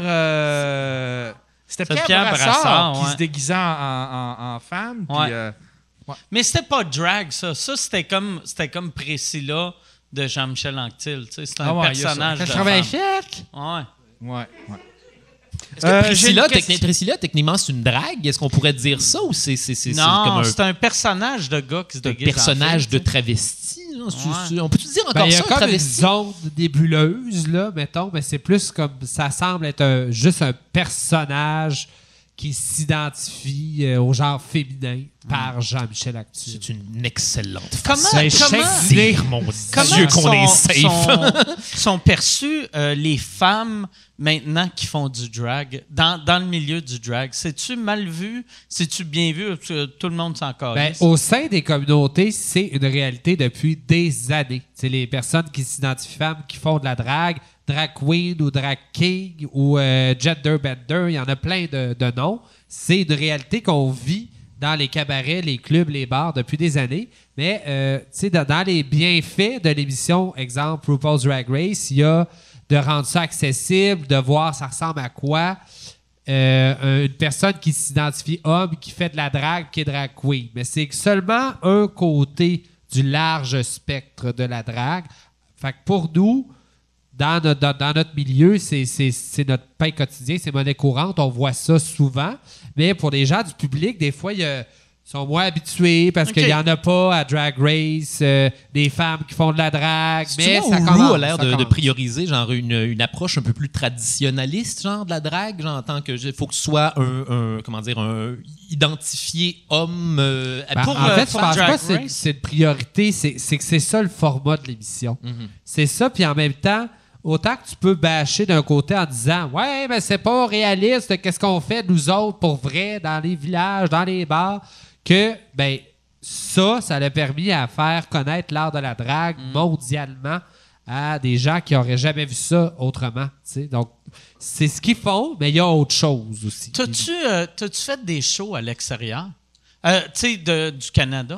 C: euh, C'était
D: C'était
C: Pierre,
D: Pierre
C: Brassard,
D: Brassard,
C: qui
D: ouais.
C: se déguisait en, en- en- en femme. puis,
D: Ouais.
C: euh,
D: Mais c'était pas drag, ça. Ça, c'était comme, c'était comme Priscilla de Jean-Michel Anctil. Tu sais, c'était un
C: Ah ouais, il y a ça.
D: personnage de
F: quatre-vingts
D: femme.
F: chèques.
D: Ouais.
C: ouais, ouais.
G: Est-ce que
C: Euh,
G: Priscilla,
C: j'ai une question-
G: techni- Priscilla, techniquement, c'est une drague? Est-ce qu'on pourrait dire ça ou c'est, c'est, c'est, c'est
D: Non,
G: comme un,
D: c'est un personnage de gars qui se
G: un
D: déguise en
G: personnage
D: fille,
G: de
D: tu sais.
G: travesti? là? C'est-
D: Ouais.
G: c'est- on peut-tu dire
F: Ben,
G: encore
F: il y a
G: ça, un
F: comme une
G: travesti?
F: zone nébuleuse, là, mettons, mais c'est plus comme ça semble être un- juste un personnage qui s'identifie euh, au genre féminin par Jean-Michel Actu.
G: C'est une excellente
D: Comment,
G: façon
F: Ben,
G: de
D: comment,
G: dire, mon
D: comment
G: Dieu, qu'on
D: sont,
G: est safe.
D: sont, sont perçues euh, les femmes maintenant qui font du drag, dans, dans le milieu du drag? C'est-tu mal vu? C'est-tu bien vu? Parce que tout le monde s'en
F: Ben,
D: calisse.
F: au sein des communautés, c'est une réalité depuis des années. C'est les personnes qui s'identifient femmes qui font de la drague, drag queen ou drag king ou euh, gender bender, il y en a plein de, de noms. C'est une réalité qu'on vit dans les cabarets, les clubs, les bars depuis des années. Mais euh, tu sais, dans, dans les bienfaits de l'émission, exemple RuPaul's Drag Race, il y a de rendre ça accessible, de voir ça ressemble à quoi. Euh, une personne qui s'identifie homme, qui fait de la drague, qui est drag queen. Mais c'est seulement un côté du large spectre de la drague. Fait que pour nous, dans notre, dans, dans notre milieu, c'est, c'est, c'est notre pain quotidien, c'est monnaie courante, on voit ça souvent. Mais pour les gens du public, des fois, il y a sont moins habitués parce
D: Ok.
F: qu'il n'y en a pas à Drag Race, euh, des femmes qui font de la drague. Mais
G: Mais
F: ça
G: Hulu
F: commence,
G: a l'air
F: ça
G: de, de
F: commence.
G: prioriser genre une, une approche un peu plus traditionnaliste genre de la drague, genre en tant que il faut que tu sois un, un- comment dire un identifié homme euh,
F: Ben,
D: Pour,
F: en
D: euh,
F: fait, je
D: pour
F: pense
D: Drag
F: pas que c'est,
D: Race.
F: c'est une priorité, c'est, c'est que c'est ça le format de l'émission.
G: Mhm.
F: C'est ça, puis en même temps, autant que tu peux bâcher d'un côté en disant « Ouais, mais c'est pas réaliste, qu'est-ce qu'on fait nous autres pour vrai dans les villages, dans les bars », que, ben ça, ça l'a permis à faire connaître l'art de la drague mondialement à des gens qui n'auraient jamais vu ça autrement. tu sais. Donc, c'est ce qu'ils font, mais il y a autre chose aussi.
D: T'as-tu, euh, t'as-tu fait des shows à l'extérieur? Euh, tu sais, de- du Canada?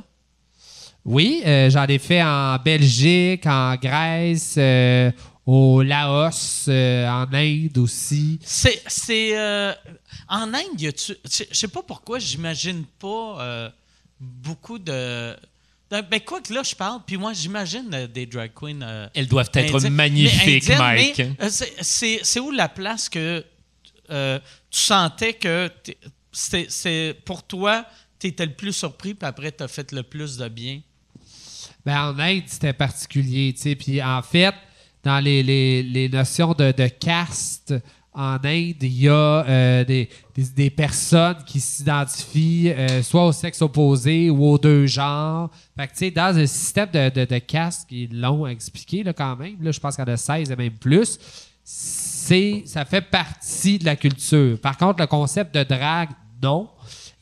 F: Oui, euh, j'en ai fait en Belgique, en Grèce, euh, au Laos, euh, en Inde aussi.
D: C'est. c'est euh, en Inde, y a-tu. Je je sais pas pourquoi, j'imagine pas euh, beaucoup de. de- Ben, quoi que là, je parle, puis moi, j'imagine euh, des drag queens. euh,
G: Elles doivent être
D: indiennes.
G: magnifiques,
D: Mais indiennes,
G: Mike.
D: mais, euh, c'est- c'est c'est où la place que euh, tu sentais que t'es- c'est c'est- pour toi, tu étais le plus surpris, puis après, tu as fait le plus de bien?
F: Ben, en Inde, c'était particulier. tu sais. Puis en fait, dans les, les- les notions de, de caste, en Inde, il y a euh, des, des, des personnes qui s'identifient euh, soit au sexe opposé ou aux deux genres. Fait que, tu sais, dans un système de, de, de caste qui est long à expliquer là, quand même, là, je pense qu'il y en a seize et même plus, c'est, ça fait partie de la culture. Par contre, le concept de drague, non.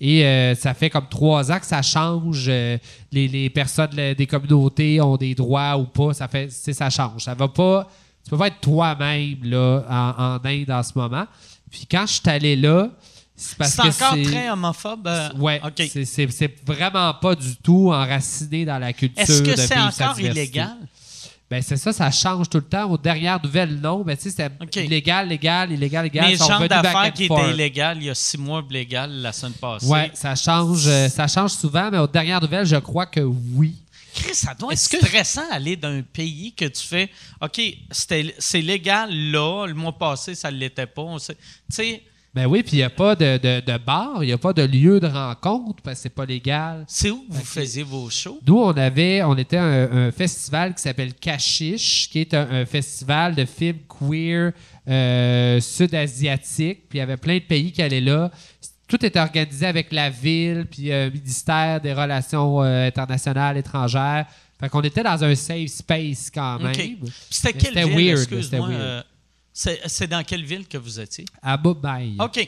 F: Et euh, ça fait comme trois ans que ça change. Euh, les, les personnes les, des communautés ont des droits ou pas. Ça fait, ça change. Ça va pas. Tu peux pas être toi-même là, en, en Inde en ce moment. Puis quand je suis allé là, c'est parce
D: c'est
F: que
D: encore
F: c'est...
D: très homophobe. Euh,
F: ouais,
D: OK.
F: c'est, c'est, c'est vraiment pas du tout enraciné dans la culture.
D: Est-ce que
F: de
D: c'est
F: vivre sa
D: encore
F: diversité.
D: illégal?
F: Ben c'est ça, ça change tout le temps. Aux dernières nouvelles, non. Ben, tu sais, c'était
D: OK.
F: illégal, légal, illégal, légal.
D: Mais
F: Ils
D: le
F: sont
D: genre
F: revenus back
D: d'affaires
F: and
D: qui
F: forth.
D: était illégal il y a six mois, légal la semaine passée.
F: Ouais, ça change, euh, ça change souvent, mais aux dernières nouvelles, je crois que oui.
D: Chris, ça doit
G: Est-ce
D: être
G: que-
D: stressant aller d'un pays que tu fais OK, c'était, c'est légal là, le mois passé, ça ne l'était pas. On sait- Tu sais,
F: Ben oui, puis il n'y a pas de, de, de bar, il n'y a pas de lieu de rencontre parce que c'est pas légal.
D: c'est où que vous faisiez vos shows?
F: Nous, on avait, on était un, un festival qui s'appelle Kashish, qui est un, un festival de films queer euh, sud-asiatiques. Puis il y avait plein de pays qui allaient là. Tout était organisé avec la ville, puis le ministère des Relations euh, internationales, étrangères. Fait qu'on était dans un safe space quand même.
D: OK. Puis c'était
F: Mais
D: quelle
F: c'était
D: ville?
F: weird,
D: Excuse-moi.
F: c'était weird.
D: euh, c'est, c'est dans quelle ville que vous étiez?
F: À Mumbai.
D: OK.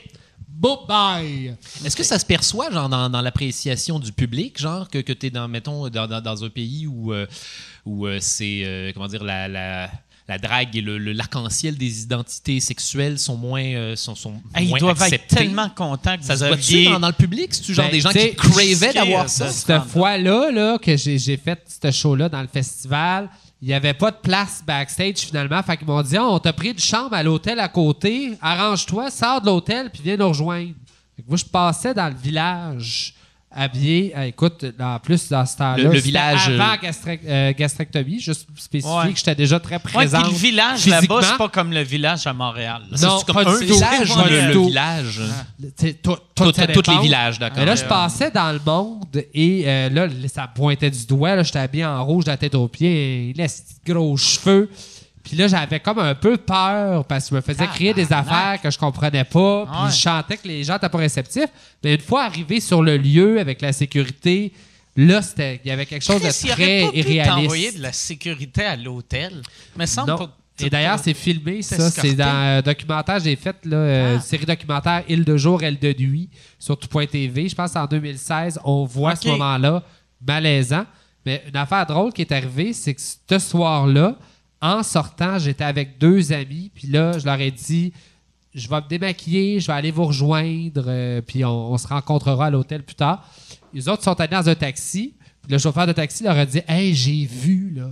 F: Mumbai!
G: Est-ce que ça se perçoit, genre, dans, dans l'appréciation du public, genre, que, que tu es dans, mettons, dans, dans, dans un pays où, euh, où euh, c'est, euh, comment dire, la, la, la drague et le, le- l'arc-en-ciel des identités sexuelles sont moins, euh, sont, sont
D: Hey,
G: moins
D: ils doivent
G: acceptés?
D: être tellement contents que
G: Ça
D: vous
G: se voit-tu
D: aviez...
G: dans, dans le public? C'est-tu genre
F: Ben,
G: des gens
F: tu sais,
G: qui cravaient
D: risqué,
G: d'avoir
D: euh,
G: ça?
D: de-
F: Cette fois-là là, que j'ai, j'ai fait ce show-là dans le festival, il n'y avait pas de place backstage finalement. Fait qu'ils m'ont dit oh, on t'a pris une chambre à l'hôtel à côté, arrange-toi, sors de l'hôtel puis viens nous rejoindre. Fait que moi, je passais dans le village habillé. euh, écoute, en plus, dans ce temps-là,
G: Le- le
F: c'était
G: village,
F: avant
G: euh,
F: gastre- euh, gastrectomie, juste spécifier
D: Ouais.
F: que j'étais déjà très
D: Ouais,
F: présent.
D: puis le village
F: physiquement.
D: là-bas, c'est pas comme le village à Montréal. là.
F: Non,
G: C'est comme
F: pas
G: un
F: du tout.
G: village,
F: Pas
G: le,
F: du
G: le
F: tout.
G: village.
F: T'sais, tout- tout
G: Tout-
F: ça
G: Tous les
F: dépend.
G: villages, d'accord.
F: Mais là, je passais dans le monde et euh, là, ça me pointait du doigt. Là, j'étais habillé en rouge de la tête aux pieds, les gros cheveux. Puis là, j'avais comme un peu peur parce que je me faisais crier des affaires que je comprenais pas. Puis
D: Ouais.
F: je chantais que les gens n'étaient pas réceptifs. Mais une fois arrivé sur le lieu avec la sécurité, là, c'était, il y avait quelque chose
D: Chris,
F: de
D: il aurait
F: très
D: pas pu
F: irréaliste.
D: t'envoyer de la sécurité à l'hôtel. Mais semble
F: Non.
D: pas...
F: Et d'ailleurs, c'est filmé, ça.
D: escorté.
F: C'est dans un documentaire que j'ai fait, là, euh,
D: Ah.
F: série documentaire Il de jour, Elle de nuit, sur tout point T V. Je pense qu'en deux mille seize, on voit
D: Ok.
F: ce moment-là malaisant. Mais une affaire drôle qui est arrivée, c'est que ce soir-là, en sortant, j'étais avec deux amis. Puis là, je leur ai dit, je vais me démaquiller, je vais aller vous rejoindre, euh, puis on, on se rencontrera à l'hôtel plus tard. Les autres sont allés dans un taxi. Puis le chauffeur de taxi leur a dit, hey, j'ai vu, là,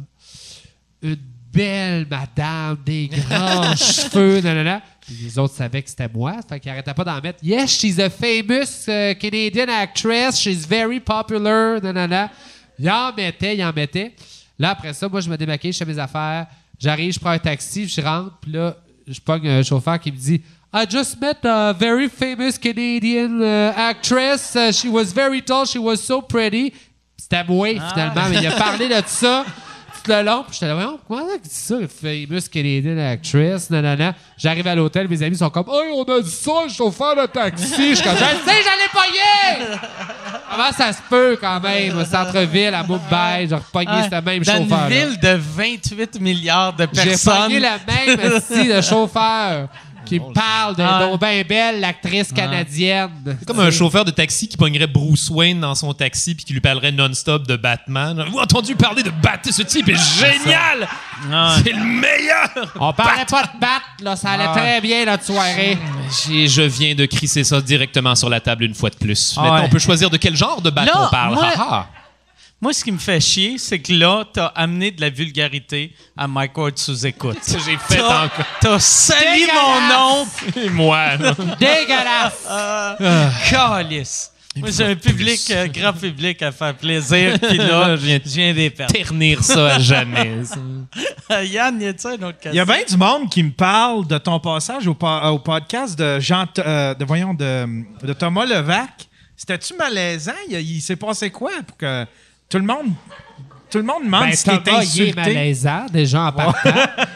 F: une belle madame, des grands cheveux, nanana. Puis les autres savaient que c'était moi, fait qu'ils n'arrêtaient pas d'en mettre. Yes, she's a famous uh, Canadian actress, she's very popular, nanana. Ils en mettaient, ils en mettaient. Là, après ça, moi, je me démaquille, je fais mes affaires. J'arrive, je prends un taxi, je rentre, puis là, je pogne un chauffeur qui me dit I just met a very famous Canadian uh, actress. Uh, she was very tall, she was so pretty. C'était moi, finalement, mais il a parlé de ça tout le long. Puis j'étais là, voyons, comment ça qu'il dit ça, famous Canadian actress, nanana. J'arrive à l'hôtel, mes amis sont comme, hey, on a dit ça, le chauffeur de taxi. Je suis comme, je le sais, j'allais pogner! Comment ça se peut, quand même, au centre-ville, à Mumbai, j'ai repogné
D: Ouais,
F: ce même
D: dans
F: chauffeur.
D: une ville de vingt-huit milliards de
F: J'ai
D: personnes.
F: pogné le même style de chauffeur qui me parle de
D: Ah.
F: donc ben belle, l'actrice canadienne.
G: C'est comme un chauffeur de taxi qui pognerait Bruce Wayne dans son taxi puis qui lui parlerait non-stop de Batman. Vous avez entendu parler de Batman? Ce type est génial!
D: Ah.
G: C'est le meilleur!
F: On parlait pas de battre, là, ça allait très bien notre soirée.
G: J'ai- Je viens de crisser ça directement sur la table une fois de plus.
D: Ah
G: Maintenant,
D: ouais.
G: on peut choisir de quel genre de bat
D: Là,
G: on parle.
D: moi-
G: Ha, ha.
D: Moi, ce qui me fait chier, c'est que là, t'as amené de la vulgarité à Mike Ward sous écoute.
G: Ça, j'ai fait
D: T'as-
G: encore.
D: T'as sali mon nom.
G: Et moi, là.
F: Dégueulasse!
D: Euh, Calice. Moi, j'ai un public, euh, grand public à faire plaisir, puis là, je viens, je viens des perdre.
G: Ternir ça à jamais. ça.
D: Yann, y a-tu un autre question?
C: Il y a bien du monde qui me parle de ton passage au, po- au podcast de Jean, euh, de, voyons, de, de Thomas Levac. C'était-tu malaisant? Il, il s'est passé quoi pour que tout le monde, tout le monde demande
F: Ben,
C: si t'es
F: Thomas, il est
C: insulté?
F: malaisant, déjà en partant.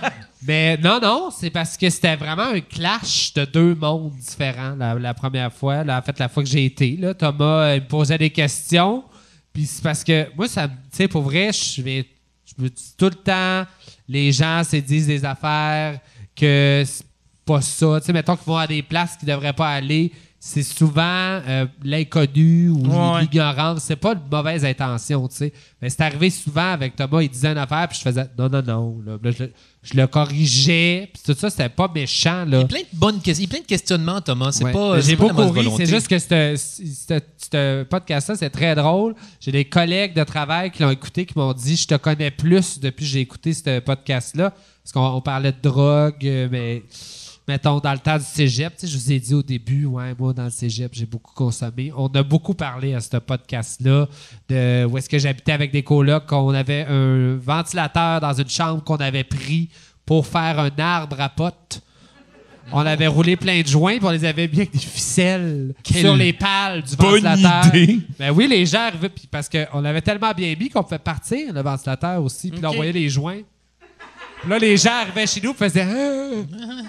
F: Mais non, non, c'est parce que c'était vraiment un clash de deux mondes différents la, la première fois. Là, en fait, la fois que j'ai été, là, Thomas euh, il me posait des questions. Puis c'est parce que moi, ça, tu sais, pour vrai, je vais- je me dis tout le temps, les gens se disent des affaires que c'est pas ça. Tu sais, mettons qu'ils vont à des places qu'ils devraient pas aller. c'est souvent euh, l'inconnu ou
D: Ouais.
F: l'ignorance. C'est pas de mauvaise intention, tu sais. Mais c'est arrivé souvent avec Thomas, il disait une affaire, puis je faisais « Non, non, non. » Là, Là, je, le- je le corrigeais, puis tout ça, c'était pas méchant,
G: Il
F: là.
G: y a plein de bonnes questions. Il y a plein de questionnements, Thomas. C'est
F: Ouais.
G: pas.
F: J'ai
G: c'est pas de la
F: beaucoup
G: mauvaise
F: ri.
G: volonté.
F: C'est juste que ce- ce ce podcast-là, c'est très drôle. J'ai des collègues de travail qui l'ont écouté, qui m'ont dit « Je te connais plus depuis que j'ai écouté ce podcast-là. » Parce qu'on on parlait de drogue, euh, mais mettons, dans le temps du cégep, tu sais, je vous ai dit au début, ouais, moi, dans le cégep, j'ai beaucoup consommé. On a beaucoup parlé à ce podcast-là, de où est-ce que j'habitais avec des colocs, qu'on avait un ventilateur dans une chambre qu'on avait pris pour faire un arbre à potes. On avait roulé plein de joints, puis on les avait mis avec des ficelles
G: Quelle
F: sur les pales du
G: bonne
F: ventilateur.
G: idée!
F: Ben oui, les gens arrivaient, puis parce qu'on l'avait tellement bien mis qu'on pouvait partir, le ventilateur aussi, puis là, on
D: Ok.
F: voyait les joints. Puis là, les gens arrivaient chez nous et faisaient Ah!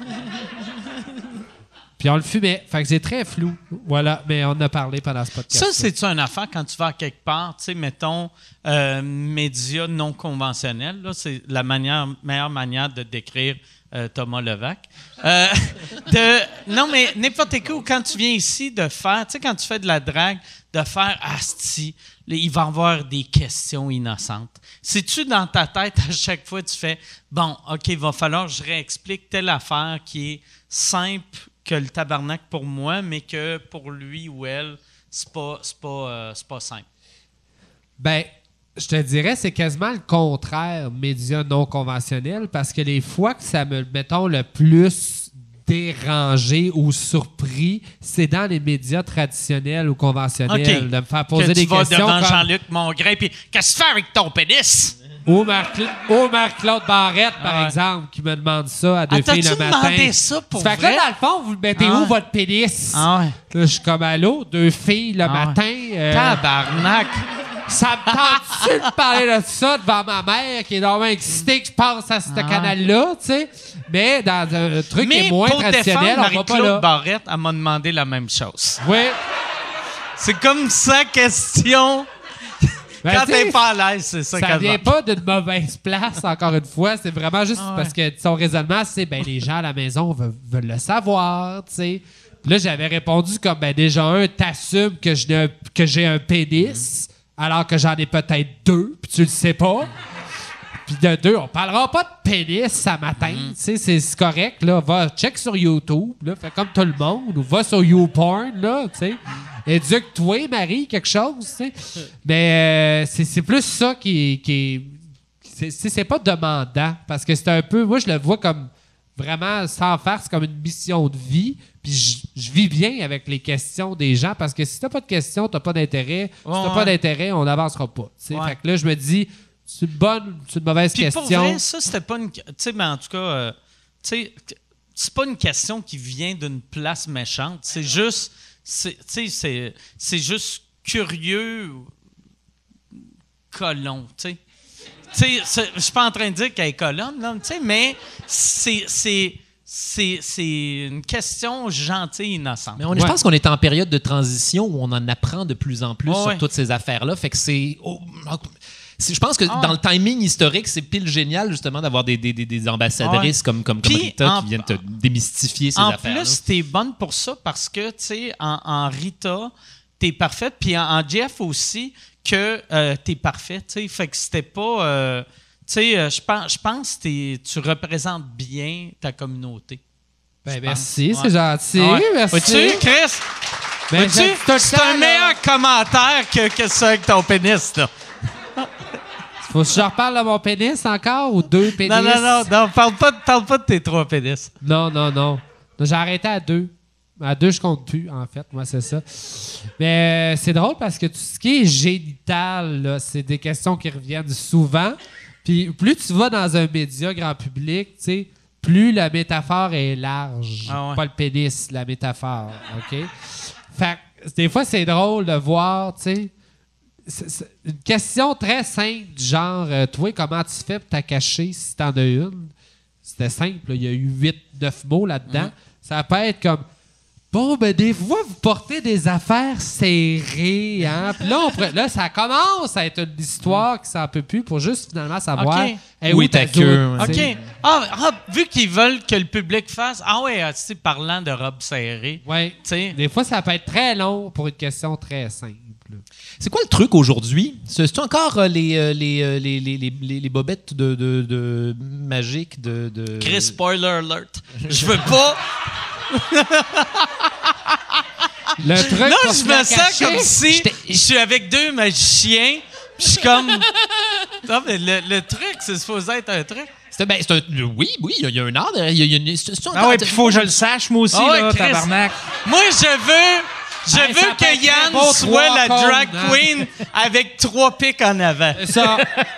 F: Puis on le fumait. Fait que c'est très flou. Voilà, mais on en a parlé pendant ce podcast.
D: Ça, c'est-tu une affaire quand tu vas à quelque part, tu sais, mettons, euh, médias non conventionnels, là, c'est la manière, meilleure manière de décrire euh, Thomas Levac. Euh, de, non, mais n'importe quoi, ou quand tu viens ici de faire, tu sais, quand tu fais de la drague, de faire asti, là, il va y avoir des questions innocentes. Si-tu dans ta tête, à chaque fois, tu fais, bon, OK, il va falloir que je réexplique telle affaire qui est simple que le tabarnak pour moi, mais que pour lui ou elle, c'est pas, c'est pas, euh, c'est pas simple.
F: Ben, je te dirais, c'est quasiment le contraire, médias non conventionnels, parce que les fois que ça me, mettons, le plus dérangé ou surpris, c'est dans les médias traditionnels ou conventionnels,
D: OK.
F: de me faire poser
D: que
F: des
D: tu vas
F: questions
D: devant
F: comme
D: Jean-Luc Mongrain, puis qu'est-ce que tu fais avec ton pénis?
F: ou Marc- ou Marc-Claude Barrette, par
D: Ah ouais.
F: exemple, qui me demande ça à deux
D: Ah,
F: filles
D: t'as-tu
F: le matin.
D: demandé ça pour
F: Fait que
D: vrai?
F: là, dans le fond, vous le mettez
D: Ah
F: où,
D: ouais.
F: votre pénis?
D: Ah ouais.
F: Là, je suis comme allô, deux filles le
D: Ah ouais.
F: matin. euh,
D: Tabarnak!
F: Ça me tente-tu de parler de ça devant ma mère qui est normalement excitée que je passe à ce
D: Ah.
F: canal-là, tu sais? Mais dans un truc qui
D: Mais
F: est moins
D: pour
F: traditionnel,
D: défendre
F: on va pas
D: Marie-Claude
F: là.
D: Barrette, elle m'a demandé la même chose.
F: Oui.
D: C'est comme sa question.
F: Ben,
D: Quand
F: tu sais,
D: t'es pas à l'aise, c'est ça,
F: ça
D: qu'elle
F: vient
D: demande.
F: pas d'une mauvaise place, encore une fois. C'est vraiment juste
D: Ah ouais.
F: parce que son raisonnement, c'est ben les gens à la maison veulent, veulent le savoir, tu sais. Puis là, j'avais répondu comme ben déjà un, t'assumes que je n'ai un- que j'ai un pénis, alors que j'en ai peut-être deux, puis tu le sais pas. Puis de deux, on parlera pas de pénis ce matin, tu sais, c'est c'est correct, là. Va, check sur YouTube, là, fais comme tout le monde, ou va sur YouPorn, là, tu sais. Éduque-toi, Marie, quelque chose, tu sais. Mais euh, c'est c'est plus ça qui, qui est... c'est- C'est c'est pas demandant, parce que c'est un peu... Moi, je le vois comme vraiment, sans farce, comme une mission de vie, puis je- je vis bien avec les questions des gens, parce que si t'as pas de questions, t'as pas d'intérêt. Si t'as
D: Ouais,
F: pas
D: ouais.
F: d'intérêt, on n'avancera pas, tu sais.
D: Ouais.
F: Fait que là, je me dis... C'est une bonne, c'est une mauvaise
D: Puis
F: question.
D: pour vrai, ça, c'était pas une... Tu sais, mais en tout cas, euh, tu sais, c'est pas une question qui vient d'une place méchante. C'est juste... c'est- Tu sais, c'est- c'est juste curieux colon, tu sais. Tu sais, c'est- je suis pas en train de dire qu'elle est colonne, là, tu sais, mais c'est... c'est c'est c'est une question gentille, innocente.
G: Mais on, est-
F: Ouais.
G: je pense qu'on est en période de transition où on en apprend de plus en plus
D: Ouais,
G: sur
D: ouais.
G: toutes ces affaires-là. Fait que c'est. oh, c'est- je pense que
D: Ah.
G: dans le timing historique, c'est pile génial justement d'avoir des, des, des, des ambassadrices
D: Ouais.
G: comme, comme, comme
D: Puis,
G: Rita
D: en-
G: qui viennent te démystifier ces
D: En
G: affaires-là.
D: plus, t'es bonne pour ça parce que, tu sais, en, en Rita, t'es parfaite. Puis en, en Jeff aussi, que euh, t'es parfaite, tu sais. Fait que c'était pas... euh, tu sais, euh, je pense, je pense que t'es- tu représentes bien ta communauté.
F: Ben,
D: Je
F: merci,
D: pense.
F: c'est
D: Ouais.
F: gentil.
D: Ouais.
F: Merci.
D: Vois-tu, Chris?
F: Ben,
D: Vois-tu?
F: j'ai dit tout le
D: C'est
F: temps,
D: un
F: là.
D: meilleur commentaire que, que ça avec ton pénis, là.
F: Faut que je reparle de mon pénis encore ou deux pénis?
D: Non, non, non, non, parle pas, de- parle pas de tes trois pénis.
F: Non, non, non. J'ai arrêté à deux. À deux, je compte plus, en fait. Moi, c'est ça. Mais euh, c'est drôle parce que tout ce qui est génital, là, c'est des questions qui reviennent souvent. Puis plus tu vas dans un média grand public, tu sais, plus la métaphore est large.
D: Ah ouais.
F: Pas le pénis, la métaphore. OK? Fait que des fois, c'est drôle de voir, tu sais, c'est- c'est une question très simple, du genre, euh, toi, comment tu fais pour t'as caché si t'en as une? C'était simple, là, il y a eu huit, neuf mots là-dedans.
D: Mm.
F: Ça peut être comme, Bon, ben des fois, vous portez des affaires serrées, hein? Puis là, on pourrait- là, ça commence à être une histoire qui s'en peut plus pour juste finalement savoir
D: OK.
F: hey,
G: Où est ta queue,
F: zone,
D: OK.
F: tu sais.
D: Ah, Rob, vu qu'ils veulent que le public fasse... Ah ouais, tu sais, parlant de robe serrée,
F: Ouais.
D: tu sais...
F: Des fois, ça peut être très long pour une question très simple.
G: C'est quoi le truc aujourd'hui? C'est c'est encore euh, les, euh, les, euh, les, les, les, les- les bobettes de, de, de magiques de, de...
D: Chris, spoiler alert. Je veux pas...
F: Le truc
D: Là,
F: pour
D: je
F: se
D: me
F: la
D: sens
F: cacher,
D: comme si
G: J'étais-
D: je suis avec deux magiciens, puis je suis comme... Non, mais le, le truc, c'est supposé être un truc.
G: C'est ben, c'est un, oui, oui, il y, a- il y a un art derrière. Il y a, il y a une, c'est- c'est
C: Ah
G: encore-
C: ouais, puis faut que je le sache, moi aussi,
D: Ah ouais,
C: là,
D: Chris.
C: tabarnak.
D: Moi, je veux... Je
F: Hey, ça
D: veux
F: peut être
D: que
F: très
D: Yann
F: beau,
D: soit
F: trois
D: la
F: cônes,
D: drag
F: hein.
D: queen avec trois pics en avant.
F: C'est ça.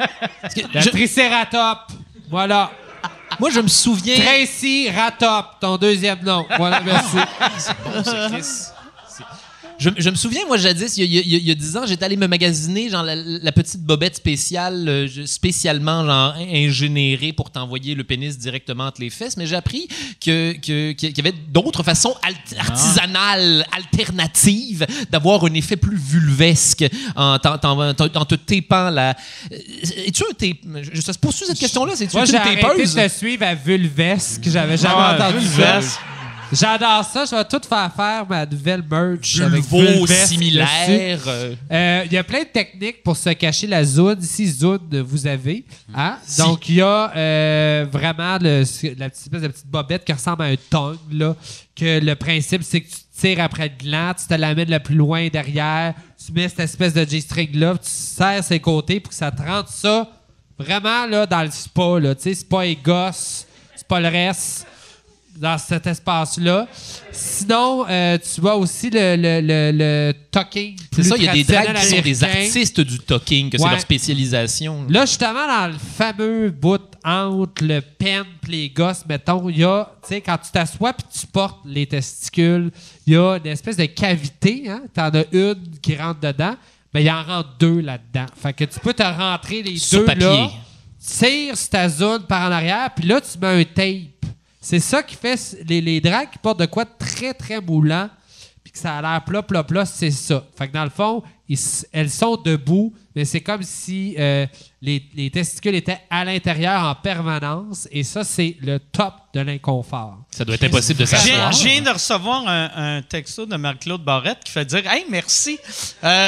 F: Le
G: Je-
F: Tricératops. Voilà.
G: Moi, je me souviens.
F: Tracy Ratop, ton deuxième nom. Voilà, merci.
G: Bon, ça, Chris. C'est- Je, je me souviens, moi, jadis, il y a, il y a- il y a dix ans, j'étais allé me magasiner genre, la, la petite bobette spéciale, euh, je- spécialement genre, ingénérée pour t'envoyer le pénis directement entre les fesses, mais j'ai appris que, que- qu'il y avait d'autres façons alt- artisanales, alternatives, d'avoir un effet plus vulvesque en, t'en- t'en- t'en- en te tapant la... Euh, Es-tu un tape... Je sais pas cette question-là, c'est-tu
F: Moi,
G: une
F: j'ai arrêté
G: tapeuse?
F: de te suivre à Vulvesque. J'avais jamais
D: Ah,
F: entendu
D: Vulvesque.
F: ça. J'adore ça. Je vais tout faire faire ma nouvelle merch avec
G: Vulvo
F: Vulvesque dessus.
G: similaire. euh,
F: Euh, Il y a plein de techniques pour se cacher la zone. Ici, zone, vous avez. Hein? Donc, il y a euh, vraiment le, la petite espèce de petite bobette qui ressemble à un tongue. Là, que le principe, c'est que tu tires après le gland, tu te l'amènes le plus loin derrière, tu mets cette espèce de G-string-là, puis tu serres ses côtés pour que ça te rentre ça vraiment là, dans le spa. Là. Tu sais, c'est pas les gosses, c'est pas le reste dans cet espace-là. Sinon, euh, tu vois aussi le, le, le, le talking.
G: C'est
F: plus
G: ça, il y a des drags qui sont des
F: traditionnel
G: artistes du talking, que c'est
F: Ouais.
G: leur spécialisation.
F: Là, justement, dans le fameux bout entre le pen et les gosses, mettons, il y a, tu sais, quand tu t'assois puis tu portes les testicules, il y a une espèce de cavité, hein? T'en as une qui rentre dedans, mais il en rentre deux là-dedans. Fait que tu peux te rentrer les
G: Sur
F: deux
G: papier.
F: là, tire sur ta zone par en arrière, puis là, tu mets un tape. C'est ça qui fait les, les drags qui portent de quoi de très, très moulant, puis que ça a l'air plat, plat, plat, c'est ça. Fait que dans le fond, ils s- elles sont debout, mais c'est comme si euh, les, les testicules étaient à l'intérieur en permanence, et ça, c'est le top de l'inconfort.
G: Ça doit être impossible de
D: Je viens,
G: s'asseoir.
D: je viens de recevoir un, un texto de Marc-Claude Barrette qui fait dire « Hey, merci! Euh,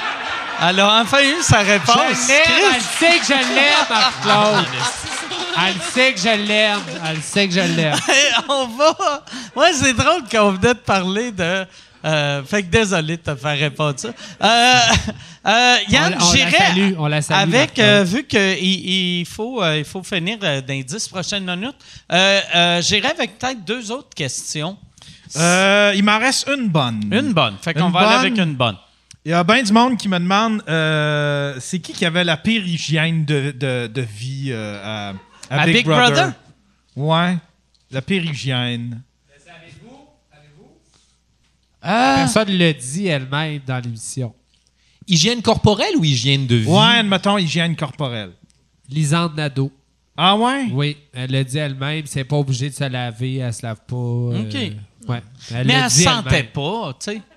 D: elle a enfin eu sa réponse.
F: Je l'aime, elle
D: Chris,
F: sait que je l'aime, Marc-Claude. Elle sait que je l'aime. Elle sait que je l'aime.
D: on va... Ouais, c'est drôle qu'on venait de parler de... Euh, fait que désolé de te faire répondre ça. Euh, euh, Yann,
F: On- on la
D: j'irais
F: salue, on la salue,
D: avec,
F: Marc-Claude.
D: euh, vu qu'il il faut, euh, il faut finir euh, dans les dix prochaines minutes, euh, euh, j'irais avec peut-être deux autres questions.
C: Euh, il m'en reste une bonne.
D: Une bonne. Fait qu'on
C: Une
D: va aller
C: bonne.
D: avec une bonne.
C: Il y a bien du monde qui me demande euh, c'est qui qui avait la pire hygiène de, de, de vie euh, à, à
D: À
C: Big,
D: Big
C: Brother.
D: Brother?
C: Ouais, la pire hygiène.
F: Personne ne le dit elle-même dans l'émission.
G: Hygiène corporelle ou hygiène de vie?
C: Ouais, admettons hygiène corporelle.
F: Lisande Nadeau.
C: Ah ouais?
F: Oui, elle l'a dit elle-même. C'est pas obligé de se laver, elle se lave pas. euh,
D: OK.
F: ouais. Elle
D: Mais
F: l'a
D: elle
F: dit
D: sentait
F: elle-même.
D: pas, tu sais.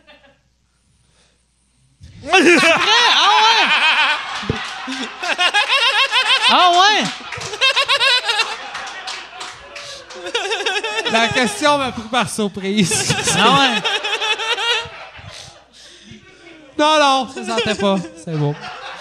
D: Ah ouais?
F: La question m'a pris par surprise.
D: Ah ouais?
F: non, non, ça sentait pas. C'est bon.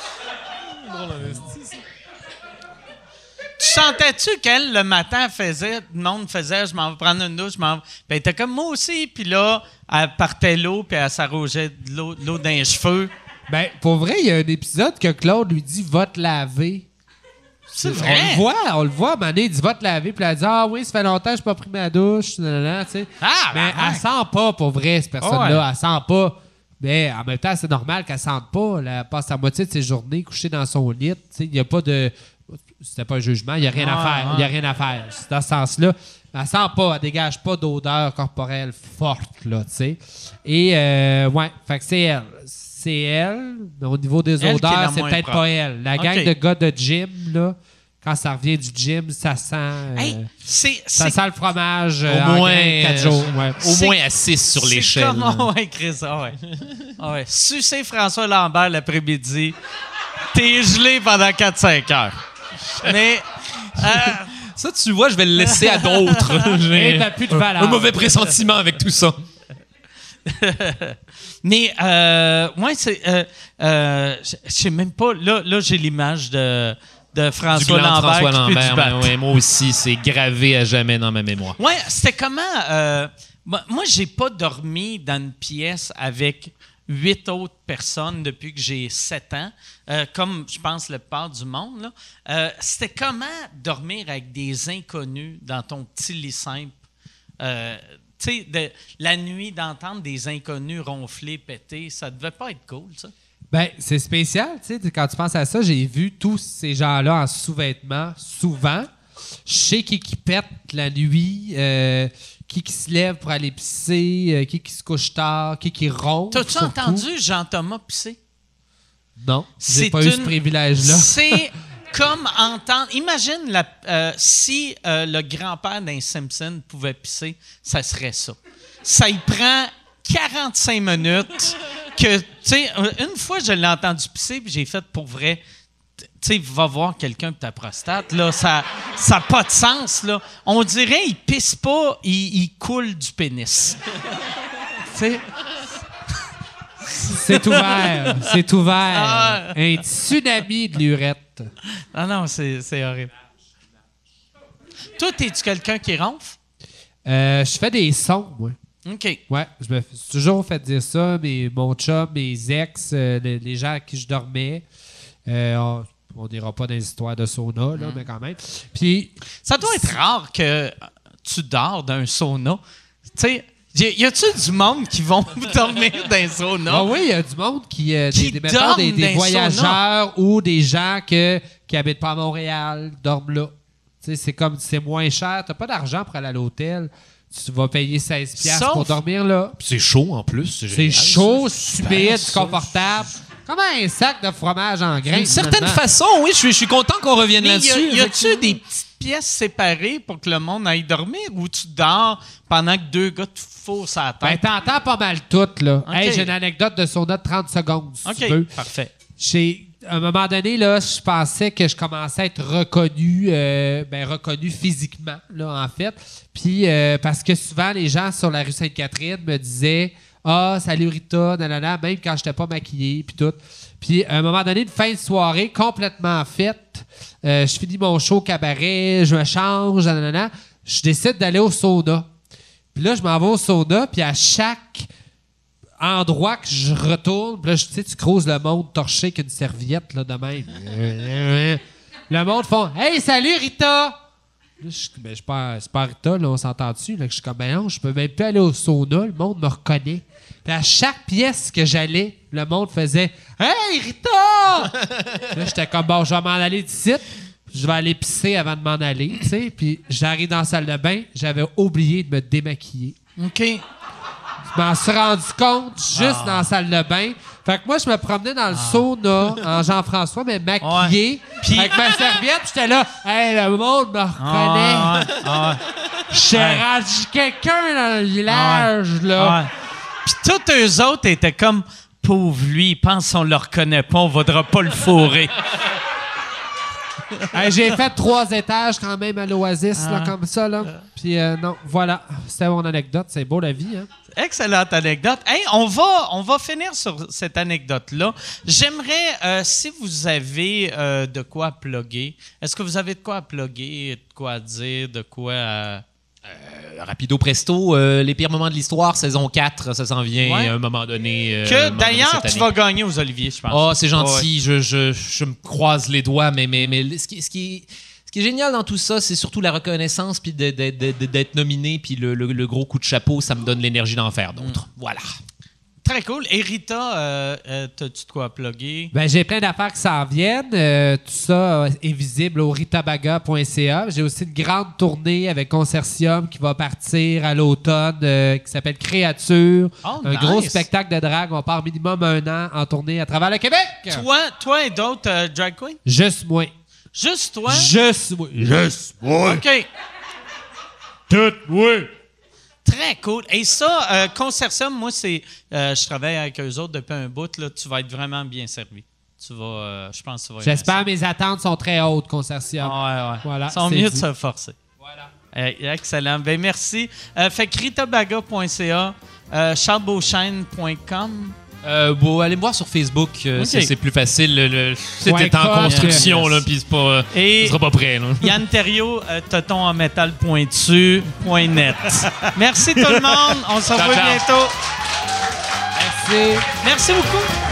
D: Tu sentais-tu qu'elle, le matin, faisait, le monde faisait, je m'en vais prendre une douche, je m'en vais. Puis elle était comme moi aussi, puis là, elle partait l'eau, puis elle s'arrogeait de l'eau, de l'eau dans les cheveux.
F: Ben, pour vrai, il y a un épisode que Claude lui dit « Va te laver ».
D: C'est
F: On
D: vrai?
F: le voit, on le voit. Mané, il dit « Va te laver ». Puis elle dit « Ah oui, ça fait longtemps que je n'ai pas pris ma douche. » nanana, tu sais.
D: Ah,
F: Mais
D: ben,
F: elle
D: ouais.
F: sent pas, pour vrai, cette personne-là.
D: Ouais.
F: Elle sent pas. Mais en même temps, c'est normal qu'elle sente pas. Elle passe la moitié de ses journées couchée dans son lit. Tu sais, il n'y a pas de... C'était pas un jugement. Il n'y a rien à
D: Ouais,
F: faire. Il
D: ouais.
F: n'y a rien à faire. C'est dans ce sens-là. Elle sent pas. Elle dégage pas d'odeur corporelle forte, là, tu sais. Et, euh, ouais, fait que c'est elle. C'est elle. Mais au niveau des
D: Elle qui est la
F: odeurs, c'est
D: moins
F: peut-être
D: propre.
F: pas elle. La
D: OK.
F: gang de gars de gym, là, quand ça revient du gym, ça sent, euh,
D: Hey, c'est,
F: ça
D: c'est,
F: sent le fromage
G: Au
F: euh, en
G: moins,
F: grains, quatre
G: euh,
F: jours. Ouais.
G: Au
D: C'est-
G: moins à six sur
D: c'est
G: l'échelle.
D: comme, ah ouais, Chris, ah ouais. Ah ouais. Sucer François Lambert l'après-midi, t'es gelé pendant quatre cinq heures. Mais, euh,
G: Ça, tu vois, je vais le laisser à d'autres. J'ai
F: Et t'as plus de valeur.
G: un mauvais pressentiment avec tout ça.
D: mais, euh, ouais, c'est, euh, euh, je je sais même pas, là, là j'ai l'image de, de
G: Du
D: François
G: gland de
D: Lambert
G: François
D: qui peut du
G: Lambert.
D: battre.
G: ouais, ouais, moi aussi, c'est gravé à jamais dans ma mémoire.
D: Ouais, c'était comment? euh, moi, moi, j'ai pas dormi dans une pièce avec huit autres personnes depuis que j'ai sept ans, euh, comme je pense le plupart du monde. Là. Euh, c'était comment dormir avec des inconnus dans ton petit lit simple? Euh, tu sais, de- la nuit, d'entendre des inconnus ronfler, péter, ça devait pas être cool, ça?
F: Ben, c'est spécial, tu sais, quand tu penses à ça, j'ai vu tous ces gens-là en sous-vêtements souvent. Je sais qui qui pète la nuit, euh, qui qui se lève pour aller pisser, euh, qui qui se couche tard, qui qui ronfle.
D: T'as-tu
F: surtout.
D: entendu Jean-Thomas pisser?
F: Non,
D: C'est
F: j'ai pas eu ce
D: une-
F: privilège-là.
D: C'est comme entendre. Imagine la- euh, si euh, le grand-père d'un Simpson pouvait pisser, ça serait ça. Ça y prend quarante-cinq minutes que, tu sais, une fois je l'ai entendu pisser, puis j'ai fait pour vrai. Tu sais, va voir quelqu'un pour ta prostate, là, ça n'a pas de sens, là. On dirait il pisse pas, il, il coule du pénis. Tu sais?
F: C'est ouvert, c'est ouvert.
D: Ah.
F: Un tsunami de lurette.
D: Ah non, c'est c'est horrible. Toi, es-tu quelqu'un qui ronfle?
F: Euh, je fais des sons, moi.
D: OK.
F: Ouais, je me suis toujours fait dire ça, mais mon chum, mes ex, euh, les, les gens à qui je dormais. Euh, on- on n'ira pas dans les histoires de sauna, là, mais quand même. Puis,
D: Ça doit être rare que tu dors d'un sauna. Tu sais, y y a-tu du monde qui vont dormir dans un sauna?
F: ah oui, il y a du monde qui, euh,
D: Qui
F: des, des, mettons,
D: dorment
F: des, des
D: dans les
F: voyageurs ou des gens que, qui habitent pas à Montréal, dorment là. Tu sais, c'est comme, c'est moins cher. T'as pas d'argent pour aller à l'hôtel. Tu vas payer seize piastres
D: Sauf-
F: pour dormir là.
G: C'est chaud en plus.
F: C'est
G: génial,
F: chaud,
G: ça.
F: humide,
G: ça.
F: confortable. Comme un sac de fromage en grains.
G: D'une certaine
F: finalement.
G: façon, oui, je suis, je suis content qu'on revienne
D: Mais y a-
G: là-dessus.
D: y a-tu des petites pièces séparées pour que le monde aille dormir ou tu dors pendant que deux gars te faussent à la
F: Ben,
D: tête?
F: t'entends pas mal tout, là.
D: Ok.
F: Hey, j'ai une anecdote de sauna de trente secondes, si tu
D: OK,
F: veux.
D: parfait.
F: J'ai- à un moment donné, là, je pensais que je commençais à être reconnu, euh, ben, reconnu physiquement, là, en fait. Puis, euh, parce que souvent, les gens sur la rue Sainte-Catherine me disaient « Ah, salut Rita, nanana », même quand j'étais pas maquillé, puis tout. Puis, à un moment donné, une fin de soirée complètement faite, euh, je finis mon show cabaret, je me change, nanana, je décide d'aller au sauna. Puis là, je m'en vais au sauna, puis à chaque endroit que je retourne, puis là, je- tu sais, tu creuses le monde torché avec une serviette, là, de même. Le monde font « Hey, salut Rita! » Là, je suis ben, je suis pas, c'est pas Rita, là, on s'entend dessus. Là, que je suis comme, ben non, je peux même plus aller au sauna, le monde me reconnaît. Puis à chaque pièce que j'allais, le monde faisait « Hey, Rita! » Là, j'étais comme, bon, je vais m'en aller d'ici, je vais aller pisser avant de m'en aller, tu sais. Puis j'arrive dans la salle de bain, j'avais oublié de me démaquiller.
D: OK.
F: Je m'en suis rendu compte juste dans la salle de bain. Fait que moi, je me promenais dans le sauna en Jean-François, mais maquillé,
D: Puis-
F: avec ma serviette, puis j'étais là, « Hey, le monde me reconnaît!
D: Ah, ouais, ah, ouais.
F: J'ai rendu quelqu'un dans le village, là!
D: Ouais. Puis tous eux autres étaient comme « Pauvre lui, il pense qu'on le reconnaît pas, on ne voudra pas le fourrer. »
F: Hey, j'ai fait trois étages quand même à l'Oasis, là, comme ça, là. Puis euh, non, voilà, c'était mon anecdote. C'est beau, la vie, hein?
D: Excellente anecdote. Hey, on va, on va finir sur cette anecdote-là. J'aimerais, euh, si vous avez euh, de quoi à plugger, est-ce que vous avez de quoi à plugger, de quoi à dire, de quoi à...
G: Euh, rapido presto, euh, les pires moments de l'histoire, saison quatre, ça s'en vient
D: Ouais.
G: à un moment donné. euh, à un
D: Que
G: moment donné
D: d'ailleurs,
G: cette
D: tu
G: année.
D: vas gagner aux Olivier, je pense.
G: Oh, c'est
D: Ouais.
G: gentil. Je, je, je me croise les doigts, mais, mais, mais ce, qui, ce, qui, ce qui est génial dans tout ça, c'est surtout la reconnaissance, puis de- de- de- de- d'être nominé, puis le, le- le gros coup de chapeau, ça me donne l'énergie d'en faire d'autres. Voilà.
D: Très cool. Et Rita, euh, euh, t'as-tu de quoi à plugger?
F: Ben, j'ai plein d'affaires qui s'en viennent. Euh, tout ça euh, est visible au ritabaga point c a. J'ai aussi une grande tournée avec Consortium qui va partir à l'automne, euh, qui s'appelle Créature.
D: Oh,
F: un
D: nice.
F: gros spectacle de drague. On part minimum un an en tournée à travers le Québec.
D: Toi, toi et d'autres euh, drag queens?
F: Juste moi.
D: Juste toi?
F: Juste, oui. Juste, oui.
D: OK.
F: Tout, oui.
D: Très cool. Et ça, euh, Consortium, moi, c'est, euh, je travaille avec eux autres depuis un bout. Là, tu vas être vraiment bien servi. Tu vas, euh, je pense que tu vas.
F: J'espère que mes attentes sont très hautes, Consortium.
D: Ah, ouais, ouais.
F: Voilà,
D: Ils sont
F: c'est
D: mieux
F: dit.
D: de se forcer.
F: Voilà.
D: Euh, excellent. Ben merci. Euh, fait que ritabaga point c a, euh, charles beauchesne point com.
G: Euh, bon, allez me voir sur Facebook, euh,
D: Ok.
G: c'est, c'est plus facile. Le, le site
F: Ouais,
G: est en
F: com,
G: construction,
D: yes.
G: là, puis c'est pas, euh,
D: Et-
G: il sera pas prêt. Là.
D: Yann Terriot, euh, toton en métal pointu point net. Merci tout le monde. On se revoit
G: ciao.
D: bientôt.
F: Merci.
D: Merci beaucoup.